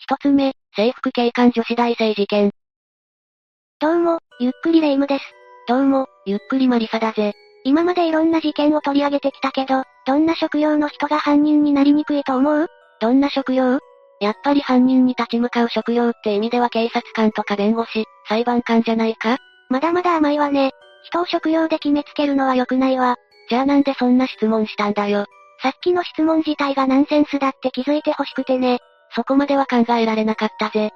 一つ目、制服警官女子大生事件。 どうも、ゆっくりレ夢ムです。 どうも、ゆっくりマリサだぜ。 今までいろんな事件を取り上げてきたけど、どんな職業の人が犯人になりにくいと思う？ どんな職業？やっぱり犯人に立ち向かう職業って意味では警察官とか弁護士、裁判官じゃないか？ まだまだ甘いわね。人を職業で決めつけるのは良くないわ。 じゃあなんでそんな質問したんだよ。 さっきの質問自体がナンセンスだって気づいてほしくてね。 そこまでは考えられなかったぜ。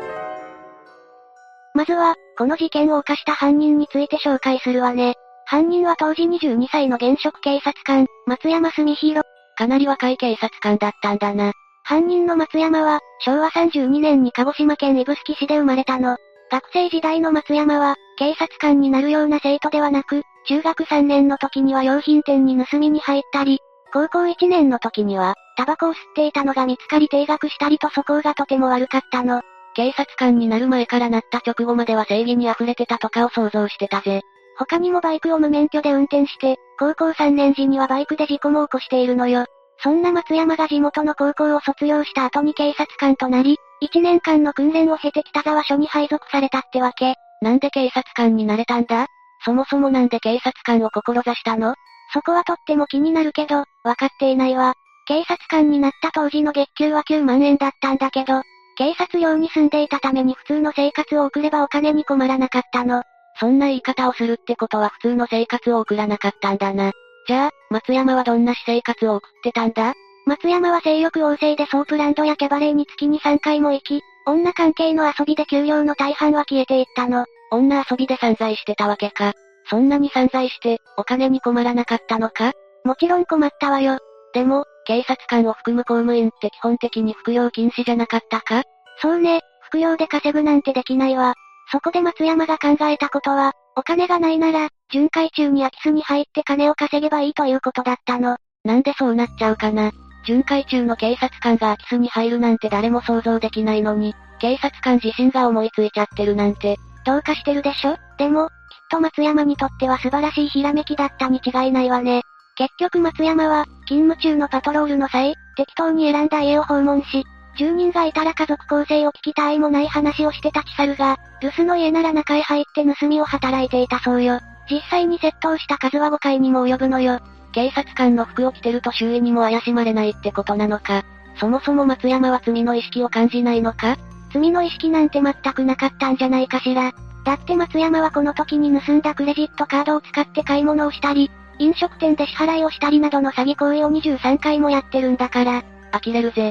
まずは、この事件を犯した犯人について紹介するわね。犯人は当時22歳の現職警察官、松山澄弘。 かなり若い警察官だったんだな。 犯人の松山は、昭和32年に鹿児島県指宿市で生まれたの。学生時代の松山は、警察官になるような生徒ではなく、中学3年の時には洋品店に盗みに入ったり、高校1年の時には、タバコを吸っていたのが見つかり停学したりと素行がとても悪かったの。 警察官になる前からなった直後までは正義に溢れてたとかを想像してたぜ。 他にもバイクを無免許で運転して、高校3年時にはバイクで事故も起こしているのよ。そんな松山が地元の高校を卒業した後に警察官となり、1年間の訓練を経て北沢署に配属されたってわけ。 なんで警察官になれたんだ？そもそもなんで警察官を志したの？ そこはとっても気になるけど、わかっていないわ。警察官になった当時の月給は9万円だったんだけど、警察寮に住んでいたために普通の生活を送ればお金に困らなかったの。 そんな言い方をするってことは普通の生活を送らなかったんだな。じゃあ、松山はどんな私生活を送ってたんだ？ 松山は性欲旺盛でソープランドやキャバレーに月に3回も行き、女関係の遊びで給料の大半は消えていったの。 女遊びで散財してたわけか。そんなに散財して、お金に困らなかったのか？ もちろん困ったわよ。 でも、警察官を含む公務員って基本的に副業禁止じゃなかったか？ そうね、副業で稼ぐなんてできないわ。そこで松山が考えたことは、お金がないなら、巡回中に空き巣に入って金を稼げばいいということだったの。 なんでそうなっちゃうかな。巡回中の警察官が空き巣に入るなんて誰も想像できないのに、警察官自身が思いついちゃってるなんて。 どうかしてるでしょ？でも、きっと松山にとっては素晴らしいひらめきだったに違いないわね。結局松山は、勤務中のパトロールの際、適当に選んだ家を訪問し、住人がいたら家族構成を聞きたいもない話をして立ち去るが、留守の家なら中へ入って盗みを働いていたそうよ。実際に窃盗した数は5回にも及ぶのよ。 警察官の服を着てると周囲にも怪しまれないってことなのか。そもそも松山は罪の意識を感じないのか？ 罪の意識なんて全くなかったんじゃないかしら。だって松山はこの時に盗んだクレジットカードを使って買い物をしたり、飲食店で支払いをしたりなどの詐欺行為を23回もやってるんだから。 呆れるぜ。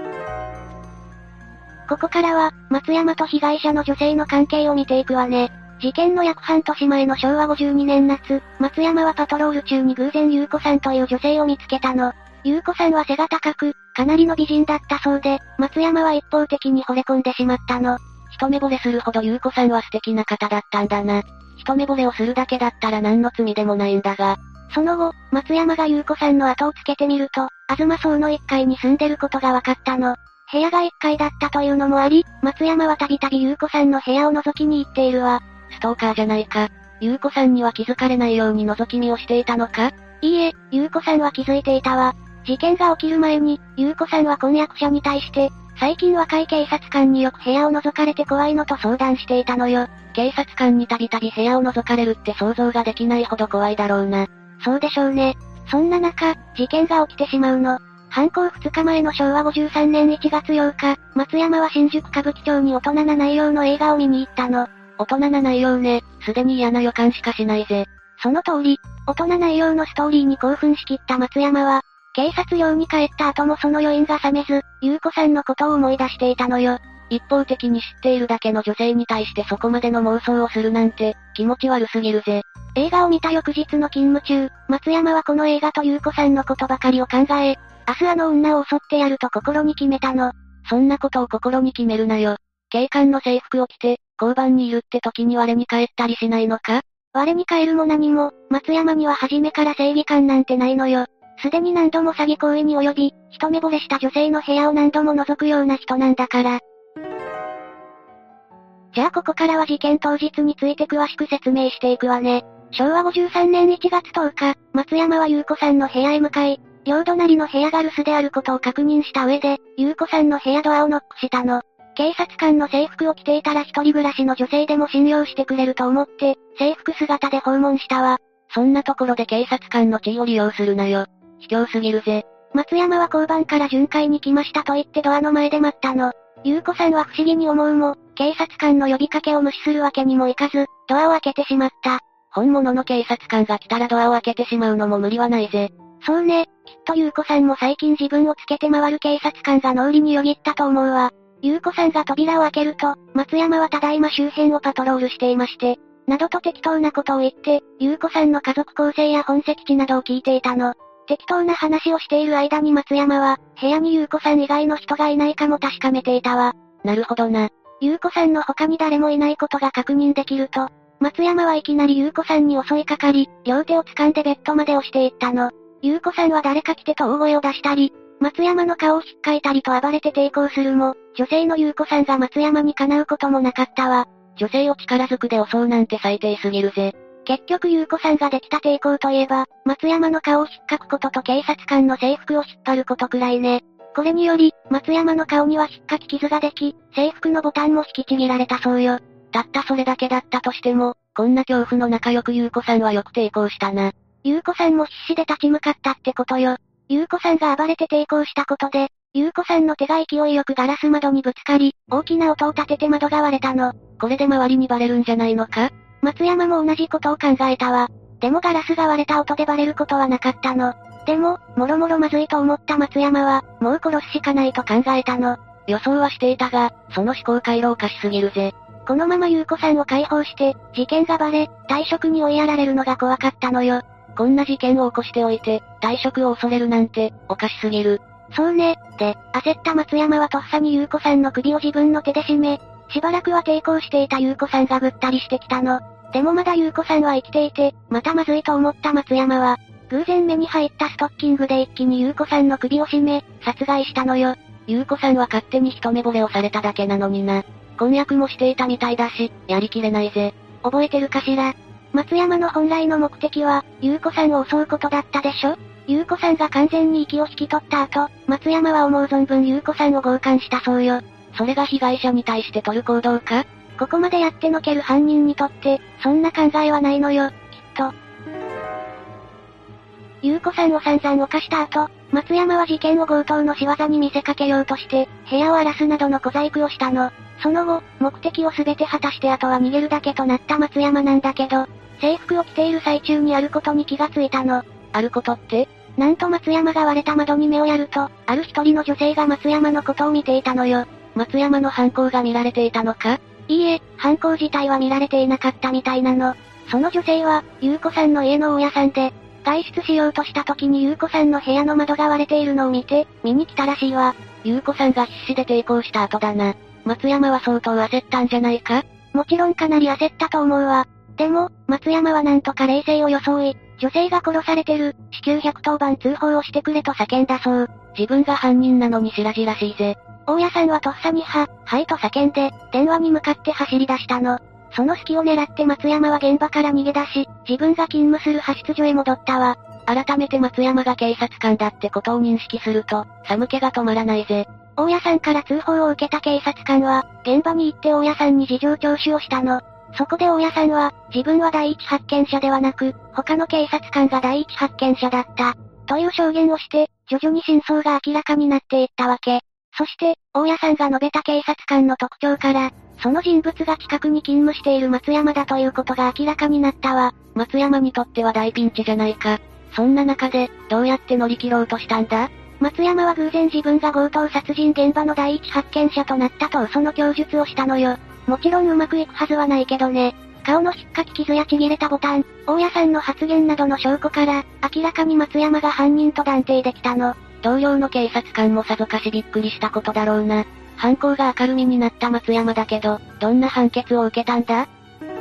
ここからは、松山と被害者の女性の関係を見ていくわね。事件の約半年前の昭和52年夏、松山はパトロール中に偶然優子さんという女性を見つけたの。優子さんは背が高く、かなりの美人だったそうで、松山は一方的に惚れ込んでしまったの。 一目惚れするほど優子さんは素敵な方だったんだな。一目惚れをするだけだったら何の罪でもないんだが。 その後、松山が優子さんの後をつけてみると、東荘の1階に住んでることが分かったの。部屋が1階だったというのもあり、松山はたびたび優子さんの部屋を覗きに行っているわ。 ストーカーじゃないか。優子さんには気づかれないように覗き見をしていたのか？ いいえ、優子さんは気づいていたわ。事件が起きる前に、優子さんは婚約者に対して、最近若い警察官によく部屋を覗かれて怖いのと相談していたのよ。 警察官にたびたび部屋を覗かれるって想像ができないほど怖いだろうな。 そうでしょうね。そんな中、事件が起きてしまうの。犯行2日前の昭和53年1月8日、松山は新宿歌舞伎町に大人な内容の映画を見に行ったの。 大人な内容ね、すでに嫌な予感しかしないぜ。 その通り、大人内容のストーリーに興奮しきった松山は、警察寮に帰った後もその余韻が冷めず、優子さんのことを思い出していたのよ。 一方的に知っているだけの女性に対してそこまでの妄想をするなんて、気持ち悪すぎるぜ。 映画を見た翌日の勤務中、松山はこの映画と優子さんのことばかりを考え、明日あの女を襲ってやると心に決めたの。 そんなことを心に決めるなよ。警官の制服を着て、交番にいるって時に我に返ったりしないのか？ 我に返るも何も、松山には初めから正義感なんてないのよ。すでに何度も詐欺行為に及び、一目惚れした女性の部屋を何度も覗くような人なんだから。じゃあここからは事件当日について詳しく説明していくわね。昭和53年1月10日、松山は優子さんの部屋へ向かい、 両隣の部屋が留守であることを確認した上で、優子さんの部屋ドアをノックしたの。警察官の制服を着ていたら一人暮らしの女性でも信用してくれると思って、制服姿で訪問したわ。 そんなところで警察官の地位を利用するなよ。卑怯すぎるぜ。 松山は交番から巡回に来ましたと言ってドアの前で待ったの。優子さんは不思議に思うも、警察官の呼びかけを無視するわけにもいかず、ドアを開けてしまった。 本物の警察官が来たらドアを開けてしまうのも無理はないぜ。 そうね、きっと優子さんも最近自分をつけて回る警察官が脳裏によぎったと思うわ。優子さんが扉を開けると、松山はただいま周辺をパトロールしていまして、などと適当なことを言って、優子さんの家族構成や本籍地などを聞いていたの。適当な話をしている間に松山は、部屋に優子さん以外の人がいないかも確かめていたわ。 なるほどな。 優子さんの他に誰もいないことが確認できると、松山はいきなり優子さんに襲いかかり、両手を掴んでベッドまで押していったの。優子さんは誰か来てと大声を出したり、松山の顔を引っかいたりと暴れて抵抗するも、女性の優子さんが松山にかなうこともなかったわ。 女性を力ずくで襲うなんて最低すぎるぜ。 結局優子さんができた抵抗といえば、松山の顔を引っかくことと警察官の制服を引っ張ることくらいね。これにより、松山の顔には引っかき傷ができ、制服のボタンも引きちぎられたそうよ。 たったそれだけだったとしても、こんな恐怖の中よく優子さんはよく抵抗したな。 優子さんも必死で立ち向かったってことよ。優子さんが暴れて抵抗したことで、優子さんの手が勢いよくガラス窓にぶつかり、大きな音を立てて窓が割れたの。 これで周りにバレるんじゃないのか？ 松山も同じことを考えたわ。でもガラスが割れた音でバレることはなかったの。でも、もろもろまずいと思った松山は、もう殺すしかないと考えたの。 予想はしていたが、その思考回路おかしすぎるぜ。 このまま優子さんを解放して、事件がバレ、退職に追いやられるのが怖かったのよ。 こんな事件を起こしておいて、退職を恐れるなんて、おかしすぎる。 そうね。で、焦った松山はとっさに優子さんの首を自分の手で絞め、しばらくは抵抗していた優子さんがぐったりしてきたの。でもまだ優子さんは生きていて、またまずいと思った松山は、偶然目に入ったストッキングで一気に優子さんの首を絞め、殺害したのよ。 優子さんは勝手に一目惚れをされただけなのにな。婚約もしていたみたいだし、やりきれないぜ。 覚えてるかしら？松山の本来の目的は、優子さんを襲うことだったでしょ？優子さんが完全に息を引き取った後、松山は思う存分優子さんを強姦したそうよ。 それが被害者に対して取る行動か？ ここまでやってのける犯人にとって、そんな考えはないのよ、きっと。優子さんを散々犯した後、松山は事件を強盗の仕業に見せかけようとして、部屋を荒らすなどの小細工をしたの。その後、目的を全て果たしてあとは逃げるだけとなった松山なんだけど、制服を着ている最中にあることに気がついたの。 あることって？ なんと松山が割れた窓に目をやると、ある一人の女性が松山のことを見ていたのよ。 松山の犯行が見られていたのか？ いいえ、犯行自体は見られていなかったみたいなの。その女性は、優子さんの家の大家さんで、外出しようとした時に優子さんの部屋の窓が割れているのを見て、見に来たらしいわ。 優子さんが必死で抵抗した後だな。松山は相当焦ったんじゃないか？ もちろんかなり焦ったと思うわ。でも、松山はなんとか冷静を装い、女性が殺されてる、至急110番通報をしてくれと叫んだそう。 自分が犯人なのに白々しいぜ。 大家さんはとっさにはいと叫んで、電話に向かって走り出したの。その隙を狙って松山は現場から逃げ出し、自分が勤務する派出所へ戻ったわ。 改めて松山が警察官だってことを認識すると、寒気が止まらないぜ。 大家さんから通報を受けた警察官は、現場に行って大家さんに事情聴取をしたの。そこで大家さんは、自分は第一発見者ではなく、他の警察官が第一発見者だった。という証言をして、徐々に真相が明らかになっていったわけ。そして、大家さんが述べた警察官の特徴から、その人物が近くに勤務している松山だということが明らかになったわ。 松山にとっては大ピンチじゃないか。そんな中で、どうやって乗り切ろうとしたんだ？ 松山は偶然自分が強盗殺人現場の第一発見者となったと嘘の供述をしたのよ。もちろんうまくいくはずはないけどね。顔の引っかき傷やちぎれたボタン、大家さんの発言などの証拠から、明らかに松山が犯人と断定できたの。 同僚の警察官もさぞかしびっくりしたことだろうな。犯行が明るみになった松山だけど、どんな判決を受けたんだ？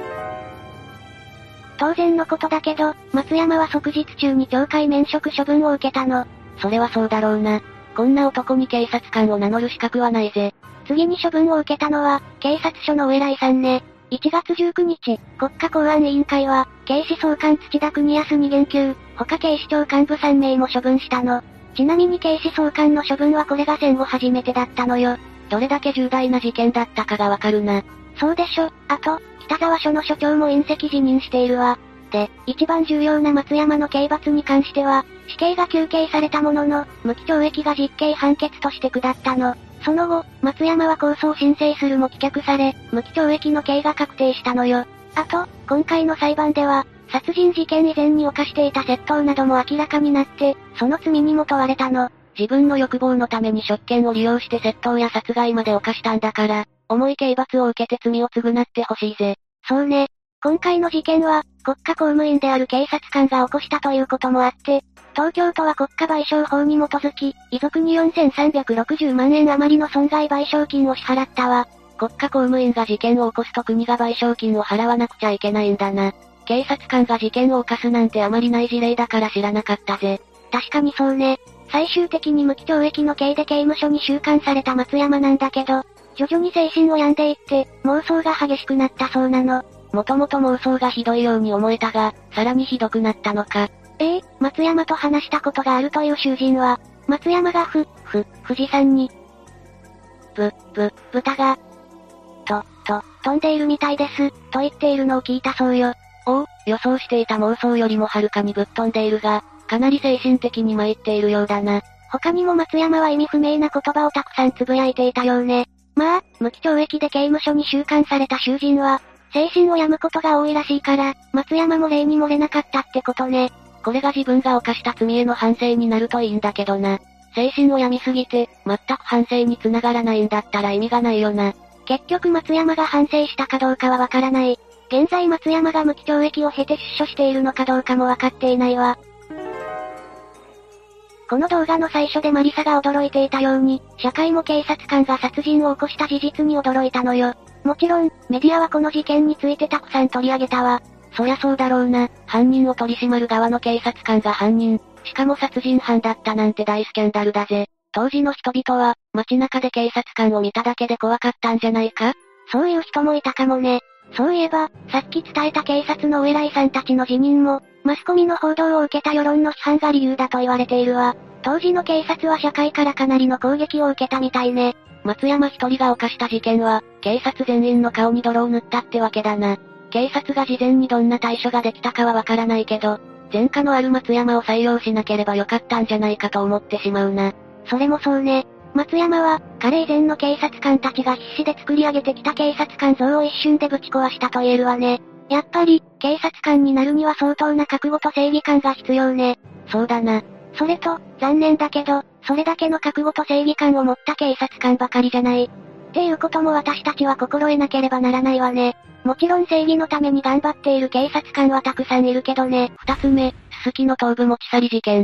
当然のことだけど、松山は即日中に懲戒免職処分を受けたの。 それはそうだろうな。こんな男に警察官を名乗る資格はないぜ。 次に処分を受けたのは、警察署のお偉いさんね。1月19日、国家公安委員会は、警視総監土田邦康に減給、他警視庁幹部3名も処分したの。 ちなみに警視総監の処分はこれが戦後初めてだったのよ。 どれだけ重大な事件だったかがわかるな。 そうでしょ。あと、北沢署の署長も隕石辞任しているわ。で、一番重要な松山の刑罰に関しては、死刑が求刑されたものの、無期懲役が実刑判決として下ったの。その後、松山は控訴を申請するも棄却され、無期懲役の刑が確定したのよ。あと、今回の裁判では、殺人事件以前に犯していた窃盗なども明らかになって、その罪にも問われたの。 自分の欲望のために職権を利用して窃盗や殺害まで犯したんだから、重い刑罰を受けて罪を償ってほしいぜ。 そうね。今回の事件は、国家公務員である警察官が起こしたということもあって、東京都は国家賠償法に基づき、遺族に4360万円余りの損害賠償金を支払ったわ。 国家公務員が事件を起こすと国が賠償金を払わなくちゃいけないんだな。警察官が事件を犯すなんてあまりない事例だから知らなかったぜ。 確かにそうね。最終的に無期懲役の刑で刑務所に収監された松山なんだけど、徐々に精神を病んでいって、妄想が激しくなったそうなの。 もともと妄想がひどいように思えたが、さらにひどくなったのか。 松山と話したことがあるという囚人は、松山が富士山に、豚が、飛んでいるみたいです、と言っているのを聞いたそうよ。 おう、予想していた妄想よりもはるかにぶっ飛んでいるが、かなり精神的に参っているようだな。 他にも松山は意味不明な言葉をたくさん呟いていたようね。まあ、無期懲役で刑務所に収監された囚人は、精神を病むことが多いらしいから、松山も例に漏れなかったってことね。 これが自分が犯した罪への反省になるといいんだけどな。精神を病みすぎて、全く反省に繋がらないんだったら意味がないよな。 結局松山が反省したかどうかはわからない。現在松山が無期懲役を経て出所しているのかどうかもわかっていないわ。この動画の最初でマリサが驚いていたように、社会も警察官が殺人を起こした事実に驚いたのよ。もちろん、メディアはこの事件についてたくさん取り上げたわ。 そりゃそうだろうな。犯人を取り締まる側の警察官が犯人、しかも殺人犯だったなんて大スキャンダルだぜ。当時の人々は、街中で警察官を見ただけで怖かったんじゃないか？ そういう人もいたかもね。そういえば、さっき伝えた警察のお偉いさんたちの辞任も、マスコミの報道を受けた世論の批判が理由だと言われているわ。当時の警察は社会からかなりの攻撃を受けたみたいね。 松山一人が犯した事件は、警察全員の顔に泥を塗ったってわけだな。警察が事前にどんな対処ができたかはわからないけど、前科のある松山を採用しなければよかったんじゃないかと思ってしまうな。 それもそうね。松山は、彼以前の警察官たちが必死で作り上げてきた警察官像を一瞬でぶち壊したと言えるわね。やっぱり、警察官になるには相当な覚悟と正義感が必要ね。 そうだな。 それと、残念だけど、それだけの覚悟と正義感を持った警察官ばかりじゃない。っていうことも私たちは心得なければならないわね。もちろん正義のために頑張っている警察官はたくさんいるけどね。 二つ目、すすきの頭部持ち去り事件。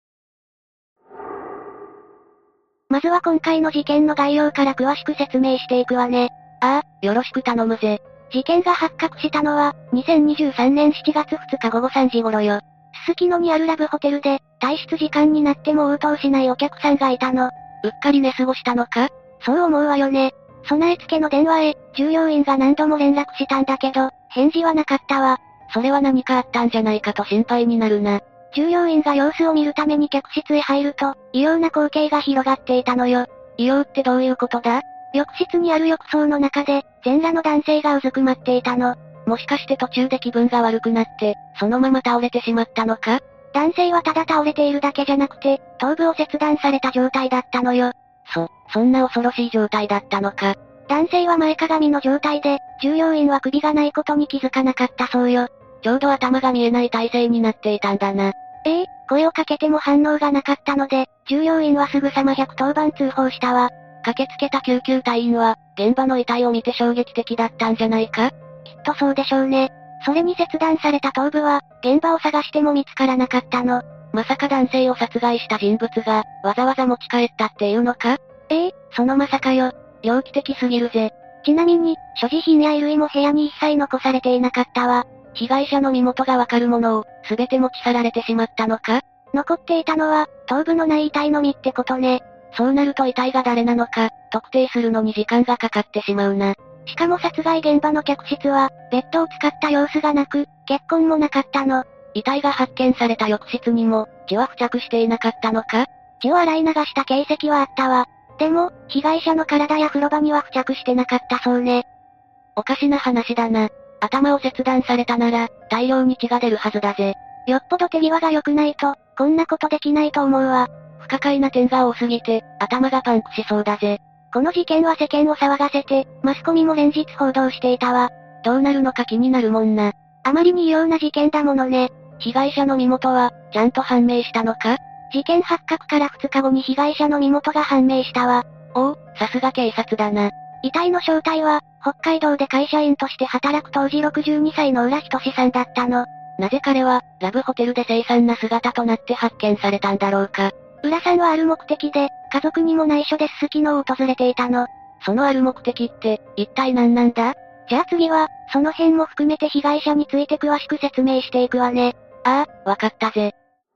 まずは今回の事件の概要から詳しく説明していくわね。 ああ、よろしく頼むぜ。 事件が発覚したのは、2023年7月2日午後3時頃よ。すすきのにあるラブホテルで、退出時間になっても応答しないお客さんがいたの。 うっかり寝過ごしたのか？ そう思うわよね。備え付けの電話へ、従業員が何度も連絡したんだけど、返事はなかったわ。 それは何かあったんじゃないかと心配になるな。 従業員が様子を見るために客室へ入ると、異様な光景が広がっていたのよ。 異様ってどういうことだ？ 浴室にある浴槽の中で、全裸の男性がうずくまっていたの。 もしかして途中で気分が悪くなって、そのまま倒れてしまったのか？ 男性はただ倒れているだけじゃなくて、頭部を切断された状態だったのよ。 そんな恐ろしい状態だったのか。 男性は前かがみの状態で、従業員は首がないことに気づかなかったそうよ。 ちょうど頭が見えない体勢になっていたんだな。 声をかけても反応がなかったので、従業員はすぐさま110番通報したわ。 駆けつけた救急隊員は、現場の遺体を見て衝撃的だったんじゃないか？ きっとそうでしょうね。それに切断された頭部は、現場を探しても見つからなかったの。 まさか男性を殺害した人物が、わざわざ持ち帰ったっていうのか？ そのまさかよ。 猟奇的すぎるぜ。 ちなみに、所持品や衣類も部屋に一切残されていなかったわ。 被害者の身元がわかるものを、すべて持ち去られてしまったのか？ 残っていたのは、頭部のない遺体のみってことね。 そうなると遺体が誰なのか、特定するのに時間がかかってしまうな。 しかも殺害現場の客室は、ベッドを使った様子がなく、血痕もなかったの。 遺体が発見された浴室にも、血は付着していなかったのか？ 血を洗い流した形跡はあったわ。でも、被害者の体や風呂場には付着してなかったそうね。 おかしな話だな。頭を切断されたなら、大量に血が出るはずだぜ。 よっぽど手際が良くないと、こんなことできないと思うわ。 不可解な点が多すぎて、頭がパンクしそうだぜ。 この事件は世間を騒がせて、マスコミも連日報道していたわ。 どうなるのか気になるもんな。 あまりに異様な事件だものね。 被害者の身元は、ちゃんと判明したのか？ 事件発覚から2日後に被害者の身元が判明したわ。 おお、さすが警察だな。 遺体の正体は、北海道で会社員として働く当時62歳の浦仁さんだったの。 なぜ彼は、ラブホテルで凄惨な姿となって発見されたんだろうか。 浦さんはある目的で、家族にも内緒ですすきのを訪れていたの。 そのある目的って、一体何なんだ？ じゃあ次は、その辺も含めて被害者について詳しく説明していくわね。 ああ、わかったぜ。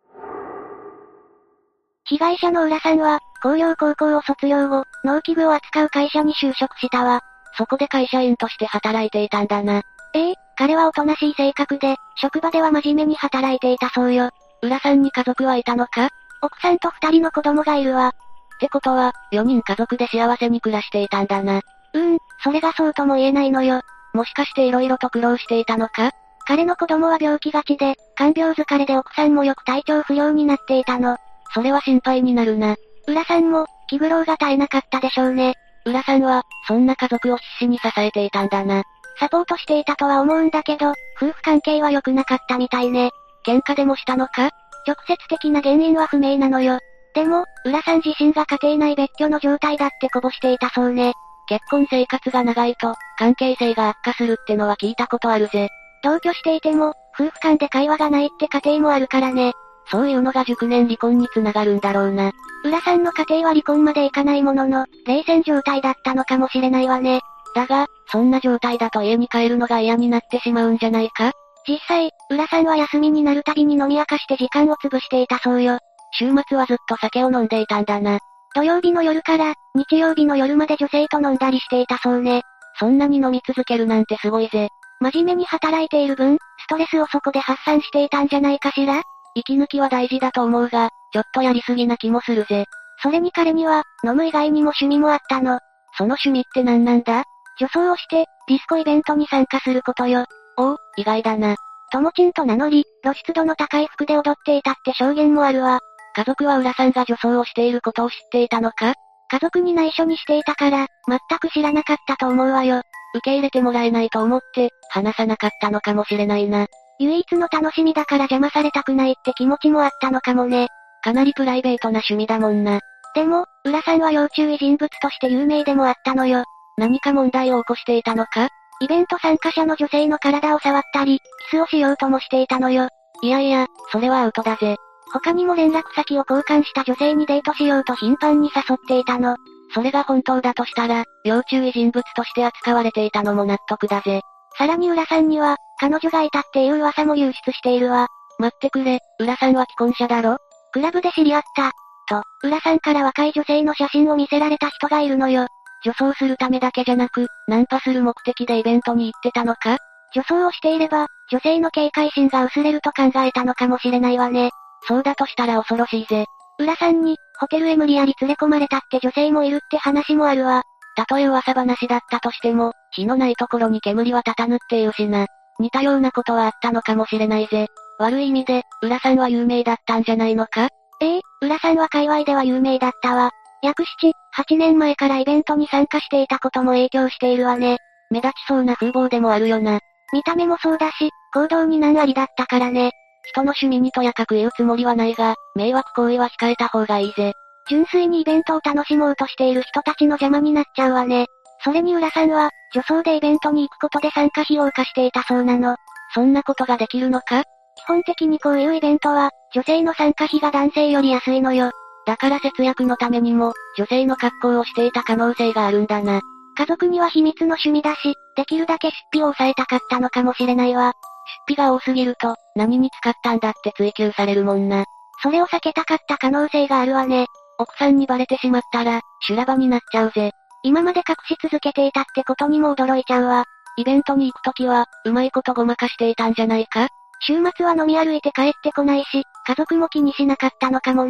被害者の浦さんは、工業高校を卒業後、農機具を扱う会社に就職したわ。 そこで会社員として働いていたんだな。 彼はおとなしい性格で、職場では真面目に働いていたそうよ。 浦さんに家族はいたのか？ 奥さんと2人の子供がいるわ。 ってことは、4人家族で幸せに暮らしていたんだな。 それがそうとも言えないのよ。 もしかして色々と苦労していたのか？ 彼の子供は病気がちで、看病疲れで奥さんもよく体調不良になっていたの。 それは心配になるな。 浦さんも、気苦労が絶えなかったでしょうね。 浦さんは、そんな家族を必死に支えていたんだな。 サポートしていたとは思うんだけど、夫婦関係は良くなかったみたいね。 喧嘩でもしたのか？ 直接的な原因は不明なのよ。でも、浦さん自身が家庭内別居の状態だってこぼしていたそうね。 結婚生活が長いと、関係性が悪化するってのは聞いたことあるぜ。 同居していても、夫婦間で会話がないって家庭もあるからね。 そういうのが熟年離婚につながるんだろうな。 浦さんの家庭は離婚までいかないものの、冷戦状態だったのかもしれないわね。 だが、そんな状態だと家に帰るのが嫌になってしまうんじゃないか？ 実際、浦さんは休みになるたびに飲み明かして時間を潰していたそうよ。 週末はずっと酒を飲んでいたんだな。 土曜日の夜から、日曜日の夜まで女性と飲んだりしていたそうね。 そんなに飲み続けるなんてすごいぜ。 真面目に働いている分、ストレスをそこで発散していたんじゃないかしら？ 息抜きは大事だと思うが、ちょっとやりすぎな気もするぜ。 それに彼には、飲む以外にも趣味もあったの。 その趣味って何なんだ？ 女装をして、ディスコイベントに参加することよ。 おお、意外だな。 ともちんと名乗り、露出度の高い服で踊っていたって証言もあるわ。 家族は浦さんが女装をしていることを知っていたのか？ 家族に内緒にしていたから、全く知らなかったと思うわよ。 受け入れてもらえないと思って、話さなかったのかもしれないな。 唯一の楽しみだから邪魔されたくないって気持ちもあったのかもね。 かなりプライベートな趣味だもんな。 でも、浦さんは要注意人物として有名でもあったのよ。 何か問題を起こしていたのか？ イベント参加者の女性の体を触ったり、キスをしようともしていたのよ。 いやいや、それはアウトだぜ。 他にも連絡先を交換した女性にデートしようと頻繁に誘っていたの。 それが本当だとしたら、要注意人物として扱われていたのも納得だぜ。 さらに浦さんには、彼女がいたっていう噂も流出しているわ。 待ってくれ、浦さんは既婚者だろ？ クラブで知り合った。と、浦さんから若い女性の写真を見せられた人がいるのよ。 女装するためだけじゃなく、ナンパする目的でイベントに行ってたのか？ 女装をしていれば、女性の警戒心が薄れると考えたのかもしれないわね。 そうだとしたら恐ろしいぜ。 浦さんに、ホテルへ無理やり連れ込まれたって女性もいるって話もあるわ。 たとえ噂話だったとしても、火のないところに煙は立たぬっていうしな。似たようなことはあったのかもしれないぜ。悪い意味で、浦さんは有名だったんじゃないのか？ 浦さんは界隈では有名だったわ。約7、8年前からイベントに参加していたことも影響しているわね。 目立ちそうな風貌でもあるよな。 見た目もそうだし、行動に難ありだったからね。 人の趣味にとやかく言うつもりはないが、迷惑行為は控えた方がいいぜ。 純粋にイベントを楽しもうとしている人たちの邪魔になっちゃうわね。それに浦さんは、女装でイベントに行くことで参加費を浮かしていたそうなの。 そんなことができるのか？ 基本的にこういうイベントは、女性の参加費が男性より安いのよ。 だから節約のためにも、女性の格好をしていた可能性があるんだな。 家族には秘密の趣味だし、できるだけ出費を抑えたかったのかもしれないわ。 出費が多すぎると、何に使ったんだって追求されるもんな。 それを避けたかった可能性があるわね。 奥さんにバレてしまったら、修羅場になっちゃうぜ。 今まで隠し続けていたってことにも驚いちゃうわ。 イベントに行くときは、うまいことごまかしていたんじゃないか？ 週末は飲み歩いて帰ってこないし、家族も気にしなかったのかもね。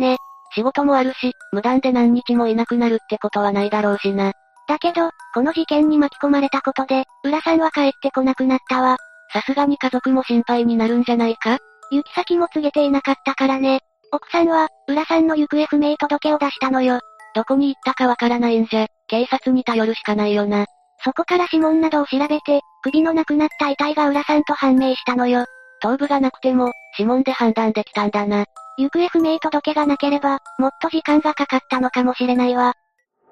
仕事もあるし、無断で何日もいなくなるってことはないだろうしな。 だけど、この事件に巻き込まれたことで、浦さんは帰ってこなくなったわ。 さすがに家族も心配になるんじゃないか？ 行き先も告げていなかったからね。奥さんは、浦さんの行方不明届を出したのよ。 どこに行ったかわからないんじゃ、警察に頼るしかないよな。 そこから指紋などを調べて、首のなくなった遺体が浦さんと判明したのよ。 頭部がなくても、指紋で判断できたんだな。 行方不明届がなければ、もっと時間がかかったのかもしれないわ。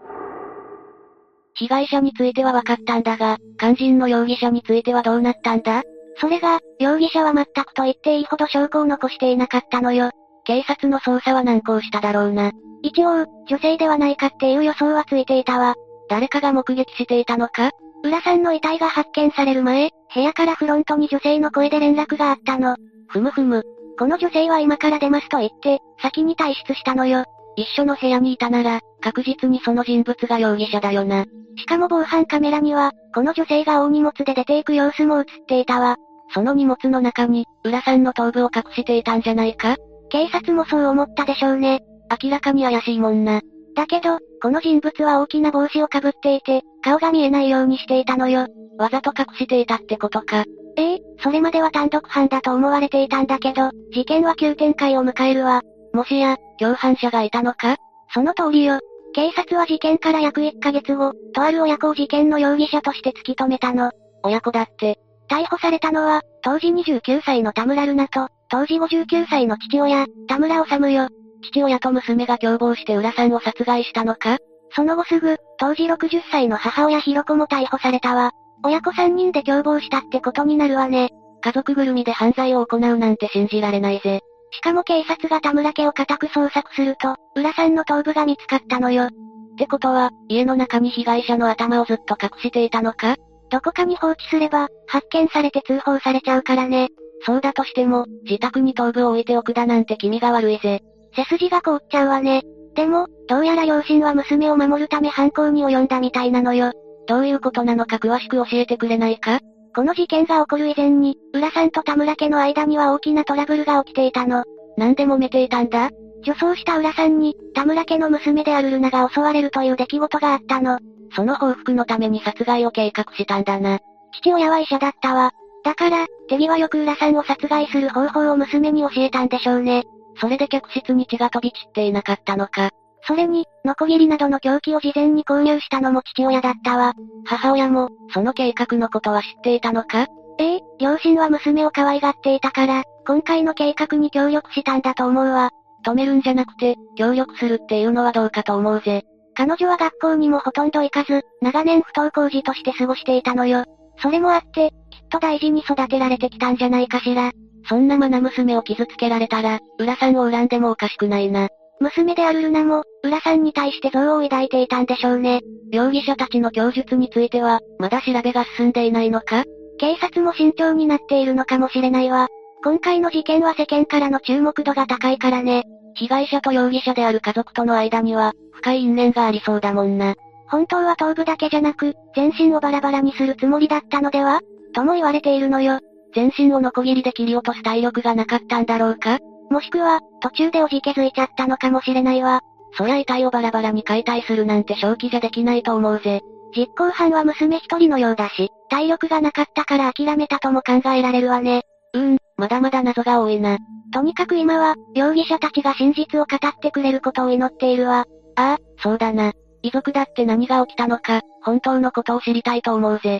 被害者については分かったんだが、肝心の容疑者についてはどうなったんだ？ それが、容疑者は全くと言っていいほど証拠を残していなかったのよ。 警察の捜査は難航しただろうな。 一応、女性ではないかっていう予想はついていたわ。 誰かが目撃していたのか？ 浦さんの遺体が発見される前、部屋からフロントに女性の声で連絡があったの。 ふむふむ。 この女性は今から出ますと言って、先に退出したのよ。 一緒の部屋にいたなら、確実にその人物が容疑者だよな。 しかも防犯カメラには、この女性が大荷物で出ていく様子も映っていたわ。 その荷物の中に、浦さんの頭部を隠していたんじゃないか？ 警察もそう思ったでしょうね。 明らかに怪しいもんな。 だけど、この人物は大きな帽子をかぶっていて、顔が見えないようにしていたのよ。 わざと隠していたってことか。 それまでは単独犯だと思われていたんだけど、事件は急展開を迎えるわ。 もしや、共犯者がいたのか？ その通りよ。警察は事件から約1ヶ月後、とある親子を事件の容疑者として突き止めたの。 親子だって。 逮捕されたのは、当時29歳の田村瑠奈と、当時59歳の父親、田村治よ。 父親と娘が共謀して浦さんを殺害したのか？ その後すぐ、当時60歳の母親ひろ子も逮捕されたわ。親子3人で共謀したってことになるわね。 家族ぐるみで犯罪を行うなんて信じられないぜ。 しかも警察が田村家を家宅捜索すると、浦さんの頭部が見つかったのよ。 ってことは、家の中に被害者の頭をずっと隠していたのか？ どこかに放置すれば、発見されて通報されちゃうからね。 そうだとしても、自宅に頭部を置いておくだなんて気味が悪いぜ。 背筋が凍っちゃうわね。でも、どうやら両親は娘を守るため犯行に及んだみたいなのよ。 どういうことなのか詳しく教えてくれないか？ この事件が起こる以前に、浦さんと田村家の間には大きなトラブルが起きていたの。 なんで揉めていたんだ？ 女装した浦さんに、田村家の娘であるルナが襲われるという出来事があったの。 その報復のために殺害を計画したんだな。 父親は医者だったわ。だから、手際よく浦さんを殺害する方法を娘に教えたんでしょうね。 それで客室に血が飛び散っていなかったのか。 それに、ノコギリなどの凶器を事前に購入したのも父親だったわ。 母親も、その計画のことは知っていたのか？ 両親は娘を可愛がっていたから、今回の計画に協力したんだと思うわ。 止めるんじゃなくて、協力するっていうのはどうかと思うぜ。 彼女は学校にもほとんど行かず、長年不登校児として過ごしていたのよ。それもあって、きっと大事に育てられてきたんじゃないかしら。 そんな愛娘を傷つけられたら、浦さんを恨んでもおかしくないな。 娘であるルナも、浦さんに対して憎悪を抱いていたんでしょうね。 容疑者たちの供述については、まだ調べが進んでいないのか？ 警察も慎重になっているのかもしれないわ。今回の事件は世間からの注目度が高いからね。 被害者と容疑者である家族との間には、深い因縁がありそうだもんな。 本当は頭部だけじゃなく、全身をバラバラにするつもりだったのでは？とも言われているのよ。 全身をノコギリで切り落とす体力がなかったんだろうか？ もしくは、途中でおじけづいちゃったのかもしれないわ。 そりゃ遺体をバラバラに解体するなんて正気じゃできないと思うぜ。 実行犯は娘一人のようだし、体力がなかったから諦めたとも考えられるわね。 まだまだ謎が多いな。 とにかく今は、容疑者たちが真実を語ってくれることを祈っているわ。 ああ、そうだな。遺族だって何が起きたのか、本当のことを知りたいと思うぜ。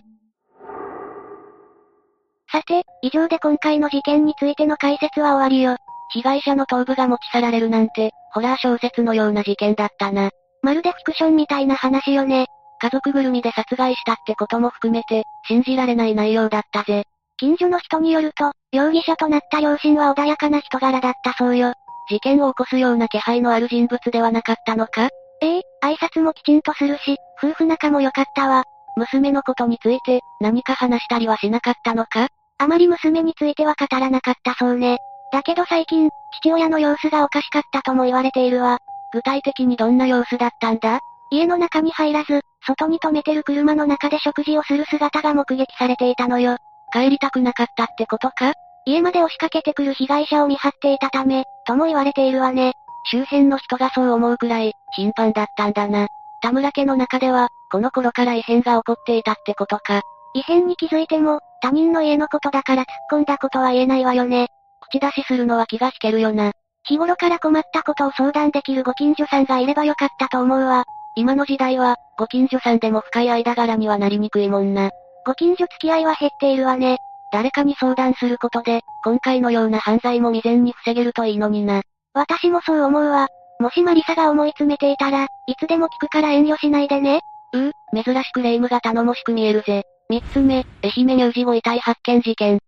さて、以上で今回の事件についての解説は終わりよ。 被害者の頭部が持ち去られるなんて、ホラー小説のような事件だったな。 まるでフィクションみたいな話よね。 家族ぐるみで殺害したってことも含めて、信じられない内容だったぜ。 近所の人によると、容疑者となった両親は穏やかな人柄だったそうよ。 事件を起こすような気配のある人物ではなかったのか？ 挨拶もきちんとするし、夫婦仲も良かったわ。 娘のことについて、何か話したりはしなかったのか？ あまり娘については語らなかったそうね。だけど最近、父親の様子がおかしかったとも言われているわ。 具体的にどんな様子だったんだ？ 家の中に入らず、外に止めてる車の中で食事をする姿が目撃されていたのよ。 帰りたくなかったってことか？ 家まで押しかけてくる被害者を見張っていたため、とも言われているわね。 周辺の人がそう思うくらい、頻繁だったんだな。田村家の中では、この頃から異変が起こっていたってことか。 異変に気づいても、他人の家のことだから突っ込んだことは言えないわよね。 口出しするのは気が引けるよな。 日頃から困ったことを相談できるご近所さんがいればよかったと思うわ。 今の時代は、ご近所さんでも深い間柄にはなりにくいもんな。 ご近所付き合いは減っているわね。 誰かに相談することで、今回のような犯罪も未然に防げるといいのにな。 私もそう思うわ。もしマリサが思い詰めていたら、いつでも聞くから遠慮しないでね。 珍しく霊夢が頼もしく見えるぜ。3つ目、愛媛乳児ご遺体発見事件。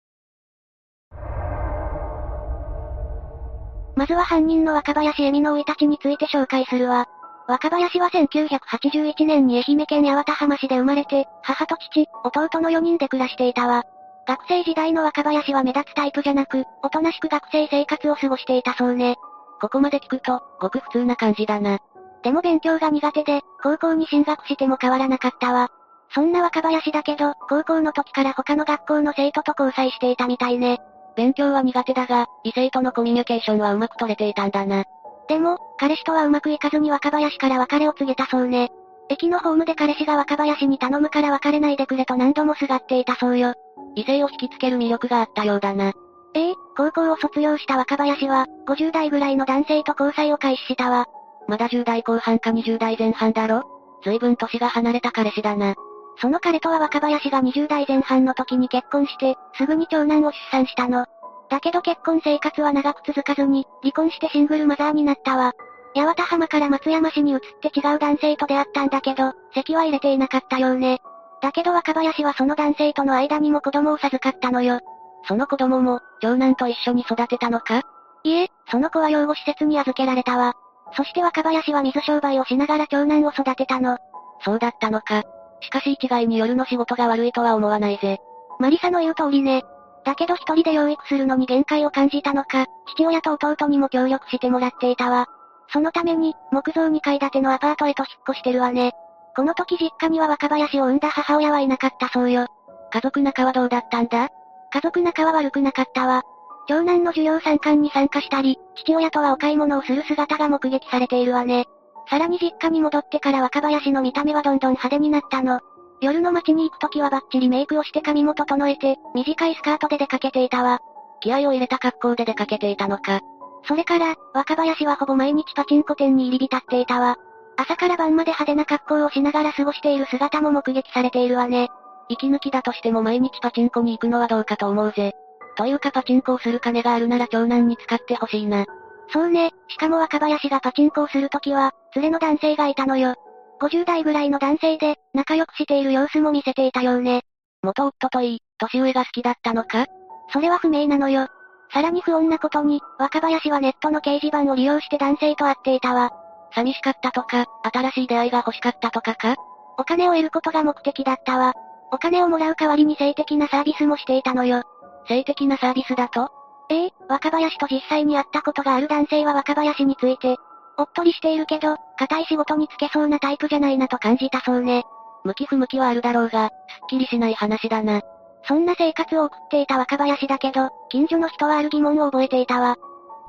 まずは犯人の若林恵美の生い立ちについて紹介するわ。若林は1981年に愛媛県八幡浜市で生まれて、母と父、弟の4人で暮らしていたわ。学生時代の若林は目立つタイプじゃなく、おとなしく学生生活を過ごしていたそうね。 ここまで聞くと、ごく普通な感じだな。 でも勉強が苦手で、高校に進学しても変わらなかったわ。そんな若林だけど、高校の時から他の学校の生徒と交際していたみたいね。 勉強は苦手だが、異性とのコミュニケーションはうまく取れていたんだな。 でも、彼氏とはうまくいかずに若林から別れを告げたそうね。駅のホームで彼氏が若林に頼むから別れないでくれと何度もすがっていたそうよ。 異性を引きつける魅力があったようだな。 高校を卒業した若林は、50代ぐらいの男性と交際を開始したわ。 まだ10代後半か20代前半だろ？随分年が離れた彼氏だな。 その彼とは若林が20代前半の時に結婚して、すぐに長男を出産したの。だけど結婚生活は長く続かずに、離婚してシングルマザーになったわ。八幡浜から松山市に移って違う男性と出会ったんだけど、籍は入れていなかったようね。だけど若林はその男性との間にも子供を授かったのよ。 その子供も、長男と一緒に育てたのか？ いえ、その子は養護施設に預けられたわ。そして若林は水商売をしながら長男を育てたの。 そうだったのか。しかし一概に夜の仕事が悪いとは思わないぜ。 マリサの言う通りね。だけど一人で養育するのに限界を感じたのか、父親と弟にも協力してもらっていたわ。そのために、木造2階建てのアパートへと引っ越してるわね。この時実家には若林を産んだ母親はいなかったそうよ。 家族仲はどうだったんだ？ 家族仲は悪くなかったわ。長男の授業参観に参加したり、父親とはお買い物をする姿が目撃されているわね。さらに実家に戻ってから若林の見た目はどんどん派手になったの。夜の街に行くときはバッチリメイクをして髪も整えて、短いスカートで出かけていたわ。 気合を入れた格好で出かけていたのか。 それから、若林はほぼ毎日パチンコ店に入り浸っていたわ。朝から晩まで派手な格好をしながら過ごしている姿も目撃されているわね。 息抜きだとしても毎日パチンコに行くのはどうかと思うぜ。というかパチンコをする金があるなら長男に使ってほしいな。 そうね、しかも若林がパチンコをするときは、連れの男性がいたのよ。50代ぐらいの男性で、仲良くしている様子も見せていたようね。 元夫といい、年上が好きだったのか？ それは不明なのよ。さらに不穏なことに、若林はネットの掲示板を利用して男性と会っていたわ。 寂しかったとか、新しい出会いが欲しかったとかか？ お金を得ることが目的だったわ。お金をもらう代わりに性的なサービスもしていたのよ。 性的なサービスだと？ 若林と実際に会ったことがある男性は若林について、おっとりしているけど、固い仕事に就けそうなタイプじゃないなと感じたそうね。 向き不向きはあるだろうが、すっきりしない話だな。 そんな生活を送っていた若林だけど、近所の人はある疑問を覚えていたわ。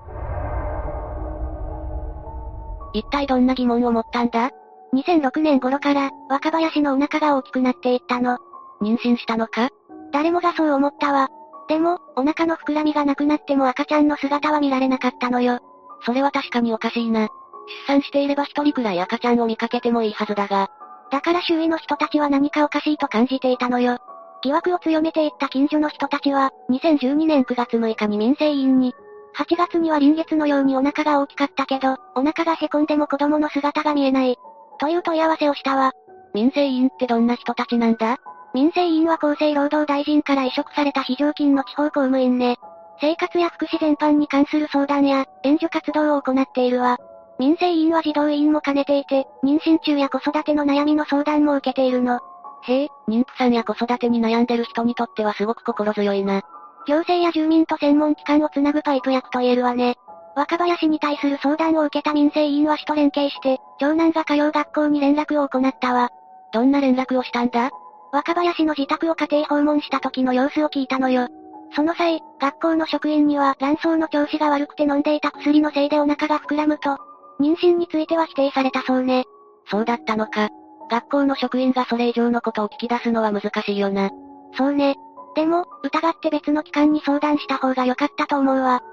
一体どんな疑問を持ったんだ？ 2006年頃から、若林のお腹が大きくなっていったの。 妊娠したのか？ 誰もがそう思ったわ。でも、お腹の膨らみがなくなっても赤ちゃんの姿は見られなかったのよ。 それは確かにおかしいな。出産していれば一人くらい赤ちゃんを見かけてもいいはずだが。 だから周囲の人たちは何かおかしいと感じていたのよ。疑惑を強めていった近所の人たちは、2012年9月6日に民生委員に、8月には臨月のようにお腹が大きかったけど、お腹が凹んでも子供の姿が見えない。という問い合わせをしたわ。 民生委員ってどんな人たちなんだ？ 民生委員は厚生労働大臣から委嘱された非常勤の地方公務員ね。生活や福祉全般に関する相談や、援助活動を行っているわ。民生委員は児童委員も兼ねていて、妊娠中や子育ての悩みの相談も受けているの。 へえ、妊婦さんや子育てに悩んでる人にとってはすごく心強いな。 行政や住民と専門機関をつなぐパイプ役と言えるわね。若林に対する相談を受けた民生委員は市と連携して、長男が通う学校に連絡を行ったわ。 どんな連絡をしたんだ？ 若林の自宅を家庭訪問した時の様子を聞いたのよ。 その際、学校の職員には卵巣の調子が悪くて飲んでいた薬のせいでお腹が膨らむと、妊娠については否定されたそうね。 そうだったのか。学校の職員がそれ以上のことを聞き出すのは難しいよな。 そうね。でも、疑って別の機関に相談した方が良かったと思うわ。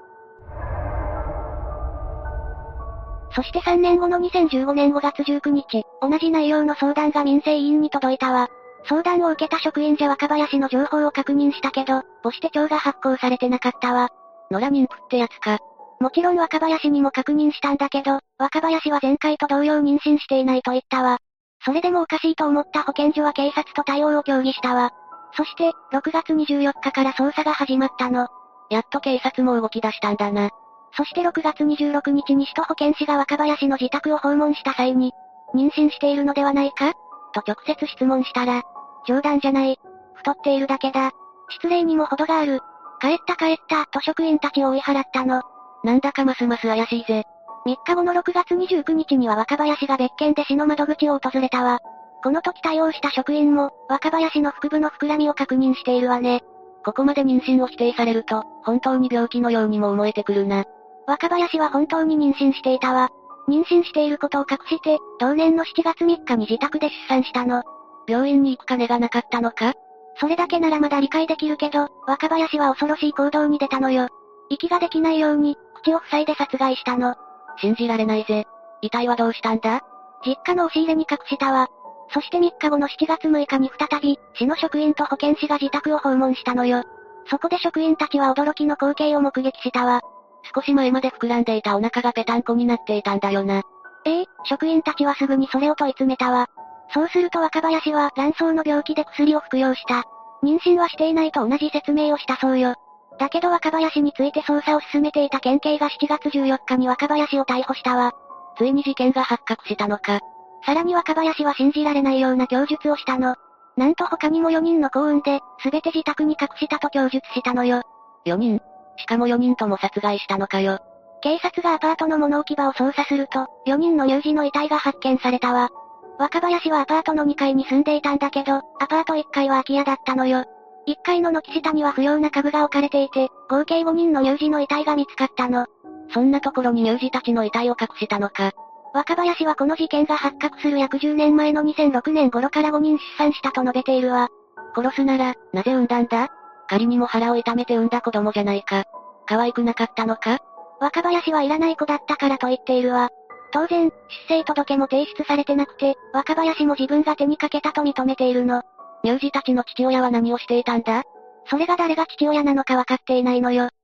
そして3年後の2015年5月19日、同じ内容の相談が民生委員に届いたわ。相談を受けた職員じゃ若林の情報を確認したけど、母子手帳が発行されてなかったわ。 野良妊婦ってやつか。 もちろん若林にも確認したんだけど、若林は前回と同様妊娠していないと言ったわ。それでもおかしいと思った保健所は警察と対応を協議したわ。そして、6月24日から捜査が始まったの。 やっと警察も動き出したんだな。 そして6月26日に首都保健師が若林の自宅を訪問した際に、妊娠しているのではないかと直接質問したら、冗談じゃない。太っているだけだ。失礼にも程がある。帰ったと職員たちを追い払ったの。 なんだかますます怪しいぜ。 3日後の6月29日には若林が別件で市の窓口を訪れたわ。この時対応した職員も、若林の腹部の膨らみを確認しているわね。 ここまで妊娠を否定されると、本当に病気のようにも思えてくるな。 若林は本当に妊娠していたわ。妊娠していることを隠して、同年の7月3日に自宅で出産したの。 病院に行く金がなかったのか？ それだけならまだ理解できるけど、若林は恐ろしい行動に出たのよ。息ができないように、口を塞いで殺害したの。 信じられないぜ。遺体はどうしたんだ？ 実家の押し入れに隠したわ。そして3日後の7月6日に再び、市の職員と保健師が自宅を訪問したのよ。そこで職員たちは驚きの光景を目撃したわ。 少し前まで膨らんでいたお腹がぺたんこになっていたんだよな。 職員たちはすぐにそれを問い詰めたわ。そうすると若林は卵巣の病気で薬を服用した。妊娠はしていないと同じ説明をしたそうよ。だけど若林について捜査を進めていた県警が7月14日に若林を逮捕したわ。 ついに事件が発覚したのか。 さらに若林は信じられないような供述をしたの。なんと他にも4人の幸運で、すべて自宅に隠したと供述したのよ。 4人？しかも4人とも殺害したのかよ。 警察がアパートの物置き場を捜査すると、4人の乳児の遺体が発見されたわ。若林はアパートの2階に住んでいたんだけど、アパート1階は空き家だったのよ。1階の軒下には不要な家具が置かれていて、合計5人の乳児の遺体が見つかったの。 そんなところに乳児たちの遺体を隠したのか。 若林はこの事件が発覚する約10年前の2006年頃から5人出産したと述べているわ。 殺すなら、なぜ産んだんだ？仮にも腹を痛めて産んだ子供じゃないか。可愛くなかったのか？ 若林はいらない子だったからと言っているわ。当然、出生届も提出されてなくて、若林も自分が手にかけたと認めているの。 乳児たちの父親は何をしていたんだ？ それが誰が父親なのか分かっていないのよ。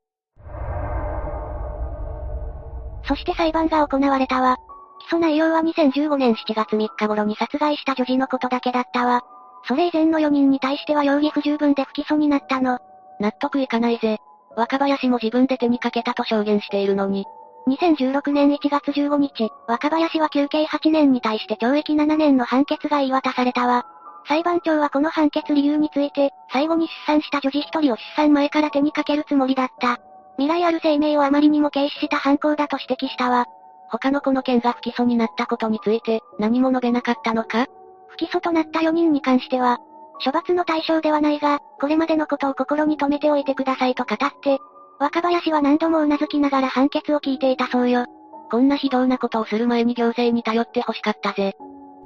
そして裁判が行われたわ。起訴内容は2015年7月3日頃に殺害した女児のことだけだったわ。それ以前の4人に対しては容疑不十分で不起訴になったの。 納得いかないぜ。若林も自分で手にかけたと証言しているのに。 2016年1月15日、若林は求刑8年に対して懲役7年の判決が言い渡されたわ。裁判長はこの判決理由について、最後に出産した女児1人を出産前から手にかけるつもりだった。未来ある生命をあまりにも軽視した犯行だと指摘したわ。 他の子の件が不起訴になったことについて、何も述べなかったのか？ 不起訴となった4人に関しては、処罰の対象ではないが、これまでのことを心に留めておいてくださいと語って、若林は何度も頷きながら判決を聞いていたそうよ。 こんな非道なことをする前に行政に頼って欲しかったぜ。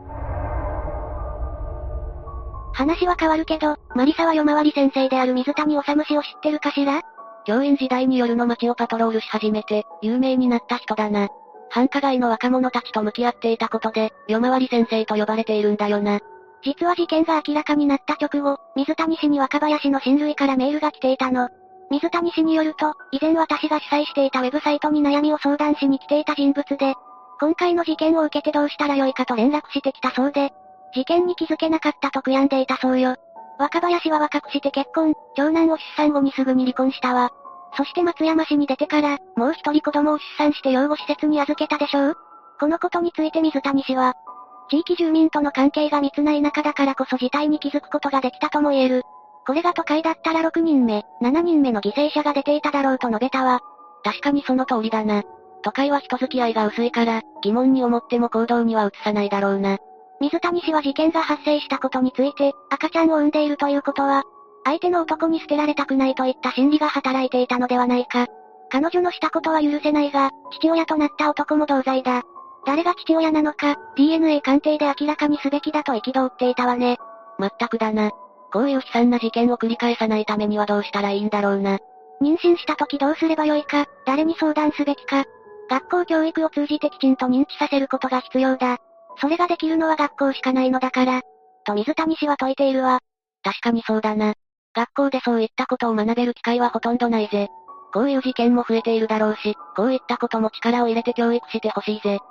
話は変わるけど、マリサは夜回り先生である水谷治氏を知ってるかしら？ 教員時代に夜の街をパトロールし始めて、有名になった人だな。繁華街の若者たちと向き合っていたことで、夜回り先生と呼ばれているんだよな。 実は事件が明らかになった直後、水谷氏に若林の親類からメールが来ていたの。水谷氏によると、以前私が主催していたウェブサイトに悩みを相談しに来ていた人物で、今回の事件を受けてどうしたらよいかと連絡してきたそうで、事件に気づけなかったと悔やんでいたそうよ。若林は若くして結婚、長男を出産後にすぐに離婚したわ。そして松山市に出てから、もう一人子供を出産して養護施設に預けたでしょう？このことについて水谷氏は、地域住民との関係が密な田舎だからこそ事態に気づくことができたとも言える。これが都会だったら6人目、7人目の犠牲者が出ていただろうと述べたわ。 確かにその通りだな。都会は人付き合いが薄いから、疑問に思っても行動には移さないだろうな。 水谷氏は事件が発生したことについて、赤ちゃんを産んでいるということは、 相手の男に捨てられたくないといった心理が働いていたのではないか。彼女のしたことは許せないが、父親となった男も同罪だ。誰が父親なのか、DNA 鑑定で明らかにすべきだと憤っていたわね。 まったくだな。こういう悲惨な事件を繰り返さないためにはどうしたらいいんだろうな。 妊娠した時どうすればよいか、誰に相談すべきか。学校教育を通じてきちんと認知させることが必要だ。それができるのは学校しかないのだから。と水谷氏は説いているわ。 確かにそうだな。学校でそういったことを学べる機会はほとんどないぜ。こういう事件も増えているだろうし、こういったことも力を入れて教育してほしいぜ。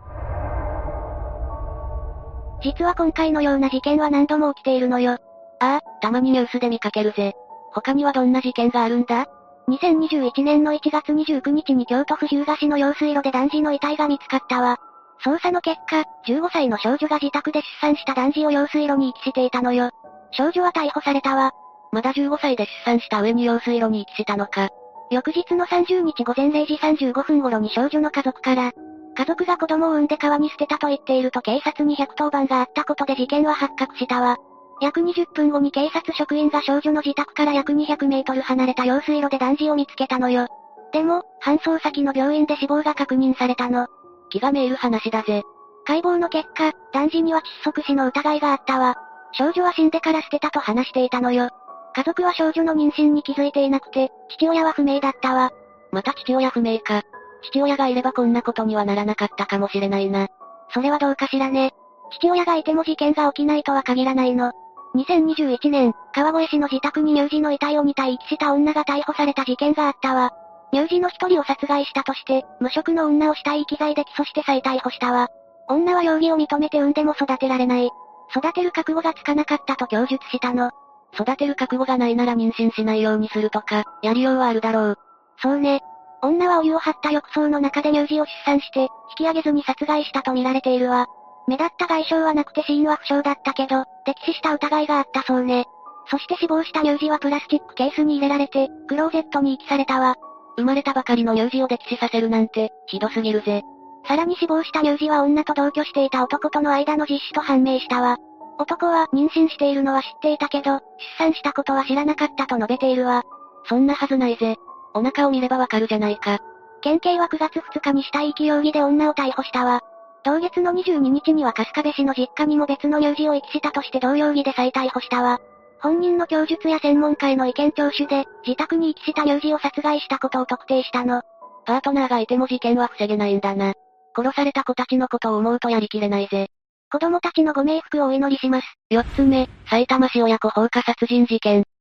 実は今回のような事件は何度も起きているのよ。 ああ、たまにニュースで見かけるぜ。他にはどんな事件があるんだ？ 2021年の1月29日に京都府日向市の用水路で男児の遺体が見つかったわ。捜査の結果、15歳の少女が自宅で出産した男児を用水路に遺棄していたのよ。少女は逮捕されたわ。 まだ15歳で出産した上に用水路に遺棄したのか。 翌日の30日午前0時35分頃に少女の家族から、家族が子供を産んで川に捨てたと言っていると警察に110番があったことで事件は発覚したわ。約20分後に警察職員が少女の自宅から約200メートル離れた用水路で男児を見つけたのよ。でも、搬送先の病院で死亡が確認されたの。 気がめいる話だぜ。 解剖の結果、男児には窒息死の疑いがあったわ。少女は死んでから捨てたと話していたのよ。家族は少女の妊娠に気づいていなくて、父親は不明だったわ。 また父親不明か。父親がいればこんなことにはならなかったかもしれないな。 それはどうかしらね。父親がいても事件が起きないとは限らないの。2021年、川越市の自宅に乳児の遺体を2体遺棄した女が逮捕された事件があったわ。乳児の1人を殺害したとして、無職の女を死体遺棄罪で起訴して再逮捕したわ。女は容疑を認めて産んでも育てられない。育てる覚悟がつかなかったと供述したの。 育てる覚悟がないなら妊娠しないようにするとか、やりようはあるだろう。 そうね。女はお湯を張った浴槽の中で乳児を出産して、引き上げずに殺害したと見られているわ。目立った外傷はなくて死因は不詳だったけど、溺死した疑いがあったそうね。そして死亡した乳児はプラスチックケースに入れられて、クローゼットに遺棄されたわ。 生まれたばかりの乳児を溺死させるなんて、ひどすぎるぜ。 さらに死亡した乳児は女と同居していた男との間の実子と判明したわ。男は妊娠しているのは知っていたけど、出産したことは知らなかったと述べているわ。 そんなはずないぜ。お腹を見ればわかるじゃないか。 県警は9月2日に死体遺棄容疑で女を逮捕したわ。同月の22日には春日部市の実家にも別の乳児を遺棄したとして同容疑で再逮捕したわ。本人の供述や専門家への意見聴取で、自宅に遺棄した乳児を殺害したことを特定したの。 パートナーがいても事件は防げないんだな。殺された子たちのことを思うとやりきれないぜ。 子供たちのご冥福をお祈りします。 4つ目、埼玉市親子放火殺人事件。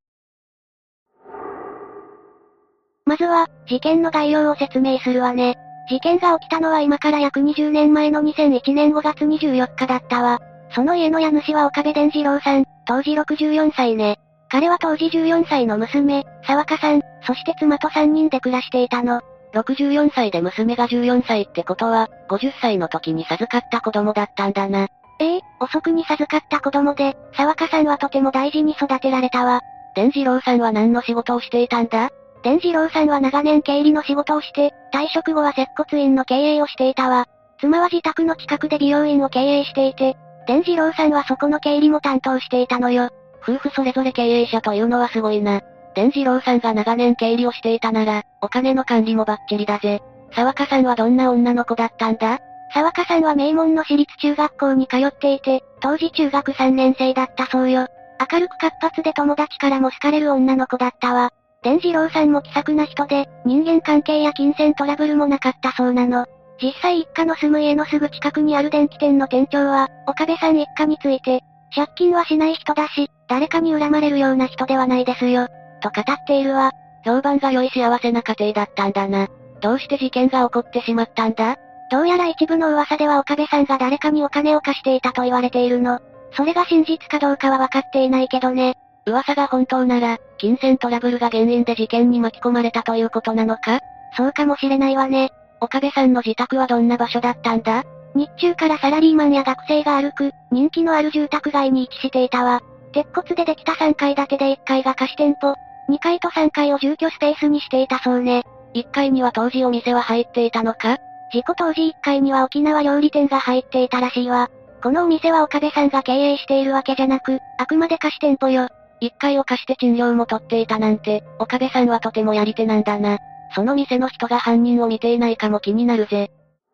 まずは、事件の概要を説明するわね。事件が起きたのは今から約20年前の2001年5月24日だったわ。その家の家主は岡部伝次郎さん、当時64歳ね。彼は当時14歳の娘、沢香さん、そして妻と3人で暮らしていたの。 64歳で娘が14歳ってことは、50歳の時に授かった子供だったんだな。 遅くに授かった子供で、沢香さんはとても大事に育てられたわ。 伝次郎さんは何の仕事をしていたんだ？ 伝次郎さんは長年経理の仕事をして、退職後は接骨院の経営をしていたわ。妻は自宅の近くで美容院を経営していて、伝次郎さんはそこの経理も担当していたのよ。 夫婦それぞれ経営者というのはすごいな。伝次郎さんが長年経理をしていたなら、お金の管理もバッチリだぜ。沢香さんはどんな女の子だったんだ？ 沢香さんは名門の私立中学校に通っていて、当時中学3年生だったそうよ。明るく活発で友達からも好かれる女の子だったわ。伝次郎さんも気さくな人で、人間関係や金銭トラブルもなかったそうなの。実際一家の住む家のすぐ近くにある電気店の店長は、岡部さん一家について、借金はしない人だし、誰かに恨まれるような人ではないですよ、と語っているわ。 評判が良い幸せな家庭だったんだな。どうして事件が起こってしまったんだ？ どうやら一部の噂では岡部さんが誰かにお金を貸していたと言われているの。それが真実かどうかは分かっていないけどね。 噂が本当なら、金銭トラブルが原因で事件に巻き込まれたということなのか？ そうかもしれないわね。 岡部さんの自宅はどんな場所だったんだ？ 日中からサラリーマンや学生が歩く、人気のある住宅街に位置していたわ。鉄骨でできた3階建てで1階が貸し店舗、2階と3階を住居スペースにしていたそうね。 1階には当時お店は入っていたのか？ 事故当時1階には沖縄料理店が入っていたらしいわ。このお店は岡部さんが経営しているわけじゃなく、あくまで貸し店舗よ。 一回を貸して賃料も取っていたなんて、岡部さんはとてもやり手なんだな。その店の人が犯人を見ていないかも気になるぜ。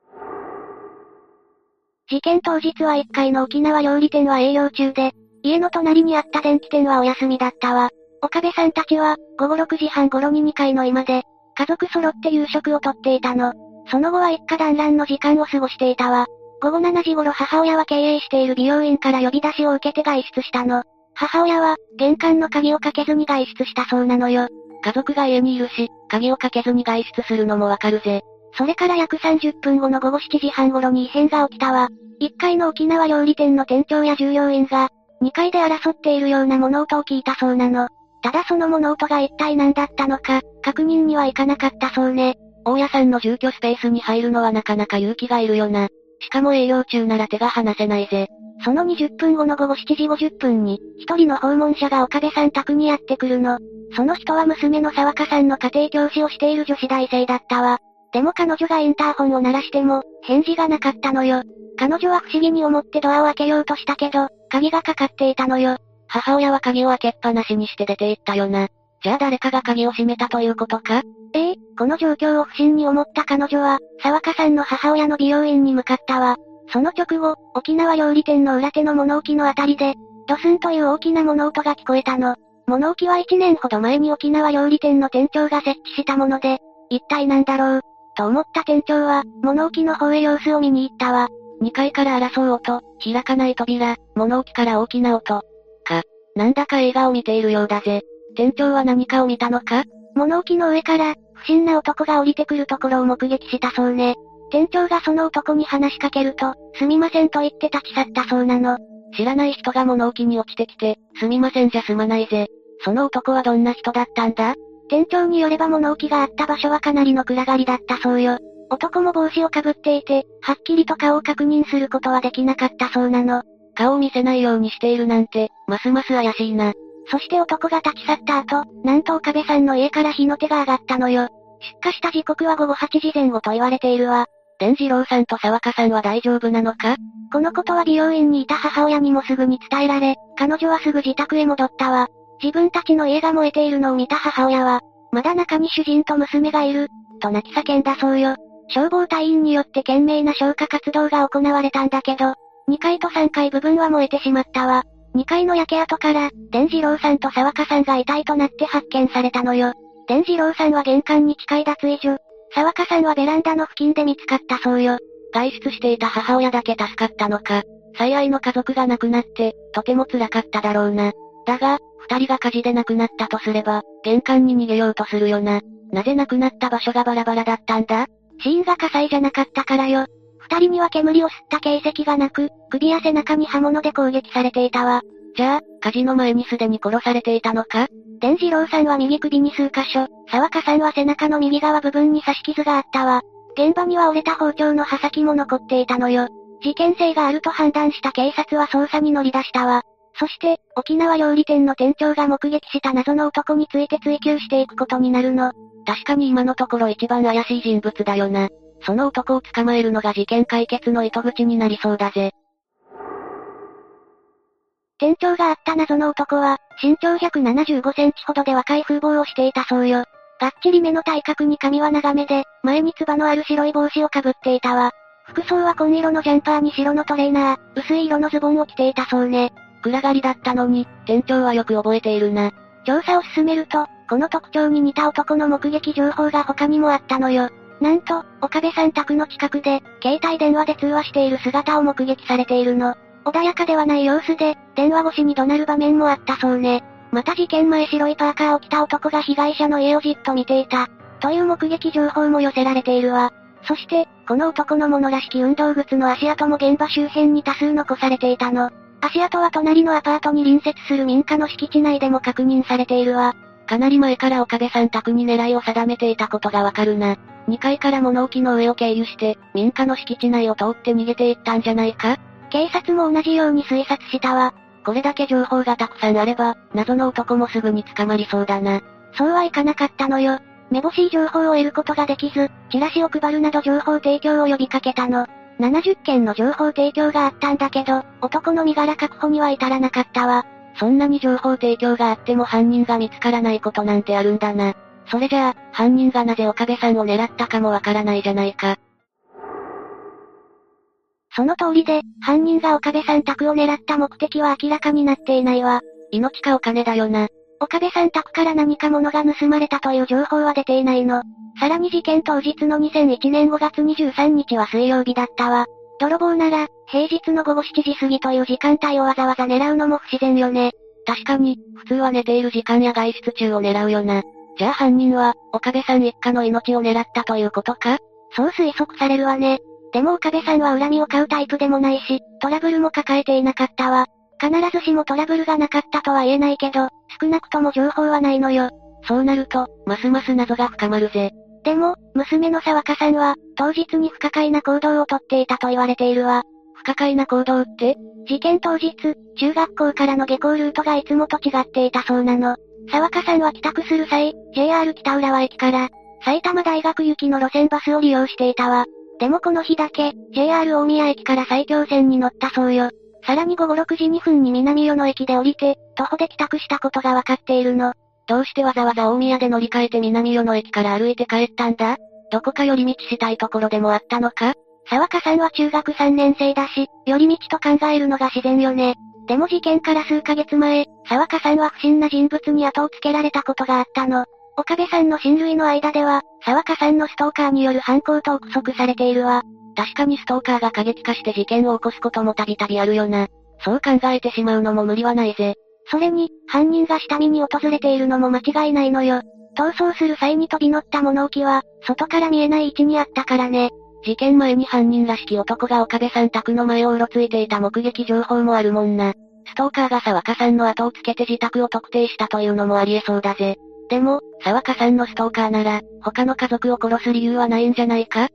事件当日は1階の沖縄料理店は営業中で、家の隣にあった電気店はお休みだったわ。岡部さんたちは、午後6時半頃に2階の居間で、家族揃って夕食をとっていたの。その後は一家団らんの時間を過ごしていたわ。午後7時頃母親は経営している美容院から呼び出しを受けて外出したの。母親は、玄関の鍵をかけずに外出したそうなのよ。 家族が家にいるし、鍵をかけずに外出するのもわかるぜ。 それから約30分後の午後7時半頃に異変が起きたわ。1階の沖縄料理店の店長や従業員が、2階で争っているような物音を聞いたそうなの。ただその物音が一体何だったのか、確認にはいかなかったそうね。 大家さんの住居スペースに入るのはなかなか勇気がいるよな。しかも営業中なら手が離せないぜ。 その20分後の午後7時50分に、一人の訪問者が岡部さん宅にやってくるの。その人は娘の沢香さんの家庭教師をしている女子大生だったわ。でも彼女がインターホンを鳴らしても、返事がなかったのよ。彼女は不思議に思ってドアを開けようとしたけど、鍵がかかっていたのよ。 母親は鍵を開けっぱなしにして出て行ったよな。じゃあ誰かが鍵を閉めたということか？ この状況を不審に思った彼女は、沢香さんの母親の美容院に向かったわ。その直後、沖縄料理店の裏手の物置のあたりで、ドスンという大きな物音が聞こえたの。物置は1年ほど前に沖縄料理店の店長が設置したもので、一体なんだろう、と思った店長は、物置の方へ様子を見に行ったわ。 2階から争う音、開かない扉、物置から大きな音。なんだか映画を見ているようだぜ。店長は何かを見たのか？ 物置の上から、不審な男が降りてくるところを目撃したそうね。店長がその男に話しかけると、すみませんと言って立ち去ったそうなの。 知らない人が物置に落ちてきて、すみませんじゃ済まないぜ。その男はどんな人だったんだ？ 店長によれば物置があった場所はかなりの暗がりだったそうよ。男も帽子をかぶっていて、はっきりと顔を確認することはできなかったそうなの。 顔を見せないようにしているなんて、ますます怪しいな。 そして男が立ち去った後、なんと岡部さんの家から火の手が上がったのよ。出火した時刻は午後8時前後と言われているわ。 伝次郎さんと沢香さんは大丈夫なのか？ このことは美容院にいた母親にもすぐに伝えられ、彼女はすぐ自宅へ戻ったわ。自分たちの家が燃えているのを見た母親は、まだ中に主人と娘がいる、と泣き叫んだそうよ。消防隊員によって懸命な消火活動が行われたんだけど、2階と3階部分は燃えてしまったわ。2階の焼け跡から、伝次郎さんと沢香さんが遺体となって発見されたのよ。伝次郎さんは玄関に近い脱衣所、沢香さんはベランダの付近で見つかったそうよ。 外出していた母親だけ助かったのか。最愛の家族が亡くなって、とても辛かっただろうな。だが、二人が火事で亡くなったとすれば、玄関に逃げようとするよな。なぜ亡くなった場所がバラバラだったんだ？ 死因が火災じゃなかったからよ。二人には煙を吸った形跡がなく、首や背中に刃物で攻撃されていたわ。 じゃあ、火事の前にすでに殺されていたのか？ 伝次郎さんは右首に数箇所、沢香さんは背中の右側部分に刺し傷があったわ。現場には折れた包丁の刃先も残っていたのよ。事件性があると判断した警察は捜査に乗り出したわ。そして、沖縄料理店の店長が目撃した謎の男について追及していくことになるの。 確かに今のところ一番怪しい人物だよな。その男を捕まえるのが事件解決の糸口になりそうだぜ。 店長が会った謎の男は、身長175センチほどで若い風貌をしていたそうよ。がっちりめの体格に髪は長めで、前につばのある白い帽子をかぶっていたわ。服装は紺色のジャンパーに白のトレーナー、薄い色のズボンを着ていたそうね。 暗がりだったのに、店長はよく覚えているな。 調査を進めると、この特徴に似た男の目撃情報が他にもあったのよ。なんと、岡部さん宅の近くで、携帯電話で通話している姿を目撃されているの。穏やかではない様子で、電話越しに怒鳴る場面もあったそうね。また事件前白いパーカーを着た男が被害者の家をじっと見ていた、という目撃情報も寄せられているわ。そして、この男のものらしき運動靴の足跡も現場周辺に多数残されていたの。足跡は隣のアパートに隣接する民家の敷地内でも確認されているわ。 かなり前から岡部さん宅に狙いを定めていたことがわかるな。2階から物置の上を経由して、民家の敷地内を通って逃げていったんじゃないか？ 警察も同じように推察したわ。 これだけ情報がたくさんあれば、謎の男もすぐに捕まりそうだな。 そうはいかなかったのよ。めぼしい情報を得ることができず、チラシを配るなど情報提供を呼びかけたの。70件の情報提供があったんだけど、男の身柄確保には至らなかったわ。 そんなに情報提供があっても犯人が見つからないことなんてあるんだな。それじゃあ、犯人がなぜ岡部さんを狙ったかもわからないじゃないか。 その通りで、犯人が岡部さん宅を狙った目的は明らかになっていないわ。 命かお金だよな。 岡部さん宅から何か物が盗まれたという情報は出ていないの。さらに事件当日の2001年5月23日は水曜日だったわ。泥棒なら、平日の午後7時過ぎという時間帯をわざわざ狙うのも不自然よね。 確かに、普通は寝ている時間や外出中を狙うよな。じゃあ犯人は、岡部さん一家の命を狙ったということか？ そう推測されるわね。でも岡部さんは恨みを買うタイプでもないし、トラブルも抱えていなかったわ。必ずしもトラブルがなかったとは言えないけど、少なくとも情報はないのよ。 そうなると、ますます謎が深まるぜ。 でも、娘の沢香さんは、当日に不可解な行動をとっていたと言われているわ。 不可解な行動って？ 事件当日、中学校からの下校ルートがいつもと違っていたそうなの。沢香さんは帰宅する際、JR 北浦和駅から、埼玉大学行きの路線バスを利用していたわ。でもこの日だけ、JR 大宮駅から埼京線に乗ったそうよ。さらに午後6時2分に南与野駅で降りて、徒歩で帰宅したことがわかっているの。 どうしてわざわざ大宮で乗り換えて南与野駅から歩いて帰ったんだ？どこか寄り道したいところでもあったのか？ 沢香さんは中学3年生だし、寄り道と考えるのが自然よね。でも事件から数ヶ月前、沢香さんは不審な人物に後をつけられたことがあったの。岡部さんの親類の間では、沢香さんのストーカーによる犯行と憶測されているわ。 確かにストーカーが過激化して事件を起こすこともたびたびあるよな。そう考えてしまうのも無理はないぜ。 それに、犯人が下見に訪れているのも間違いないのよ。逃走する際に飛び乗った物置は、外から見えない位置にあったからね。 事件前に犯人らしき男が岡部さん宅の前をうろついていた目撃情報もあるもんな。ストーカーが沢香さんの後をつけて自宅を特定したというのもありえそうだぜ。でも、沢香さんのストーカーなら、他の家族を殺す理由はないんじゃないか？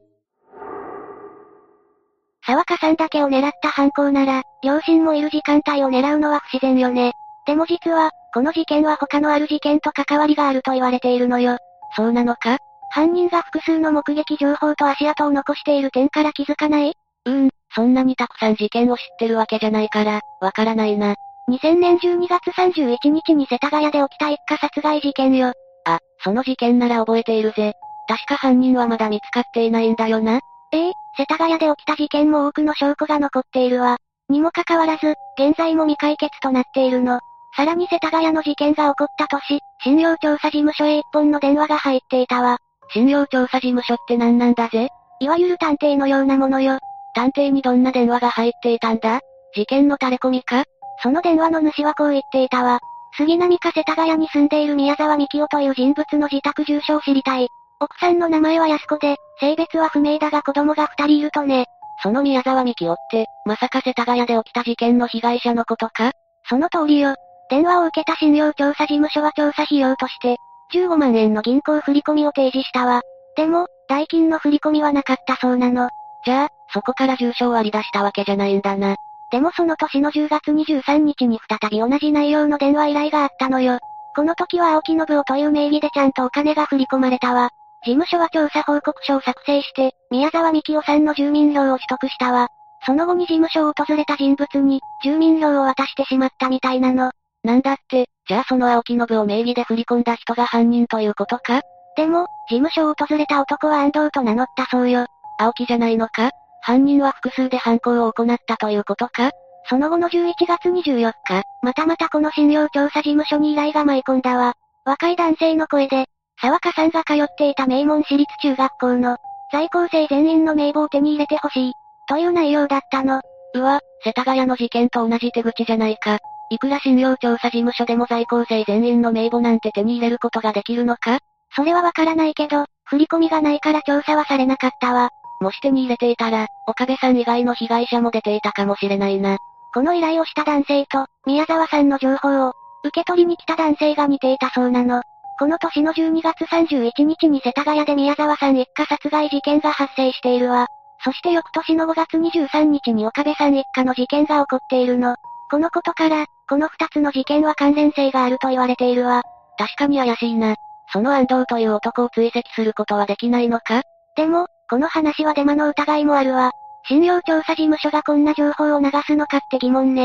沢香さんだけを狙った犯行なら、両親もいる時間帯を狙うのは不自然よね。でも実は、この事件は他のある事件と関わりがあると言われているのよ。 そうなのか？ 犯人が複数の目撃情報と足跡を残している点から気づかない？ そんなにたくさん事件を知ってるわけじゃないから、わからないな。 2000年12月31日に世田谷で起きた一家殺害事件よ。 あ、その事件なら覚えているぜ。確か犯人はまだ見つかっていないんだよな。 世田谷で起きた事件も多くの証拠が残っているわ。にもかかわらず、現在も未解決となっているの。さらに世田谷の事件が起こった年、信用調査事務所へ一本の電話が入っていたわ。 信用調査事務所って何なんだぜ？ いわゆる探偵のようなものよ。 探偵にどんな電話が入っていたんだ？事件の垂れ込みか？ その電話の主はこう言っていたわ。杉並区世田谷に住んでいる宮沢幹夫という人物の自宅住所を知りたい。奥さんの名前は安子で、性別は不明だが子供が2人いるとね。 その宮沢幹夫って、まさか世田谷で起きた事件の被害者のことか？ その通りよ。電話を受けた信用調査事務所は調査費用として、15万円の銀行振込を提示したわ。でも、代金の振り込みはなかったそうなの。 じゃあ、そこから住所を割り出したわけじゃないんだな。 でもその年の10月23日に再び同じ内容の電話依頼があったのよ。この時は青木信夫という名義でちゃんとお金が振り込まれたわ。事務所は調査報告書を作成して、宮沢幹夫さんの住民票を取得したわ。その後に事務所を訪れた人物に、住民票を渡してしまったみたいなの。 なんだって、じゃあその青木信夫名義で振り込んだ人が犯人ということか？ でも、事務所を訪れた男は安藤と名乗ったそうよ。 青木じゃないのか？犯人は複数で犯行を行ったということか？ その後の11月24日、またこの信用調査事務所に依頼が舞い込んだわ。若い男性の声で、沢香さんが通っていた名門私立中学校の、在校生全員の名簿を手に入れてほしい、という内容だったの。 うわ、世田谷の事件と同じ手口じゃないか。いくら信用調査事務所でも在校生全員の名簿なんて手に入れることができるのか？ それはわからないけど、振り込みがないから調査はされなかったわ。 もし手に入れていたら、岡部さん以外の被害者も出ていたかもしれないな。 この依頼をした男性と、宮沢さんの情報を、受け取りに来た男性が似ていたそうなの。この年の12月31日に世田谷で宮沢さん一家殺害事件が発生しているわ。そして翌年の5月23日に岡部さん一家の事件が起こっているの。このことから、この2つの事件は関連性があると言われているわ。 確かに怪しいな。その安藤という男を追跡することはできないのか？ でも、この話はデマの疑いもあるわ。信用調査事務所がこんな情報を流すのかって疑問ね。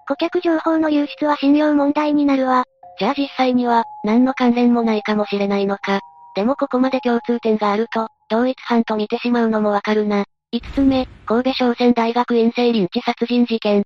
顧客情報の流出は信用問題になるわ。 じゃあ実際には、何の関連もないかもしれないのか。でもここまで共通点があると、同一犯と見てしまうのもわかるな。5つ目、神戸商船大学院生リンチ殺人事件。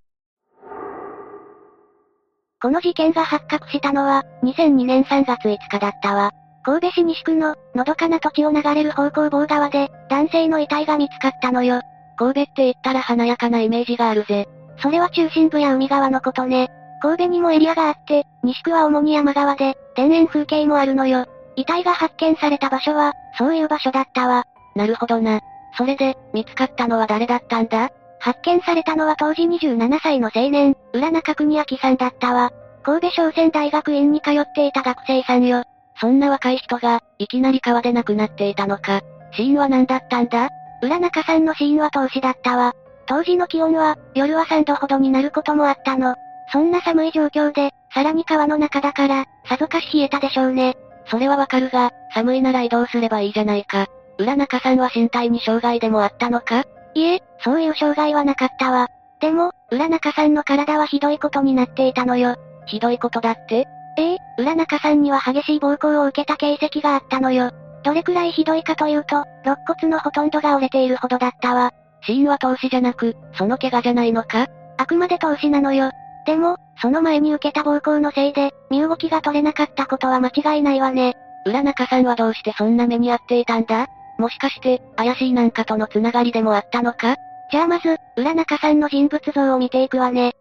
この事件が発覚したのは、2002年3月5日だったわ。神戸市西区の、のどかな土地を流れる方向坊川で、男性の遺体が見つかったのよ。 神戸って言ったら華やかなイメージがあるぜ。 それは中心部や海側のことね。神戸にもエリアがあって、西区は主に山側で、田園風景もあるのよ。遺体が発見された場所は、そういう場所だったわ。 なるほどな。それで、見つかったのは誰だったんだ？ 発見されたのは当時27歳の青年、浦中邦明さんだったわ。神戸商船大学院に通っていた学生さんよ。 そんな若い人が、いきなり川で亡くなっていたのか。死因は何だったんだ？ 浦中さんの死因は凍死だったわ。当時の気温は、夜は3度ほどになることもあったの。そんな寒い状況で、さらに川の中だから、さぞかし冷えたでしょうね。 それはわかるが、寒いなら移動すればいいじゃないか。浦中さんは身体に障害でもあったのか？ いえ、そういう障害はなかったわ。でも、浦中さんの体はひどいことになっていたのよ。 ひどいことだって？ 浦中さんには激しい暴行を受けた形跡があったのよ。どれくらいひどいかというと、肋骨のほとんどが折れているほどだったわ。 死因は凍死じゃなく、その怪我じゃないのか？ あくまで凍死なのよ。でも、その前に受けた暴行のせいで、身動きが取れなかったことは間違いないわね。 浦中さんはどうしてそんな目に遭っていたんだ？もしかして、怪しいなんかとのつながりでもあったのか？ じゃあまず、浦中さんの人物像を見ていくわね。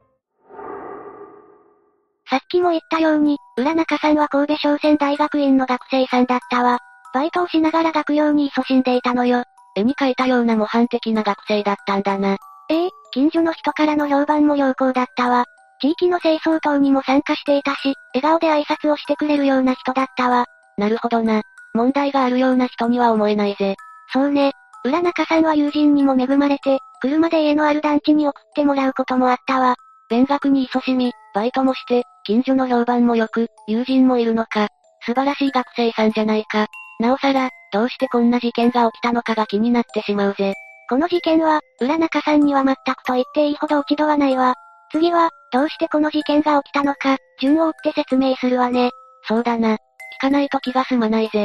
さっきも言ったように、浦中さんは神戸商船大学院の学生さんだったわ。バイトをしながら学業に勤しんでいたのよ。 絵に描いたような模範的な学生だったんだな。 近所の人からの評判も良好だったわ。地域の清掃等にも参加していたし、笑顔で挨拶をしてくれるような人だったわ。 なるほどな。問題があるような人には思えないぜ。 そうね。浦中さんは友人にも恵まれて、車で家のある団地に送ってもらうこともあったわ。 勉学に勤しみ、バイトもして、近所の評判も良く、友人もいるのか。素晴らしい学生さんじゃないか。なおさら、どうしてこんな事件が起きたのかが気になってしまうぜ。 この事件は、浦中さんには全くと言っていいほど落ち度はないわ。次は、どうしてこの事件が起きたのか、順を追って説明するわね。 そうだな。聞かないと気が済まないぜ。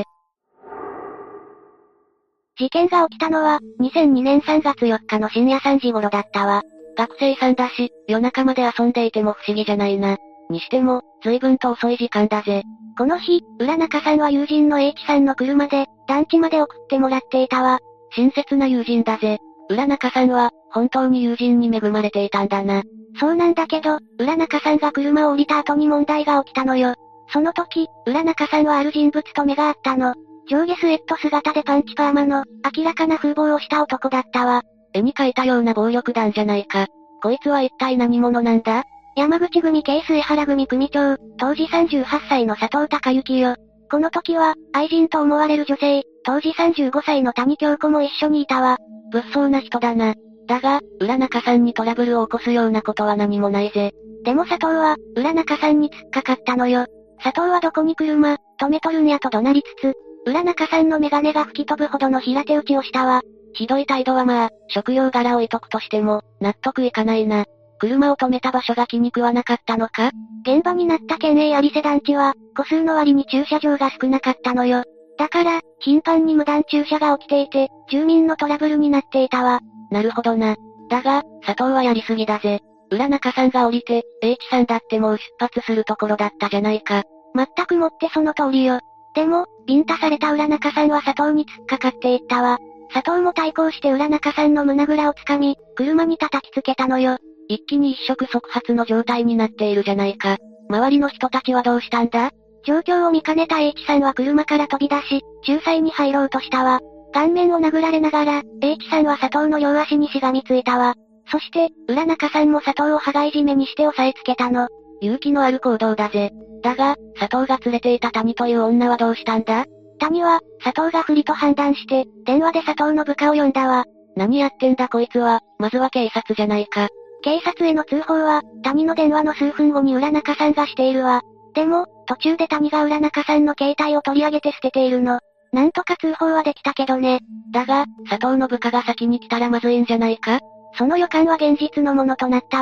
事件が起きたのは、2002年3月4日の深夜3時頃だったわ。 学生さんだし、夜中まで遊んでいても不思議じゃないな。にしても、随分と遅い時間だぜ。 この日、浦中さんは友人の H さんの車で、団地まで送ってもらっていたわ。 親切な友人だぜ。浦中さんは、本当に友人に恵まれていたんだな。 そうなんだけど、浦中さんが車を降りた後に問題が起きたのよ。その時、浦中さんはある人物と目が合ったの。上下スウェット姿でパンチパーマの、明らかな風貌をした男だったわ。 絵に描いたような暴力団じゃないか。こいつは一体何者なんだ？ 山口組系末原組組長、当時38歳の佐藤孝之よ。この時は、愛人と思われる女性、当時35歳の谷京子も一緒にいたわ。 物騒な人だな。だが、浦中さんにトラブルを起こすようなことは何もないぜ。 でも佐藤は、浦中さんに突っかかったのよ。佐藤はどこに車、止めとるんやと怒鳴りつつ、浦中さんのメガネが吹き飛ぶほどの平手打ちをしたわ。 ひどい態度はまあ、食用柄を置いとくとしても、納得いかないな。車を止めた場所が気に食わなかったのか？ 現場になった県営有瀬団地は、個数の割に駐車場が少なかったのよ。だから、頻繁に無断駐車が起きていて、住民のトラブルになっていたわ。 なるほどな。だが、佐藤はやりすぎだぜ。浦中さんが降りて、H さんだってもう出発するところだったじゃないか。 全くもってその通りよ。でも、ビンタされた浦中さんは佐藤に突っかかっていったわ。佐藤も対抗して浦中さんの胸ぐらをつかみ、車に叩きつけたのよ。 一気に一触即発の状態になっているじゃないか。周りの人たちはどうしたんだ？ 状況を見かねた H さんは車から飛び出し、仲裁に入ろうとしたわ。顔面を殴られながら、H さんは佐藤の両足にしがみついたわ。そして、浦中さんも佐藤を羽交い締めにして押さえつけたの。 勇気のある行動だぜ。だが、佐藤が連れていた谷という女はどうしたんだ？ 谷は、佐藤が不利と判断して、電話で佐藤の部下を呼んだわ。 何やってんだこいつは、まずは警察じゃないか。 警察への通報は、谷の電話の数分後に浦中さんがしているわ。でも、途中で谷が浦中さんの携帯を取り上げて捨てているの。なんとか通報はできたけどね。 だが、佐藤の部下が先に来たらまずいんじゃないか？ その予感は現実のものとなったわ。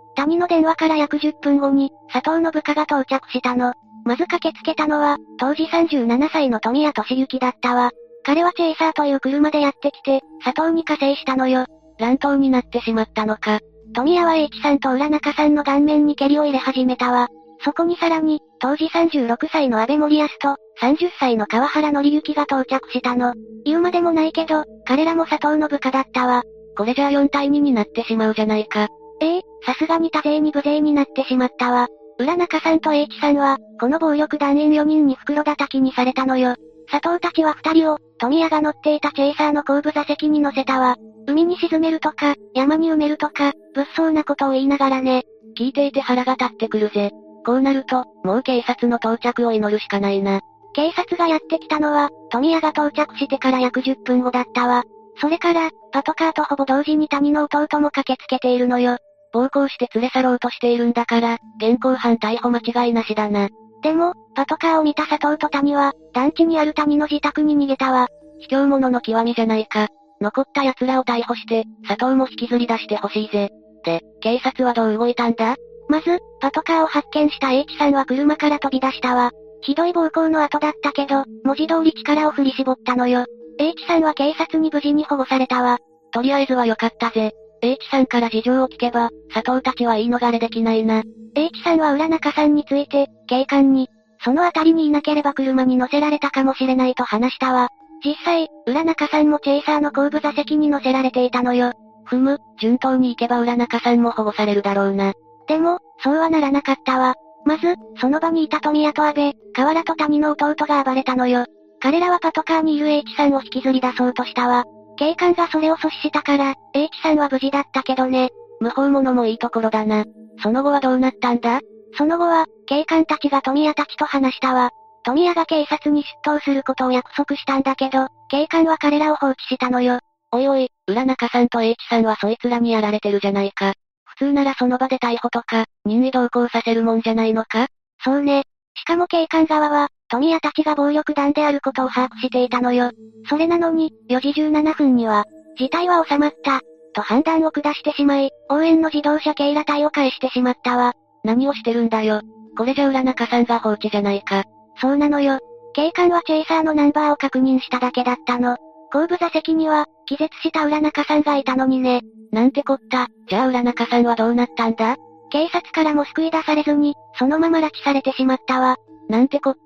谷の電話から約10分後に、佐藤の部下が到着したの。まず駆けつけたのは、当時37歳の富谷敏之だったわ。彼はチェイサーという車でやってきて、佐藤に加勢したのよ。 乱闘になってしまったのか。 富谷は H さんと浦中さんの顔面に蹴りを入れ始めたわ。そこにさらに、当時36歳の安倍森康と、30歳の川原紀之が到着したの。言うまでもないけど、彼らも佐藤の部下だったわ。 これじゃあ4対2になってしまうじゃないか。 さすがに多勢に無勢になってしまったわ。浦中さんと H さんは、この暴力団員4人に袋叩きにされたのよ。佐藤たちは2人を、富谷が乗っていたチェイサーの後部座席に乗せたわ。海に沈めるとか、山に埋めるとか、物騒なことを言いながらね。 聞いていて腹が立ってくるぜ。こうなると、もう警察の到着を祈るしかないな。 警察がやってきたのは、富谷が到着してから約10分後だったわ。それから、パトカーとほぼ同時に谷の弟も駆けつけているのよ。 暴行して連れ去ろうとしているんだから、現行犯逮捕間違いなしだな。 でも、パトカーを見た佐藤と谷は、団地にある谷の自宅に逃げたわ。 卑怯者の極みじゃないか。残った奴らを逮捕して、佐藤も引きずり出してほしいぜ。で、警察はどう動いたんだ？ まず、パトカーを発見した H さんは車から飛び出したわ。ひどい暴行の後だったけど、文字通り力を振り絞ったのよ。H さんは警察に無事に保護されたわ。 とりあえずは良かったぜ。H さんから事情を聞けば、佐藤たちは言い逃れできないな。 H さんは浦中さんについて、警官に、そのあたりにいなければ車に乗せられたかもしれないと話したわ。実際、浦中さんもチェイサーの後部座席に乗せられていたのよ。 順当に行けば浦中さんも保護されるだろうな。 でも、そうはならなかったわ。まず、その場にいた富谷と安倍、河原と谷の弟が暴れたのよ。彼らはパトカーにいる H さんを引きずり出そうとしたわ。警官がそれを阻止したから、H さんは無事だったけどね。 無法者もいいところだな。その後はどうなったんだ？ その後は、警官たちが富谷たちと話したわ。富谷が警察に出頭することを約束したんだけど、警官は彼らを放置したのよ。 おいおい、浦中さんと H さんはそいつらにやられてるじゃないか。普通ならその場で逮捕とか、任意同行させるもんじゃないのか？ そうね。しかも警官側は、富谷たちが暴力団であることを把握していたのよ。それなのに、4時17分には、事態は収まった、と判断を下してしまい、応援の自動車警ら隊を返してしまったわ。 何をしてるんだよ。これじゃ浦中さんが放置じゃないか。 そうなのよ。警官はチェイサーのナンバーを確認しただけだったの。後部座席には、気絶した浦中さんがいたのにね。 なんてこった。じゃあ浦中さんはどうなったんだ？ 警察からも救い出されずに、そのまま拉致されてしまったわ。 なんてこった。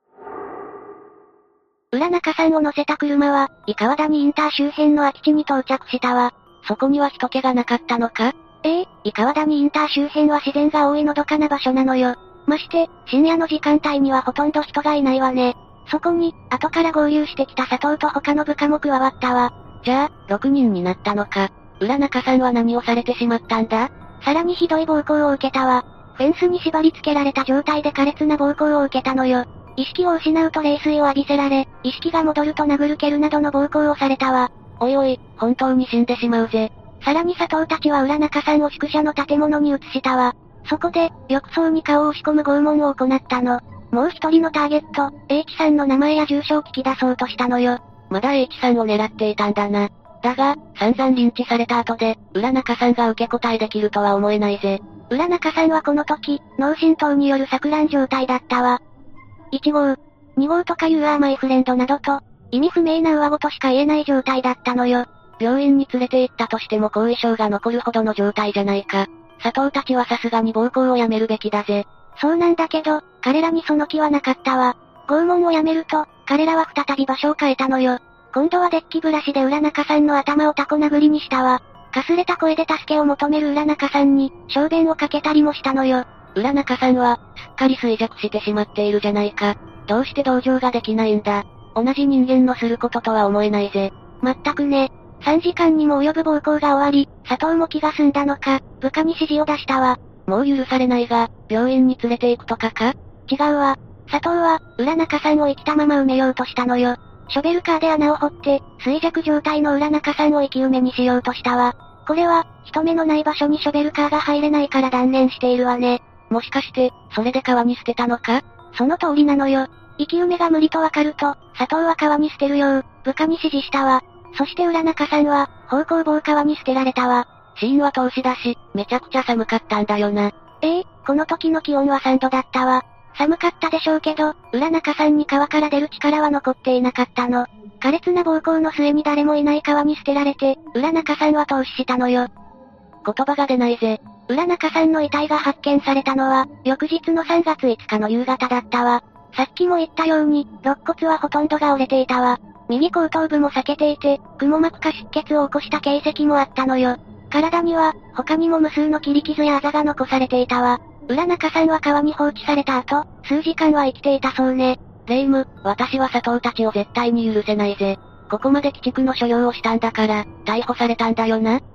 浦中さんを乗せた車は、井川谷インター周辺の空き地に到着したわ。 そこには人気がなかったのか？ 井川谷インター周辺は自然が多いのどかな場所なのよ。まして、深夜の時間帯にはほとんど人がいないわね。そこに、後から合流してきた佐藤と他の部下も加わったわ。 じゃあ、6人になったのか。浦中さんは何をされてしまったんだ？ さらにひどい暴行を受けたわ。フェンスに縛り付けられた状態で苛烈な暴行を受けたのよ。意識を失うと冷水を浴びせられ、意識が戻ると殴る蹴るなどの暴行をされたわ。 おいおい、本当に死んでしまうぜ。 さらに佐藤たちは浦中さんを宿舎の建物に移したわ。そこで、浴槽に顔を押し込む拷問を行ったの。もう一人のターゲット、H さんの名前や住所を聞き出そうとしたのよ。 まだ H さんを狙っていたんだな。だが、散々リンチされた後で、浦中さんが受け答えできるとは思えないぜ。 浦中さんはこの時、脳震盪による錯乱状態だったわ。1号、2号とかいうマイフレンドなどと、意味不明な上ごとしか言えない状態だったのよ。 病院に連れて行ったとしても後遺症が残るほどの状態じゃないか。佐藤たちはさすがに暴行をやめるべきだぜ。 そうなんだけど、彼らにその気はなかったわ。拷問をやめると、彼らは再び場所を変えたのよ。今度はデッキブラシで浦中さんの頭をタコ殴りにしたわ。かすれた声で助けを求める浦中さんに、小便をかけたりもしたのよ。 浦中さんは、すっかり衰弱してしまっているじゃないか。どうして同情ができないんだ。同じ人間のすることとは思えないぜ。 まったくね。3時間にも及ぶ暴行が終わり、佐藤も気が済んだのか、部下に指示を出したわ。 もう許されないが、病院に連れて行くとかか？ 違うわ。佐藤は、浦中さんを生きたまま埋めようとしたのよ。ショベルカーで穴を掘って、衰弱状態の浦中さんを生き埋めにしようとしたわ。これは、人目のない場所にショベルカーが入れないから断念しているわね。 もしかして、それで川に捨てたのか？ その通りなのよ。生き埋めが無理とわかると、佐藤は川に捨てるよう、部下に指示したわ。そして浦中さんは、方向棒川に捨てられたわ。 死因は凍死だし、めちゃくちゃ寒かったんだよな。 この時の気温は3度だったわ。寒かったでしょうけど、浦中さんに川から出る力は残っていなかったの。苛烈な暴行の末に誰もいない川に捨てられて、浦中さんは凍死したのよ。 言葉が出ないぜ。 浦中さんの遺体が発見されたのは、翌日の3月5日の夕方だったわ。さっきも言ったように、肋骨はほとんどが折れていたわ。右後頭部も裂けていて、くも膜下出血を起こした形跡もあったのよ。体には、他にも無数の切り傷やあざが残されていたわ。浦中さんは川に放置された後、数時間は生きていたそうね。 レイム、私は佐藤たちを絶対に許せないぜ。ここまで鬼畜の所領をしたんだから、逮捕されたんだよな。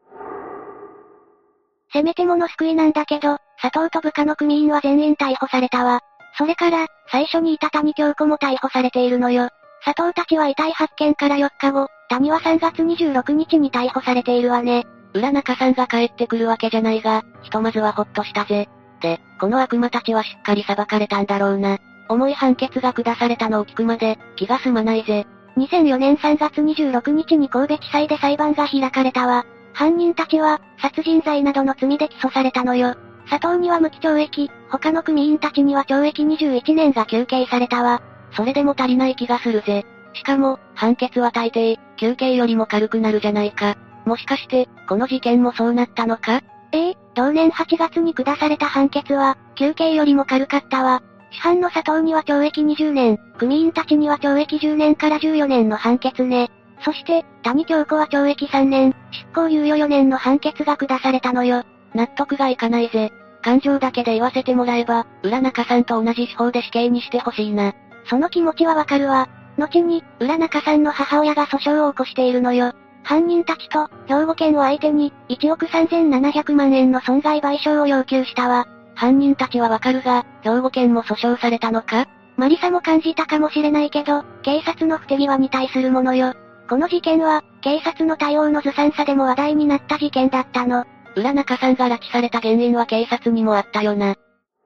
せめてもの救いなんだけど、佐藤と部下の組員は全員逮捕されたわ。それから、最初にいた谷京子も逮捕されているのよ。佐藤たちは遺体発見から4日後、谷は3月26日に逮捕されているわね。 浦中さんが帰ってくるわけじゃないが、ひとまずはほっとしたぜ。で、この悪魔たちはしっかり裁かれたんだろうな。重い判決が下されたのを聞くまで、気が済まないぜ。 2004年3月26日に神戸地裁で裁判が開かれたわ。犯人たちは、殺人罪などの罪で起訴されたのよ。佐藤には無期懲役、他の組員たちには懲役21年が求刑されたわ。 それでも足りない気がするぜ。しかも、判決は大抵、求刑よりも軽くなるじゃないか。もしかして、この事件もそうなったのか？ 同年8月に下された判決は、求刑よりも軽かったわ。主犯の佐藤には懲役20年、組員たちには懲役10年から14年の判決ね。そして、谷京子は懲役3年、執行猶予4年の判決が下されたのよ。 納得がいかないぜ。感情だけで言わせてもらえば、浦中さんと同じ手法で死刑にしてほしいな。 その気持ちはわかるわ。後に、浦中さんの母親が訴訟を起こしているのよ。犯人たちと、兵庫県を相手に、1億3700万円の損害賠償を要求したわ。 犯人たちはわかるが、兵庫県も訴訟されたのか？ マリサも感じたかもしれないけど、警察の不手際に対するものよ。この事件は、警察の対応のずさんさでも話題になった事件だったの。 浦中さんが拉致された原因は警察にもあったよな。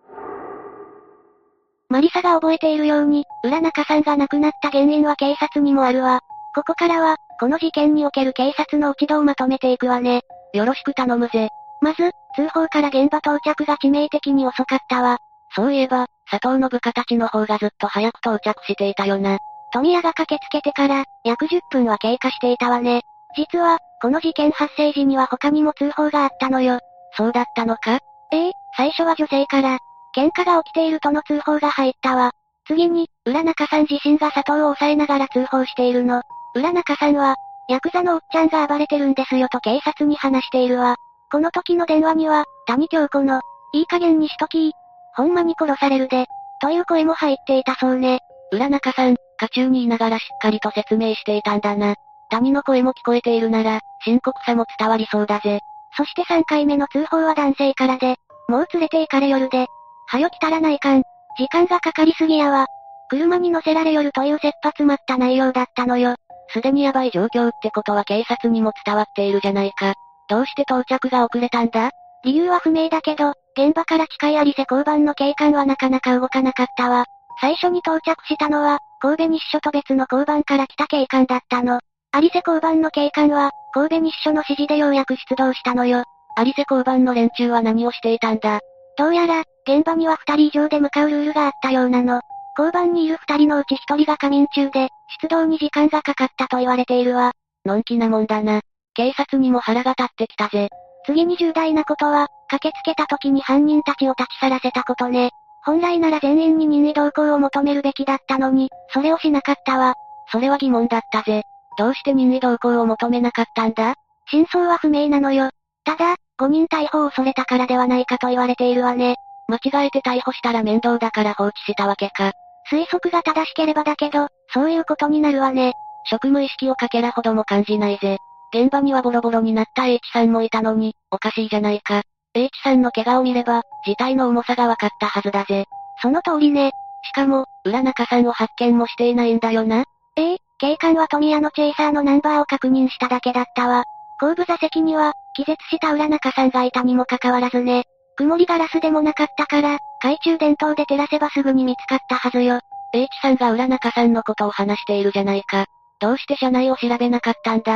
マリサが覚えているように、浦中さんが亡くなった原因は警察にもあるわ。ここからは、この事件における警察の落ち度をまとめていくわね。 よろしく頼むぜ。 まず、通報から現場到着が致命的に遅かったわ。 そういえば、佐藤の部下たちの方がずっと早く到着していたよな。 富谷が駆けつけてから、約10分は経過していたわね。実は、この事件発生時には他にも通報があったのよ。 そうだったのか？ 最初は女性から、喧嘩が起きているとの通報が入ったわ。次に、浦中さん自身が佐藤を抑えながら通報しているの。浦中さんは、ヤクザのおっちゃんが暴れてるんですよと警察に話しているわ。この時の電話には、谷京子の、いい加減にしときー。ほんまに殺されるで、という声も入っていたそうね。 浦中さん、渦中にいながらしっかりと説明していたんだな。谷の声も聞こえているなら、深刻さも伝わりそうだぜ。 そして3回目の通報は男性からで、もう連れて行かれよるで。はよ来たらないかん。時間がかかりすぎやわ。車に乗せられよるという切羽詰まった内容だったのよ。 すでにヤバい状況ってことは警察にも伝わっているじゃないか。どうして到着が遅れたんだ？ 理由は不明だけど、現場から近い有瀬交番の警官はなかなか動かなかったわ。最初に到着したのは、神戸西署と別の交番から来た警官だったの。有瀬交番の警官は、神戸西署の指示でようやく出動したのよ。 有瀬交番の連中は何をしていたんだ？ どうやら、現場には2人以上で向かうルールがあったようなの。交番にいる2人のうち1人が仮眠中で、出動に時間がかかったと言われているわ。 のんきなもんだな。警察にも腹が立ってきたぜ。 次に重大なことは、駆けつけた時に犯人たちを立ち去らせたことね。本来なら全員に任意同行を求めるべきだったのに、それをしなかったわ。 それは疑問だったぜ。どうして任意同行を求めなかったんだ？ 真相は不明なのよ。ただ、5人逮捕を恐れたからではないかと言われているわね。 間違えて逮捕したら面倒だから放置したわけか。 推測が正しければだけど、そういうことになるわね。 職務意識をかけらほども感じないぜ。現場にはボロボロになった H さんもいたのに、おかしいじゃないか。H さんの怪我を見れば、事態の重さが分かったはずだぜ。 その通りね。 しかも、浦中さんを発見もしていないんだよな。 警官は富谷のチェイサーのナンバーを確認しただけだったわ。後部座席には、気絶した浦中さんがいたにもかかわらずね。曇りガラスでもなかったから、懐中電灯で照らせばすぐに見つかったはずよ。 H さんが浦中さんのことを話しているじゃないか。どうして車内を調べなかったんだ？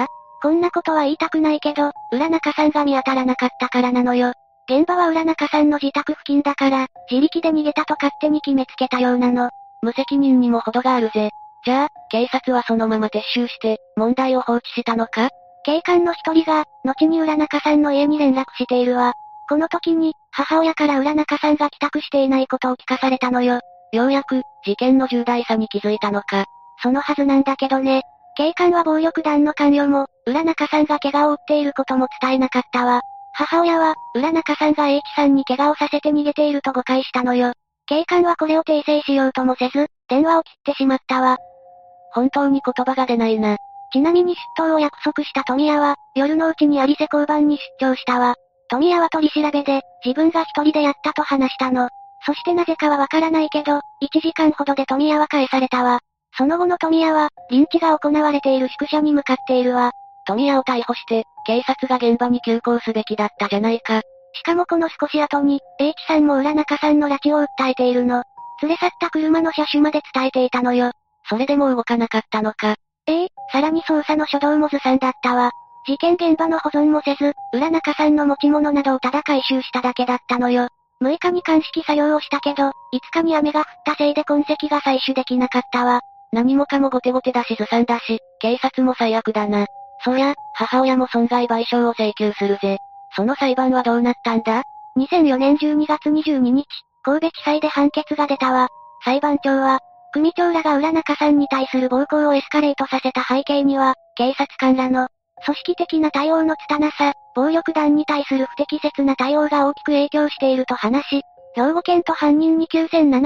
こんなことは言いたくないけど、浦中さんが見当たらなかったからなのよ。現場は浦中さんの自宅付近だから、自力で逃げたと勝手に決めつけたようなの。 無責任にも程があるぜ。じゃあ、警察はそのまま撤収して、問題を放置したのか？ 警官の一人が、後に浦中さんの家に連絡しているわ。この時に、母親から浦中さんが帰宅していないことを聞かされたのよ。 ようやく、事件の重大さに気づいたのか。 そのはずなんだけどね。警官は暴力団の関与も、浦中さんが怪我を負っていることも伝えなかったわ。母親は、浦中さんが H さんに怪我をさせて逃げていると誤解したのよ。警官はこれを訂正しようともせず、電話を切ってしまったわ。 本当に言葉が出ないな。 ちなみに出頭を約束した富谷は、夜のうちに有瀬交番に出張したわ。富谷は取り調べで、自分が一人でやったと話したの。そしてなぜかはわからないけど、1時間ほどで富谷は返されたわ。その後の富谷は、リンチが行われている宿舎に向かっているわ。 富谷を逮捕して、警察が現場に急行すべきだったじゃないか。 しかもこの少し後に、H さんも浦中さんの拉致を訴えているの。連れ去った車の車種まで伝えていたのよ。 それでも動かなかったのか。 さらに捜査の初動もずさんだったわ。事件現場の保存もせず、浦中さんの持ち物などをただ回収しただけだったのよ。6日に鑑識作業をしたけど、5日に雨が降ったせいで痕跡が採取できなかったわ。 何もかも後手後手だしずさんだし、警察も最悪だな。そりゃ、母親も損害賠償を請求するぜ。その裁判はどうなったんだ？ 2004年12月22日、神戸地裁で判決が出たわ。裁判長は、組長らが浦中さんに対する暴行をエスカレートさせた背景には、警察官らの、組織的な対応の拙さ、暴力団に対する不適切な対応が大きく影響していると話し、兵庫県と犯人に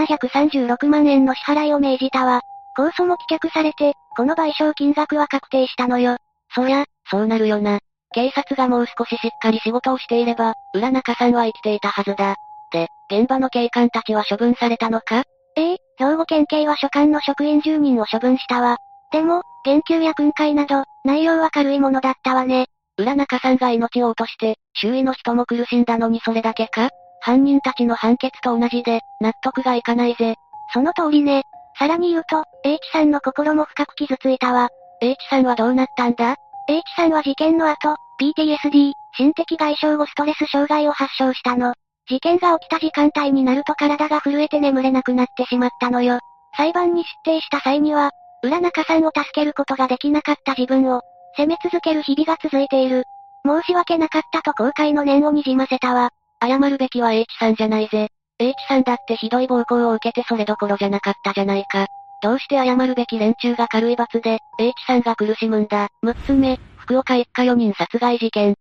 9736万円の支払いを命じたわ。控訴も棄却されて、この賠償金額は確定したのよ。 そりゃ、そうなるよな。警察がもう少ししっかり仕事をしていれば、浦中さんは生きていたはずだ。で、現場の警官たちは処分されたのか？ 兵庫県警は所管の職員10人を処分したわ。でも、減給や訓戒など、内容は軽いものだったわね。 浦中さんが命を落として、周囲の人も苦しんだのにそれだけか？犯人たちの判決と同じで、納得がいかないぜ。 その通りね。さらに言うと、H さんの心も深く傷ついたわ。 H さんはどうなったんだ？ H さんは事件の後、PTSD、心的外傷後ストレス障害を発症したの。事件が起きた時間帯になると体が震えて眠れなくなってしまったのよ。裁判に出廷した際には、浦中さんを助けることができなかった自分を、責め続ける日々が続いている。申し訳なかったと後悔の念をにじませたわ。 謝るべきは H さんじゃないぜ。H さんだってひどい暴行を受けてそれどころじゃなかったじゃないか。どうして謝るべき連中が軽い罰で、H さんが苦しむんだ。6つ目、福岡一家4人殺害事件。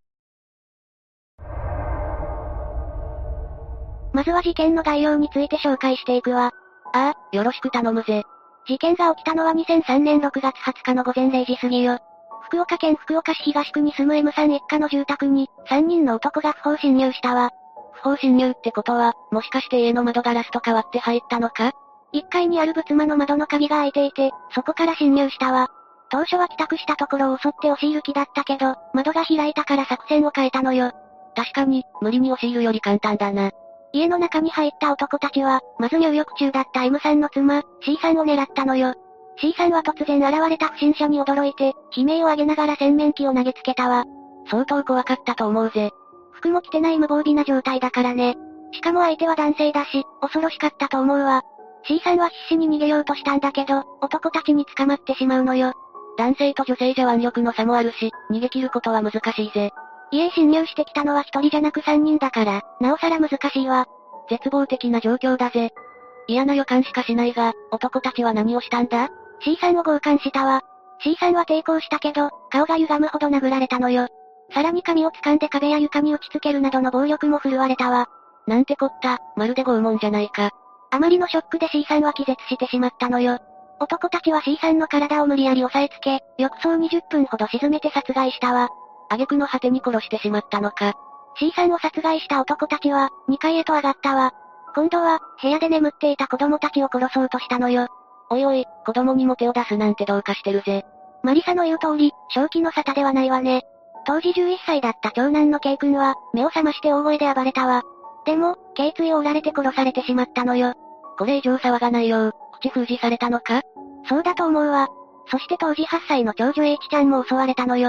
まずは事件の概要について紹介していくわ。 ああ、よろしく頼むぜ。 事件が起きたのは2003年6月20日の午前0時過ぎよ。福岡県福岡市東区に住む M さん一家の住宅に、3人の男が不法侵入したわ。 不法侵入ってことは、もしかして家の窓ガラスとか割って入ったのか ？1階にある仏間の窓の鍵が開いていて、そこから侵入したわ。当初は帰宅したところを襲って押し入る気だったけど、窓が開いたから作戦を変えたのよ。 確かに、無理に押し入るより簡単だな。 家の中に入った男たちは、まず入浴中だった M さんの妻、C さんを狙ったのよ。C さんは突然現れた不審者に驚いて、悲鳴を上げながら洗面器を投げつけたわ。 相当怖かったと思うぜ。 服も着てない無防備な状態だからね。しかも相手は男性だし、恐ろしかったと思うわ。C さんは必死に逃げようとしたんだけど、男たちに捕まってしまうのよ。 男性と女性じゃ腕力の差もあるし、逃げ切ることは難しいぜ。 家へ侵入してきたのは一人じゃなく3人だから、なおさら難しいわ。 絶望的な状況だぜ。嫌な予感しかしないが、男たちは何をしたんだ？ C さんを強姦したわ。C さんは抵抗したけど、顔が歪むほど殴られたのよ。さらに髪を掴んで壁や床に打ちつけるなどの暴力も振るわれたわ。 なんてこった、まるで拷問じゃないか。 あまりのショックで C さんは気絶してしまったのよ。男たちは C さんの体を無理やり押さえつけ、浴槽20分ほど沈めて殺害したわ。 挙句の果てに殺してしまったのか。 C さんを殺害した男たちは、2階へと上がったわ。今度は、部屋で眠っていた子供たちを殺そうとしたのよ。 おいおい、子供にも手を出すなんてどうかしてるぜ。 マリサの言う通り、正気の沙汰ではないわね。当時11歳だった長男の K 君は、目を覚まして大声で暴れたわ。でも、頸椎を折られて殺されてしまったのよ。 これ以上騒がないよう、口封じされたのか？ そうだと思うわ。そして当時8歳の長女 H ちゃんも襲われたのよ。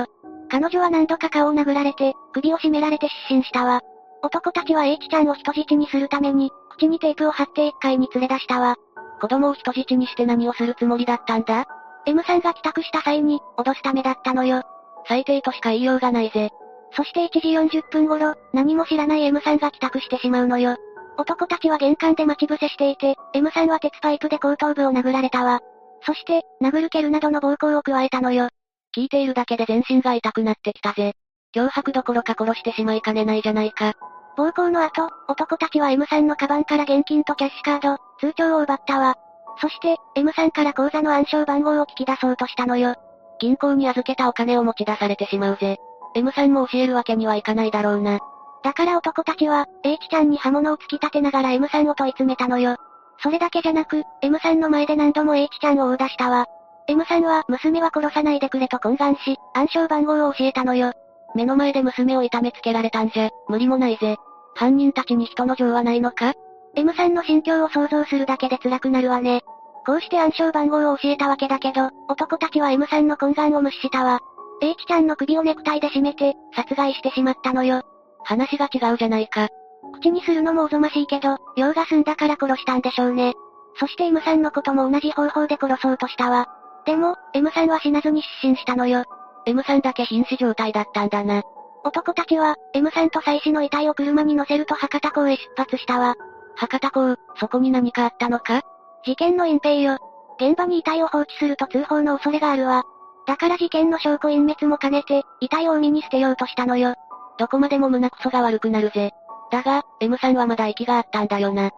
彼女は何度か顔を殴られて、首を絞められて失神したわ。男たちは H ちゃんを人質にするために、口にテープを貼って1階に連れ出したわ。 子供を人質にして何をするつもりだったんだ？ M さんが帰宅した際に、脅すためだったのよ。 最低としか言いようがないぜ。 そして1時40分頃、何も知らない M さんが帰宅してしまうのよ。男たちは玄関で待ち伏せしていて、M さんは鉄パイプで後頭部を殴られたわ。そして、殴る蹴るなどの暴行を加えたのよ。 聞いているだけで全身が痛くなってきたぜ。脅迫どころか殺してしまいかねないじゃないか。 暴行の後、男たちは M さんのカバンから現金とキャッシュカード、通帳を奪ったわ。そして、M さんから口座の暗証番号を聞き出そうとしたのよ。 銀行に預けたお金を持ち出されてしまうぜ。M さんも教えるわけにはいかないだろうな。 だから男たちは、H ちゃんに刃物を突き立てながら M さんを問い詰めたのよ。それだけじゃなく、M さんの前で何度も H ちゃんを殴打したわ。M さんは、娘は殺さないでくれと懇願し、暗証番号を教えたのよ。 目の前で娘を痛めつけられたんじゃ、無理もないぜ。犯人たちに人の情はないのか？ M さんの心境を想像するだけで辛くなるわね。こうして暗証番号を教えたわけだけど、男たちは M さんの懇願を無視したわ。H ちゃんの首をネクタイで締めて、殺害してしまったのよ。 話が違うじゃないか。 口にするのもおぞましいけど、用が済んだから殺したんでしょうね。そして M さんのことも同じ方法で殺そうとしたわ。でも、M さんは死なずに失神したのよ。 M さんだけ瀕死状態だったんだな。 男たちは、M さんと妻子の遺体を車に乗せると博多港へ出発したわ。 博多港、そこに何かあったのか？ 事件の隠蔽よ。現場に遺体を放置すると通報の恐れがあるわ。だから事件の証拠隠滅も兼ねて、遺体を海に捨てようとしたのよ。 どこまでも胸くそが悪くなるぜ。だが、M さんはまだ息があったんだよな。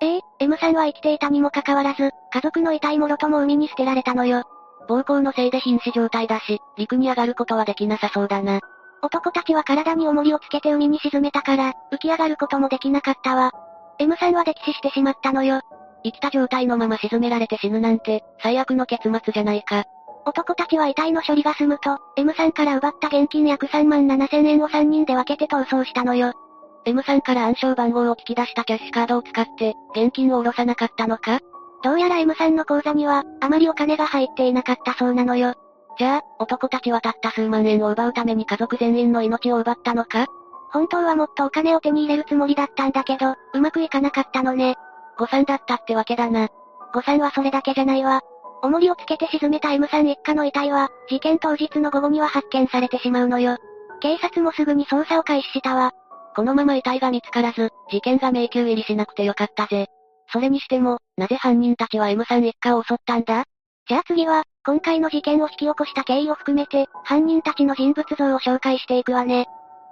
M さんは生きていたにもかかわらず、家族の遺体もろとも海に捨てられたのよ。 暴行のせいで瀕死状態だし、陸に上がることはできなさそうだな。 男たちは体に重りをつけて海に沈めたから、浮き上がることもできなかったわ。M さんは溺死してしまったのよ。 生きた状態のまま沈められて死ぬなんて、最悪の結末じゃないか。 男たちは遺体の処理が済むと、M さんから奪った現金約3万7千円を3人で分けて逃走したのよ。 M さんから暗証番号を聞き出したキャッシュカードを使って、現金を下ろさなかったのか？ どうやら M さんの口座には、あまりお金が入っていなかったそうなのよ。 じゃあ、男たちはたった数万円を奪うために家族全員の命を奪ったのか？ 本当はもっとお金を手に入れるつもりだったんだけど、うまくいかなかったのね。 誤算だったってわけだな。 誤算はそれだけじゃないわ。重りをつけて沈めた M さん一家の遺体は、事件当日の午後には発見されてしまうのよ。警察もすぐに捜査を開始したわ。 このまま遺体が見つからず、事件が迷宮入りしなくてよかったぜ。それにしても、なぜ犯人たちは M さん一家を襲ったんだ？ じゃあ次は、今回の事件を引き起こした経緯を含めて、犯人たちの人物像を紹介していくわね。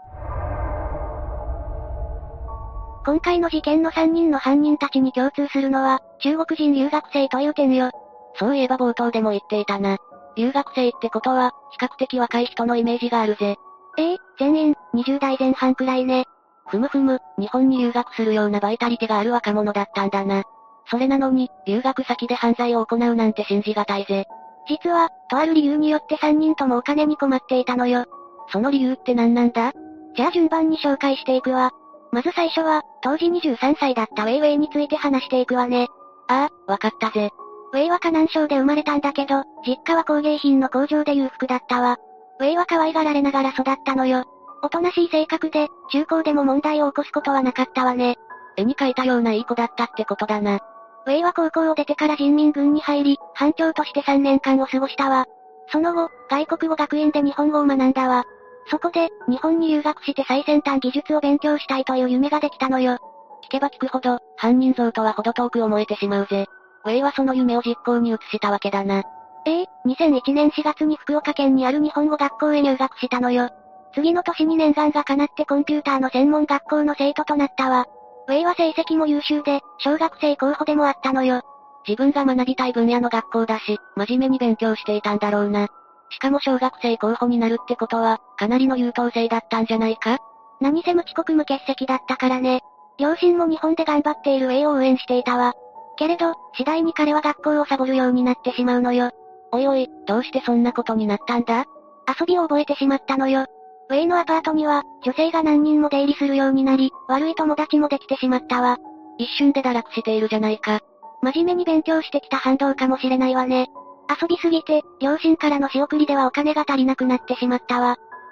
今回の事件の3人の犯人たちに共通するのは、中国人留学生という点よ。 そういえば冒頭でも言っていたな。留学生ってことは、比較的若い人のイメージがあるぜ。 全員、20代前半くらいね。 ふむふむ、日本に留学するようなバイタリティがある若者だったんだな。それなのに、留学先で犯罪を行うなんて信じがたいぜ。 実は、とある理由によって3人ともお金に困っていたのよ。 その理由って何なんだ？ じゃあ順番に紹介していくわ。まず最初は、当時23歳だったウェイウェイについて話していくわね。 ああ、わかったぜ。 ウェイは河南省で生まれたんだけど、実家は工芸品の工場で裕福だったわ。ウェイは可愛がられながら育ったのよ。おとなしい性格で、中高でも問題を起こすことはなかったわね。 絵に描いたようないい子だったってことだな。 ウェイは高校を出てから人民軍に入り、班長として3年間を過ごしたわ。その後、外国語学院で日本語を学んだわ。そこで、日本に留学して最先端技術を勉強したいという夢ができたのよ。 聞けば聞くほど、犯人像とは程遠く思えてしまうぜ。ウェイはその夢を実行に移したわけだな。 2001年4月に福岡県にある日本語学校へ入学したのよ。次の年に念願が叶ってコンピューターの専門学校の生徒となったわ。ウェイは成績も優秀で、小学生候補でもあったのよ。 自分が学びたい分野の学校だし、真面目に勉強していたんだろうな。しかも小学生候補になるってことは、かなりの優等生だったんじゃないか？ 何せ無遅刻無欠席だったからね。両親も日本で頑張っているウェイを応援していたわ。けれど、次第に彼は学校をサボるようになってしまうのよ。 おいおい、どうしてそんなことになったんだ？ 遊びを覚えてしまったのよ。ウェイのアパートには、女性が何人も出入りするようになり、悪い友達もできてしまったわ。 一瞬で堕落しているじゃないか。 真面目に勉強してきた反動かもしれないわね。遊びすぎて、両親からの仕送りではお金が足りなくなってしまったわ。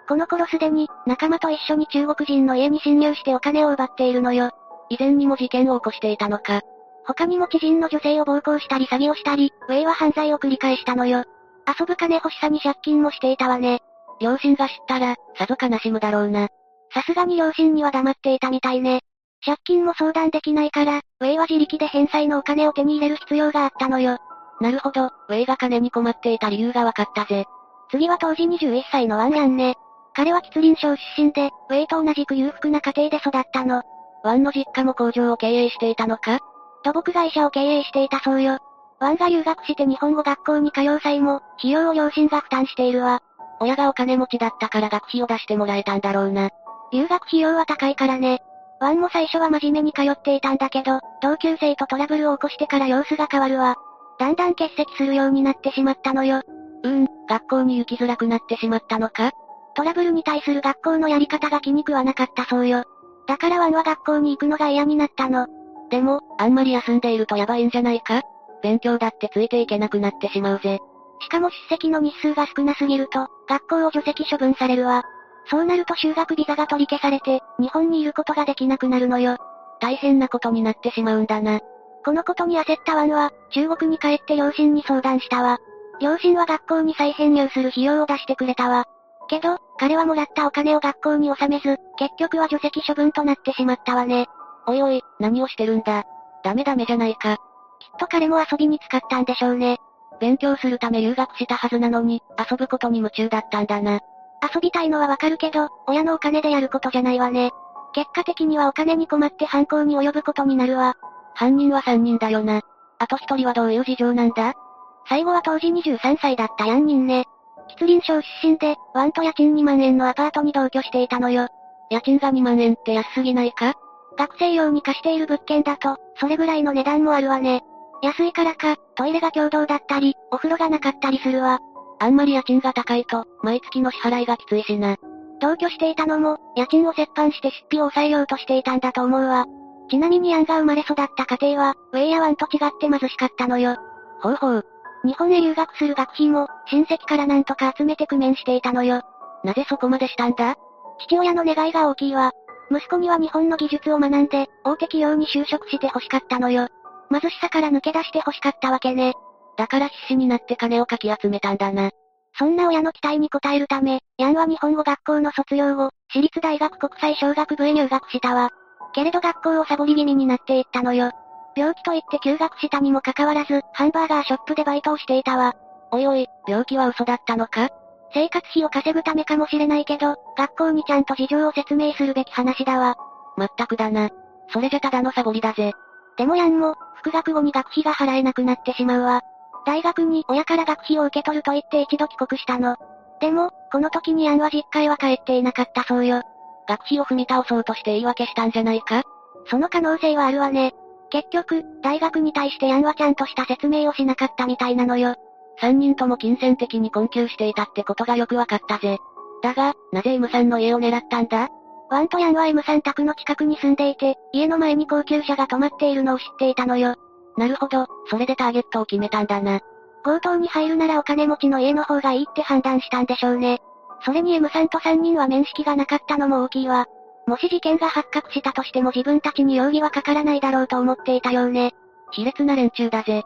この頃すでに、仲間と一緒に中国人の家に侵入してお金を奪っているのよ。 以前にも事件を起こしていたのか。 他にも知人の女性を暴行したり詐欺をしたり、ウェイは犯罪を繰り返したのよ。遊ぶ金欲しさに借金もしていたわね。 両親が知ったら、さぞ悲しむだろうな。 さすがに両親には黙っていたみたいね。借金も相談できないから、ウェイは自力で返済のお金を手に入れる必要があったのよ。 なるほど、ウェイが金に困っていた理由がわかったぜ。 次は当時21歳のワンヤンね。彼は吉林省出身で、ウェイと同じく裕福な家庭で育ったの。 ワンの実家も工場を経営していたのか？ 土木会社を経営していたそうよ。ワンが留学して日本語学校に通う際も、費用を両親が負担しているわ。 親がお金持ちだったから学費を出してもらえたんだろうな。 留学費用は高いからね。ワンも最初は真面目に通っていたんだけど、同級生とトラブルを起こしてから様子が変わるわ。だんだん欠席するようになってしまったのよ。 学校に行きづらくなってしまったのか？ トラブルに対する学校のやり方が気に食わなかったそうよ。だからワンは学校に行くのが嫌になったの。 でも、あんまり休んでいるとやばいんじゃないか？勉強だってついていけなくなってしまうぜ。 しかも出席の日数が少なすぎると、学校を除籍処分されるわ。そうなると修学ビザが取り消されて、日本にいることができなくなるのよ。 大変なことになってしまうんだな。 このことに焦ったワンは、中国に帰って両親に相談したわ。両親は学校に再編入する費用を出してくれたわ。けど、彼はもらったお金を学校に納めず、結局は除籍処分となってしまったわね。 おいおい、何をしてるんだ。ダメじゃないか。 きっと彼も遊びに使ったんでしょうね。 勉強するため留学したはずなのに、遊ぶことに夢中だったんだな。 遊びたいのはわかるけど、親のお金でやることじゃないわね。結果的にはお金に困って犯行に及ぶことになるわ。 犯人は3人だよな。あと1人はどういう事情なんだ？ 最後は当時23歳だったヤンニンね。吉林省出身で、ワンと家賃2万円のアパートに同居していたのよ。 家賃が2万円って安すぎないか？ 学生用に貸している物件だと、それぐらいの値段もあるわね。安いからか、トイレが共同だったり、お風呂がなかったりするわ。 あんまり家賃が高いと、毎月の支払いがきついしな。 同居していたのも、家賃を折半して出費を抑えようとしていたんだと思うわ。ちなみにヤンが生まれ育った家庭は、ウェイやワンと違って貧しかったのよ。 ほうほう。 日本へ留学する学費も、親戚からなんとか集めて工面していたのよ。 なぜそこまでしたんだ？ 父親の願いが大きいわ。息子には日本の技術を学んで、大手企業に就職して欲しかったのよ。貧しさから抜け出して欲しかったわけね。 だから必死になって金をかき集めたんだな。 そんな親の期待に応えるため、ヤンは日本語学校の卒業後、私立大学国際小学部へ入学したわ。けれど学校をサボり気味になっていったのよ。病気と言って休学したにもかかわらず、ハンバーガーショップでバイトをしていたわ。 おいおい、病気は嘘だったのか？ 生活費を稼ぐためかもしれないけど、学校にちゃんと事情を説明するべき話だわ。 まったくだな。それじゃただのサボりだぜ。 でもヤンも、復学後に学費が払えなくなってしまうわ。大学に親から学費を受け取ると言って一度帰国したの。でも、この時にヤンは実家へは帰っていなかったそうよ。 学費を踏み倒そうとして言い訳したんじゃないか？ その可能性はあるわね。結局、大学に対してヤンはちゃんとした説明をしなかったみたいなのよ。 3人とも金銭的に困窮していたってことがよくわかったぜ。だが、なぜ M さんの家を狙ったんだ？ ワンとヤンは M さん宅の近くに住んでいて、家の前に高級車が止まっているのを知っていたのよ。 なるほど、それでターゲットを決めたんだな。 強盗に入るならお金持ちの家の方がいいって判断したんでしょうね。それに M さんと3人は面識がなかったのも大きいわ。もし事件が発覚したとしても自分たちに容疑はかからないだろうと思っていたようね。 卑劣な連中だぜ。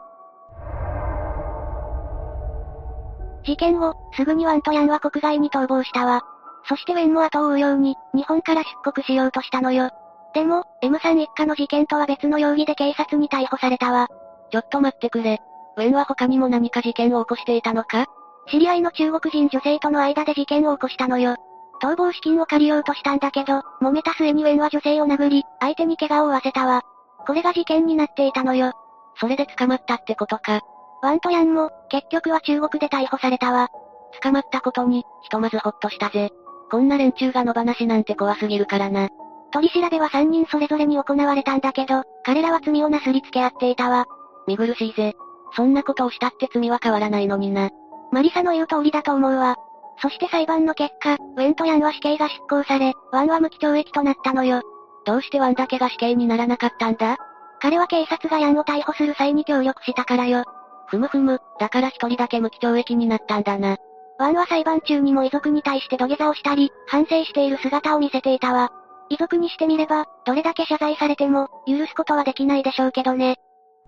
事件後、すぐにワンとヤンは国外に逃亡したわ。そしてウェンも後を追うように、日本から出国しようとしたのよ。でも、M さん一家の事件とは別の容疑で警察に逮捕されたわ。 ちょっと待ってくれ。ウェンは他にも何か事件を起こしていたのか？ 知り合いの中国人女性との間で事件を起こしたのよ。逃亡資金を借りようとしたんだけど、揉めた末にウェンは女性を殴り、相手に怪我を負わせたわ。これが事件になっていたのよ。 それで捕まったってことか。 ワンとヤンも、結局は中国で逮捕されたわ。 捕まったことに、ひとまずほっとしたぜ。こんな連中が野放しなんて怖すぎるからな。 取り調べは3人それぞれに行われたんだけど、彼らは罪をなすりつけ合っていたわ。 見苦しいぜ。そんなことをしたって罪は変わらないのにな。 マリサの言う通りだと思うわ。そして裁判の結果、ウェンとヤンは死刑が執行され、ワンは無期懲役となったのよ。 どうしてワンだけが死刑にならなかったんだ？ 彼は警察がヤンを逮捕する際に協力したからよ。 ふむふむ、だから一人だけ無期懲役になったんだな。 ワンは裁判中にも遺族に対して土下座をしたり、反省している姿を見せていたわ。遺族にしてみれば、どれだけ謝罪されても、許すことはできないでしょうけどね。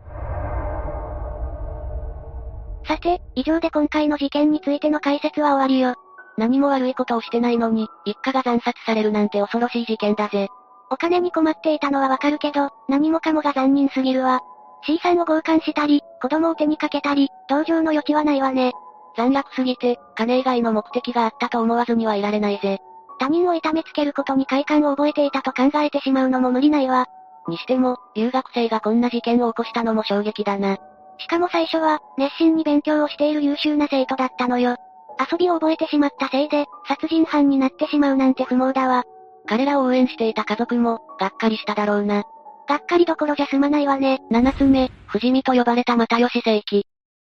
さて、以上で今回の事件についての解説は終わりよ。 何も悪いことをしてないのに、一家が惨殺されるなんて恐ろしい事件だぜ。 お金に困っていたのはわかるけど、何もかもが残忍すぎるわ。C さんを強姦したり、子供を手にかけたり、同情の余地はないわね。 残虐すぎて、金以外の目的があったと思わずにはいられないぜ。 他人を痛めつけることに快感を覚えていたと考えてしまうのも無理ないわ。 にしても、留学生がこんな事件を起こしたのも衝撃だな。 しかも最初は、熱心に勉強をしている優秀な生徒だったのよ。遊びを覚えてしまったせいで、殺人犯になってしまうなんて不毛だわ。 彼らを応援していた家族も、がっかりしただろうな。 がっかりどころじゃ済まないわね。 7つ目、不死身と呼ばれた又吉正樹。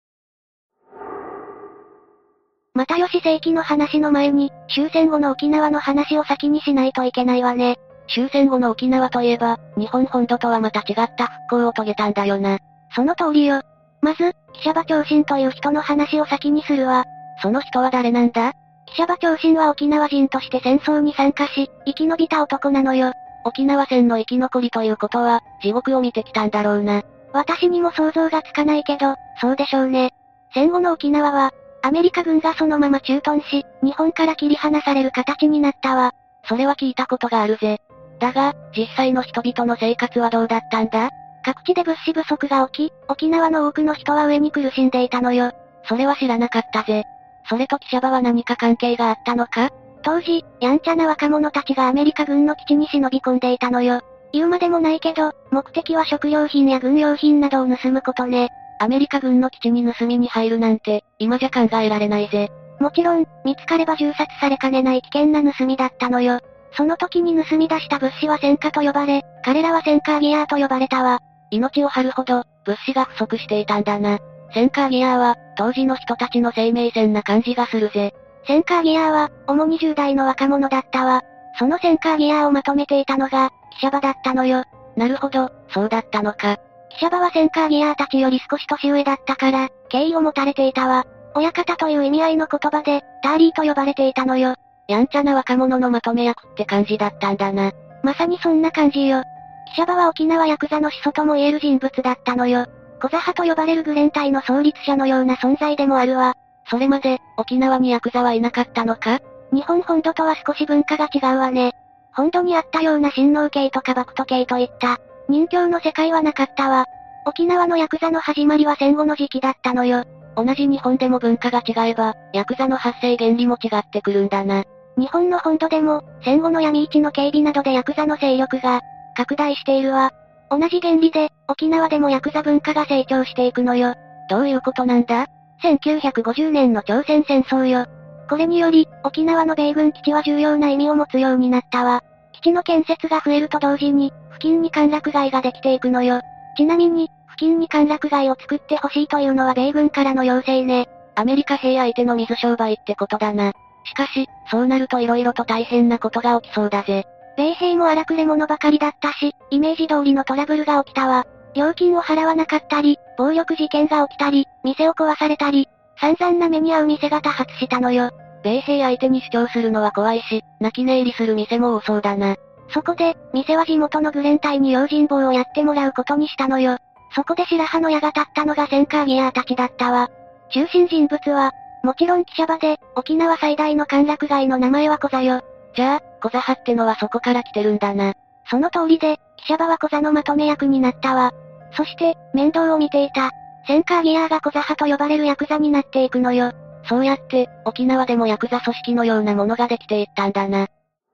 又吉正樹の話の前に、終戦後の沖縄の話を先にしないといけないわね。 終戦後の沖縄といえば、日本本土とはまた違った復興を遂げたんだよな。 その通りよ。まず、記者馬長信という人の話を先にするわ。 その人は誰なんだ？ 記者馬長信は沖縄人として戦争に参加し、生き延びた男なのよ。 沖縄戦の生き残りということは、地獄を見てきたんだろうな。 私にも想像がつかないけど、そうでしょうね。戦後の沖縄は、アメリカ軍がそのまま駐屯し、日本から切り離される形になったわ。 それは聞いたことがあるぜ。だが、実際の人々の生活はどうだったんだ？ 各地で物資不足が起き、沖縄の多くの人は飢えに苦しんでいたのよ。 それは知らなかったぜ。それと記者場は何か関係があったのか？ 当時、やんちゃな若者たちがアメリカ軍の基地に忍び込んでいたのよ。言うまでもないけど、目的は食料品や軍用品などを盗むことね。 アメリカ軍の基地に盗みに入るなんて、今じゃ考えられないぜ。 もちろん、見つかれば銃殺されかねない危険な盗みだったのよ。その時に盗み出した物資は戦火と呼ばれ、彼らは戦火ギアーと呼ばれたわ。 命を張るほど、物資が不足していたんだな。戦火ギアーは、当時の人たちの生命線な感じがするぜ。 戦火ギアーは、主に10代の若者だったわ。その戦火ギアーをまとめていたのが、記者場だったのよ。 なるほど、そうだったのか。 記者場は戦火ギアーたちより少し年上だったから、敬意を持たれていたわ。親方という意味合いの言葉で、ターリーと呼ばれていたのよ。 やんちゃな若者のまとめ役って感じだったんだな。 まさにそんな感じよ。記者場は沖縄ヤクザの始祖とも言える人物だったのよ。コザ派と呼ばれるグレン隊の創立者のような存在でもあるわ。 それまで、沖縄にヤクザはいなかったのか？ 日本本土とは少し文化が違うわね。本土にあったような親王系とか幕都系といった、人形の世界はなかったわ。沖縄のヤクザの始まりは戦後の時期だったのよ。 同じ日本でも文化が違えば、ヤクザの発生原理も違ってくるんだな。 日本の本土でも、戦後の闇市の警備などでヤクザの勢力が、拡大しているわ。同じ原理で、沖縄でもヤクザ文化が成長していくのよ。 どういうことなんだ ？1950年の朝鮮戦争よ。これにより、沖縄の米軍基地は重要な意味を持つようになったわ。基地の建設が増えると同時に、付近に歓楽街ができていくのよ。ちなみに、付近に歓楽街を作ってほしいというのは米軍からの要請ね。 アメリカ兵相手の水商売ってことだな。しかし、そうなると色々と大変なことが起きそうだぜ。 米兵も荒くれ者ばかりだったし、イメージ通りのトラブルが起きたわ。料金を払わなかったり、暴力事件が起きたり、店を壊されたり、散々な目に遭う店が多発したのよ。 米兵相手に主張するのは怖いし、泣き寝入りする店も多そうだな。 そこで、店は地元のグレン隊に用心棒をやってもらうことにしたのよ。そこで白羽の矢が立ったのがセンカーギアーたちだったわ。中心人物は、もちろん記者場で、沖縄最大の歓楽街の名前はコザよ。 じゃあ、コザ派ってのはそこから来てるんだな。 その通りで、記者場はコザのまとめ役になったわ。そして、面倒を見ていた。センカーギアーがコザ派と呼ばれるヤクザになっていくのよ。 そうやって、沖縄でもヤクザ組織のようなものができていったんだな。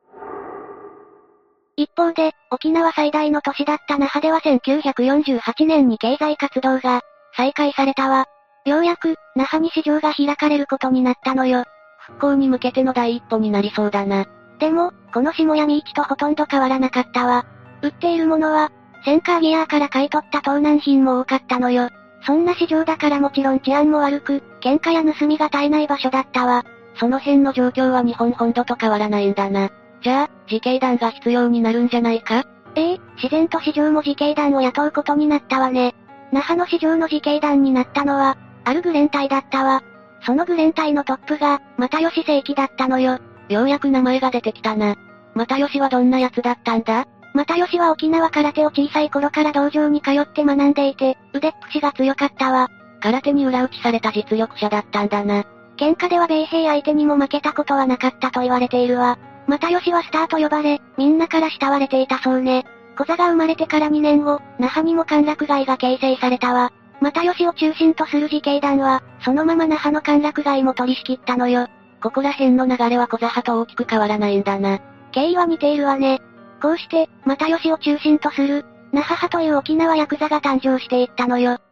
一方で、沖縄最大の都市だった那覇では1948年に経済活動が再開されたわ。ようやく、那覇に市場が開かれることになったのよ。 復興に向けての第一歩になりそうだな。 でも、この下闇市とほとんど変わらなかったわ。売っているものは、センカーギアーから買い取った盗難品も多かったのよ。そんな市場だからもちろん治安も悪く、喧嘩や盗みが絶えない場所だったわ。 その辺の状況は日本本土と変わらないんだな。じゃあ、自警団が必要になるんじゃないか？ 自然と市場も自警団を雇うことになったわね。那覇の市場の自警団になったのは、あるグレン隊だったわ。 そのグレン隊のトップが、又吉正樹だったのよ。 ようやく名前が出てきたな。又吉はどんな奴だったんだ？ 又吉は沖縄空手を小さい頃から道場に通って学んでいて、腕っぷしが強かったわ。 空手に裏打ちされた実力者だったんだな。 喧嘩では米兵相手にも負けたことはなかったと言われているわ。又吉はスターと呼ばれ、みんなから慕われていたそうね。コザが生まれてから2年後、那覇にも歓楽街が形成されたわ。又吉を中心とする自警団は、そのまま那覇の歓楽街も取り仕切ったのよ。 ここら辺の流れはコザ派と大きく変わらないんだな。 経緯は似ているわね。こうして、又吉を中心とする、那覇派という沖縄ヤクザが誕生していったのよ。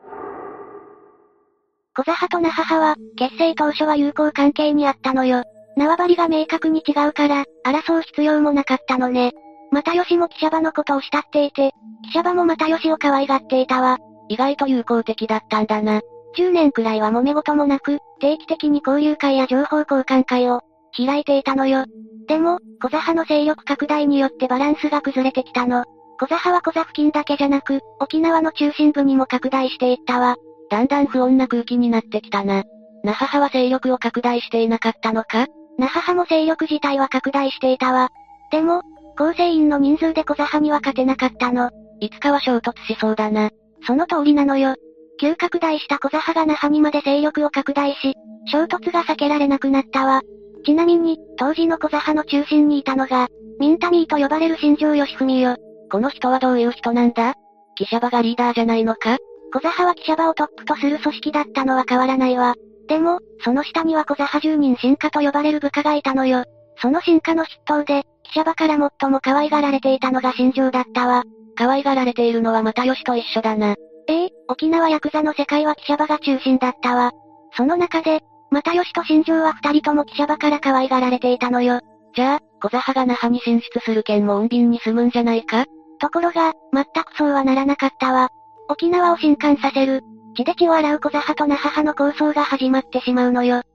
コザ派と那覇派は、結成当初は友好関係にあったのよ。縄張りが明確に違うから、争う必要もなかったのね。又吉も騎者場のことを慕っていて、騎者場も又吉を可愛がっていたわ。 意外と友好的だったんだな。 10年くらいは揉め事もなく、定期的に交流会や情報交換会を開いていたのよ。でも、コザ派の勢力拡大によってバランスが崩れてきたの。コザ派はコザ付近だけじゃなく、沖縄の中心部にも拡大していったわ。 だんだん不穏な空気になってきたな。那覇派は勢力を拡大していなかったのか？ 那覇派も勢力自体は拡大していたわ。でも、構成員の人数でコザ派には勝てなかったの。 いつかは衝突しそうだな。 その通りなのよ。急拡大したコザ派が那覇にまで勢力を拡大し、衝突が避けられなくなったわ。ちなみに、当時のコザ派の中心にいたのが、ミンタミーと呼ばれる新庄義文よ。 この人はどういう人なんだ？騎者場がリーダーじゃないのか？ コザ派は騎者場をトップとする組織だったのは変わらないわ。でも、その下にはコザ派10人進化と呼ばれる部下がいたのよ。その進化の筆頭で、騎者場から最も可愛がられていたのが新庄だったわ。 可愛がられているのは又吉と一緒だな。 沖縄ヤクザの世界は騎者場が中心だったわ。その中で、又吉と新庄は2人とも騎者場から可愛がられていたのよ。 じゃあ、コザ派が那覇に進出する県も穏便に済むんじゃないか？ ところが、全くそうはならなかったわ。沖縄を震撼させる、血で血を洗うコザ派と那覇派の抗争が始まってしまうのよ。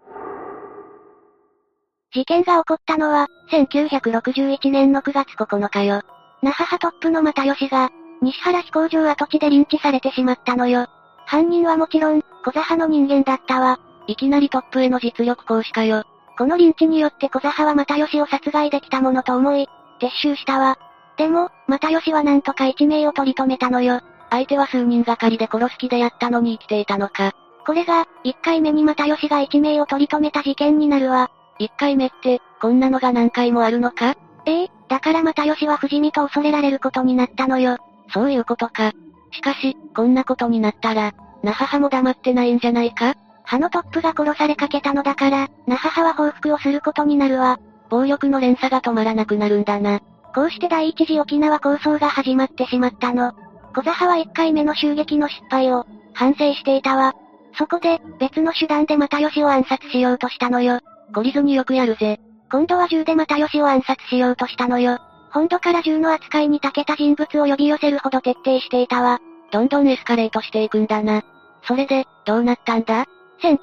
事件が起こったのは、1961年の9月9日よ。那覇派トップの又吉が、西原飛行場跡地でリンチされてしまったのよ。犯人はもちろん、コザ派の人間だったわ。 いきなりトップへの実力行使かよ。 このリンチによってコザ派は又吉を殺害できたものと思い、撤収したわ。でも、又吉はなんとか1名を取り留めたのよ。 相手は数人がかりで殺す気でやったのに生きていたのか。 これが、1回目に又吉が1名を取り留めた事件になるわ。 1回目って、こんなのが何回もあるのか？ だから又吉は不死身と恐れられることになったのよ。 そういうことか。しかし、こんなことになったら、那覇派も黙ってないんじゃないか？ 派のトップが殺されかけたのだから、那覇派は報復をすることになるわ。 暴力の連鎖が止まらなくなるんだな。 こうして第一次沖縄抗争が始まってしまったの。コザ派は1回目の襲撃の失敗を、反省していたわ。そこで、別の手段で又吉を暗殺しようとしたのよ。 懲りずによくやるぜ。 今度は銃で又吉を暗殺しようとしたのよ。本土から銃の扱いに長けた人物を呼び寄せるほど徹底していたわ。 どんどんエスカレートしていくんだな。それで、どうなったんだ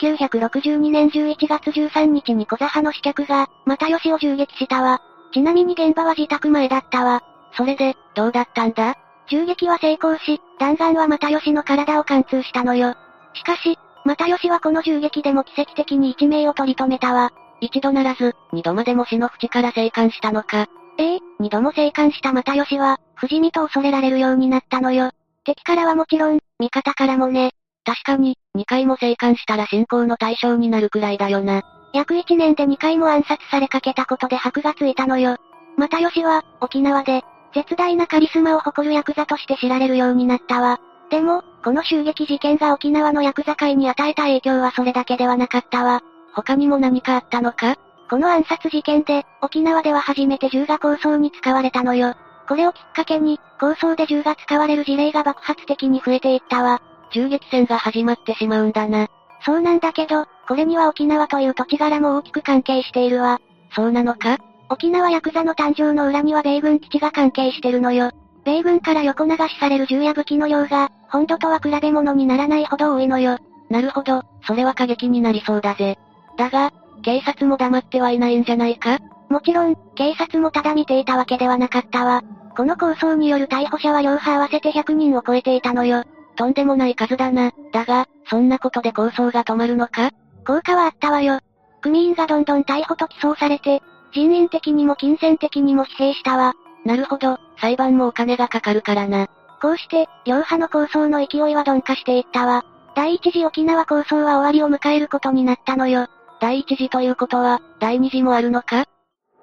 ？1962年11月13日にコザ派の刺客が、又吉を銃撃したわ。ちなみに現場は自宅前だったわ。 それで、どうだったんだ？ 銃撃は成功し、弾丸は又吉の体を貫通したのよ。しかし、又吉はこの銃撃でも奇跡的に1名を取り留めたわ。 一度ならず、二度までも死の淵から生還したのか。 二度も生還した又吉は、不死身と恐れられるようになったのよ。敵からはもちろん、味方からもね。 確かに、2回も生還したら信仰の対象になるくらいだよな。 約1年で2回も暗殺されかけたことで箔がついたのよ。又吉は、沖縄で、絶大なカリスマを誇るヤクザとして知られるようになったわ。でも、この襲撃事件が沖縄のヤクザ界に与えた影響はそれだけではなかったわ。 他にも何かあったのか？ この暗殺事件で、沖縄では初めて銃が抗争に使われたのよ。これをきっかけに、抗争で銃が使われる事例が爆発的に増えていったわ。 銃撃戦が始まってしまうんだな。 そうなんだけど、これには沖縄という土地柄も大きく関係しているわ。 そうなのか？ 沖縄ヤクザの誕生の裏には米軍基地が関係してるのよ。米軍から横流しされる銃や武器の量が、本土とは比べ物にならないほど多いのよ。 なるほど、それは過激になりそうだぜ。だが、警察も黙ってはいないんじゃないか？ もちろん、警察もただ見ていたわけではなかったわ。この抗争による逮捕者は両派合わせて100人を超えていたのよ。 とんでもない数だな。だが、そんなことで抗争が止まるのか？ 効果はあったわよ。組員がどんどん逮捕と起訴されて、人員的にも金銭的にも疲弊したわ。 なるほど、裁判もお金がかかるからな。 こうして、両派の抗争の勢いは鈍化していったわ。第一次沖縄抗争は終わりを迎えることになったのよ。 第一次ということは、第二次もあるのか？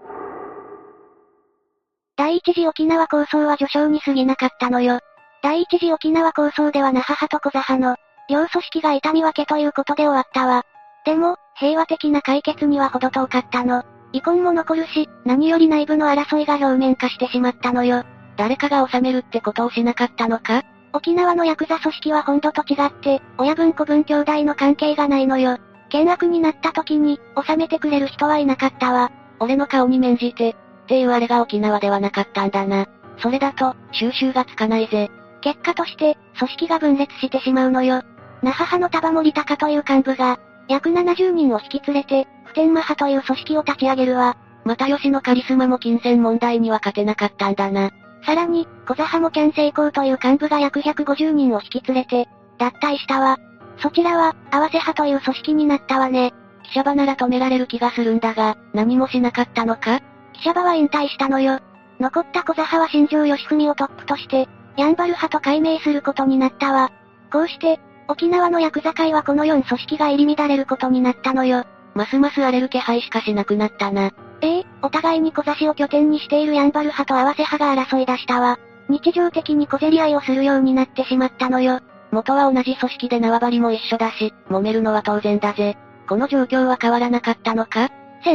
第一次沖縄抗争は序章に過ぎなかったのよ。第一次沖縄抗争では那覇派とコザ派の、両組織が痛み分けということで終わったわ。でも、平和的な解決には程遠かったの。遺恨も残るし、何より内部の争いが表面化してしまったのよ。 誰かが治めるってことをしなかったのか？ 沖縄のヤクザ組織は本土と違って、親分子分兄弟の関係がないのよ。険悪になった時に、収めてくれる人はいなかったわ。 俺の顔に免じて、っていうあれが沖縄ではなかったんだな。それだと、収拾がつかないぜ。 結果として、組織が分裂してしまうのよ。那覇派の田場森高という幹部が、約70人を引き連れて、普天間派という組織を立ち上げるわ。 又吉のカリスマも金銭問題には勝てなかったんだな。 さらに、コザ派もキャンセイコーという幹部が約150人を引き連れて、脱退したわ。そちらは、合わせ派という組織になったわね。 記者場なら止められる気がするんだが、何もしなかったのか？ 記者場は引退したのよ。残ったコザ派は新庄義文をトップとして、ヤンバル派と改名することになったわ。こうして、沖縄のヤクザ界はこの4組織が入り乱れることになったのよ。 ますます荒れる気配しかしなくなったな。 お互いにコザ市を拠点にしているヤンバル派と合わせ派が争い出したわ。日常的に小競り合いをするようになってしまったのよ。 元は同じ組織で縄張りも一緒だし、揉めるのは当然だぜ。この状況は変わらなかったのか？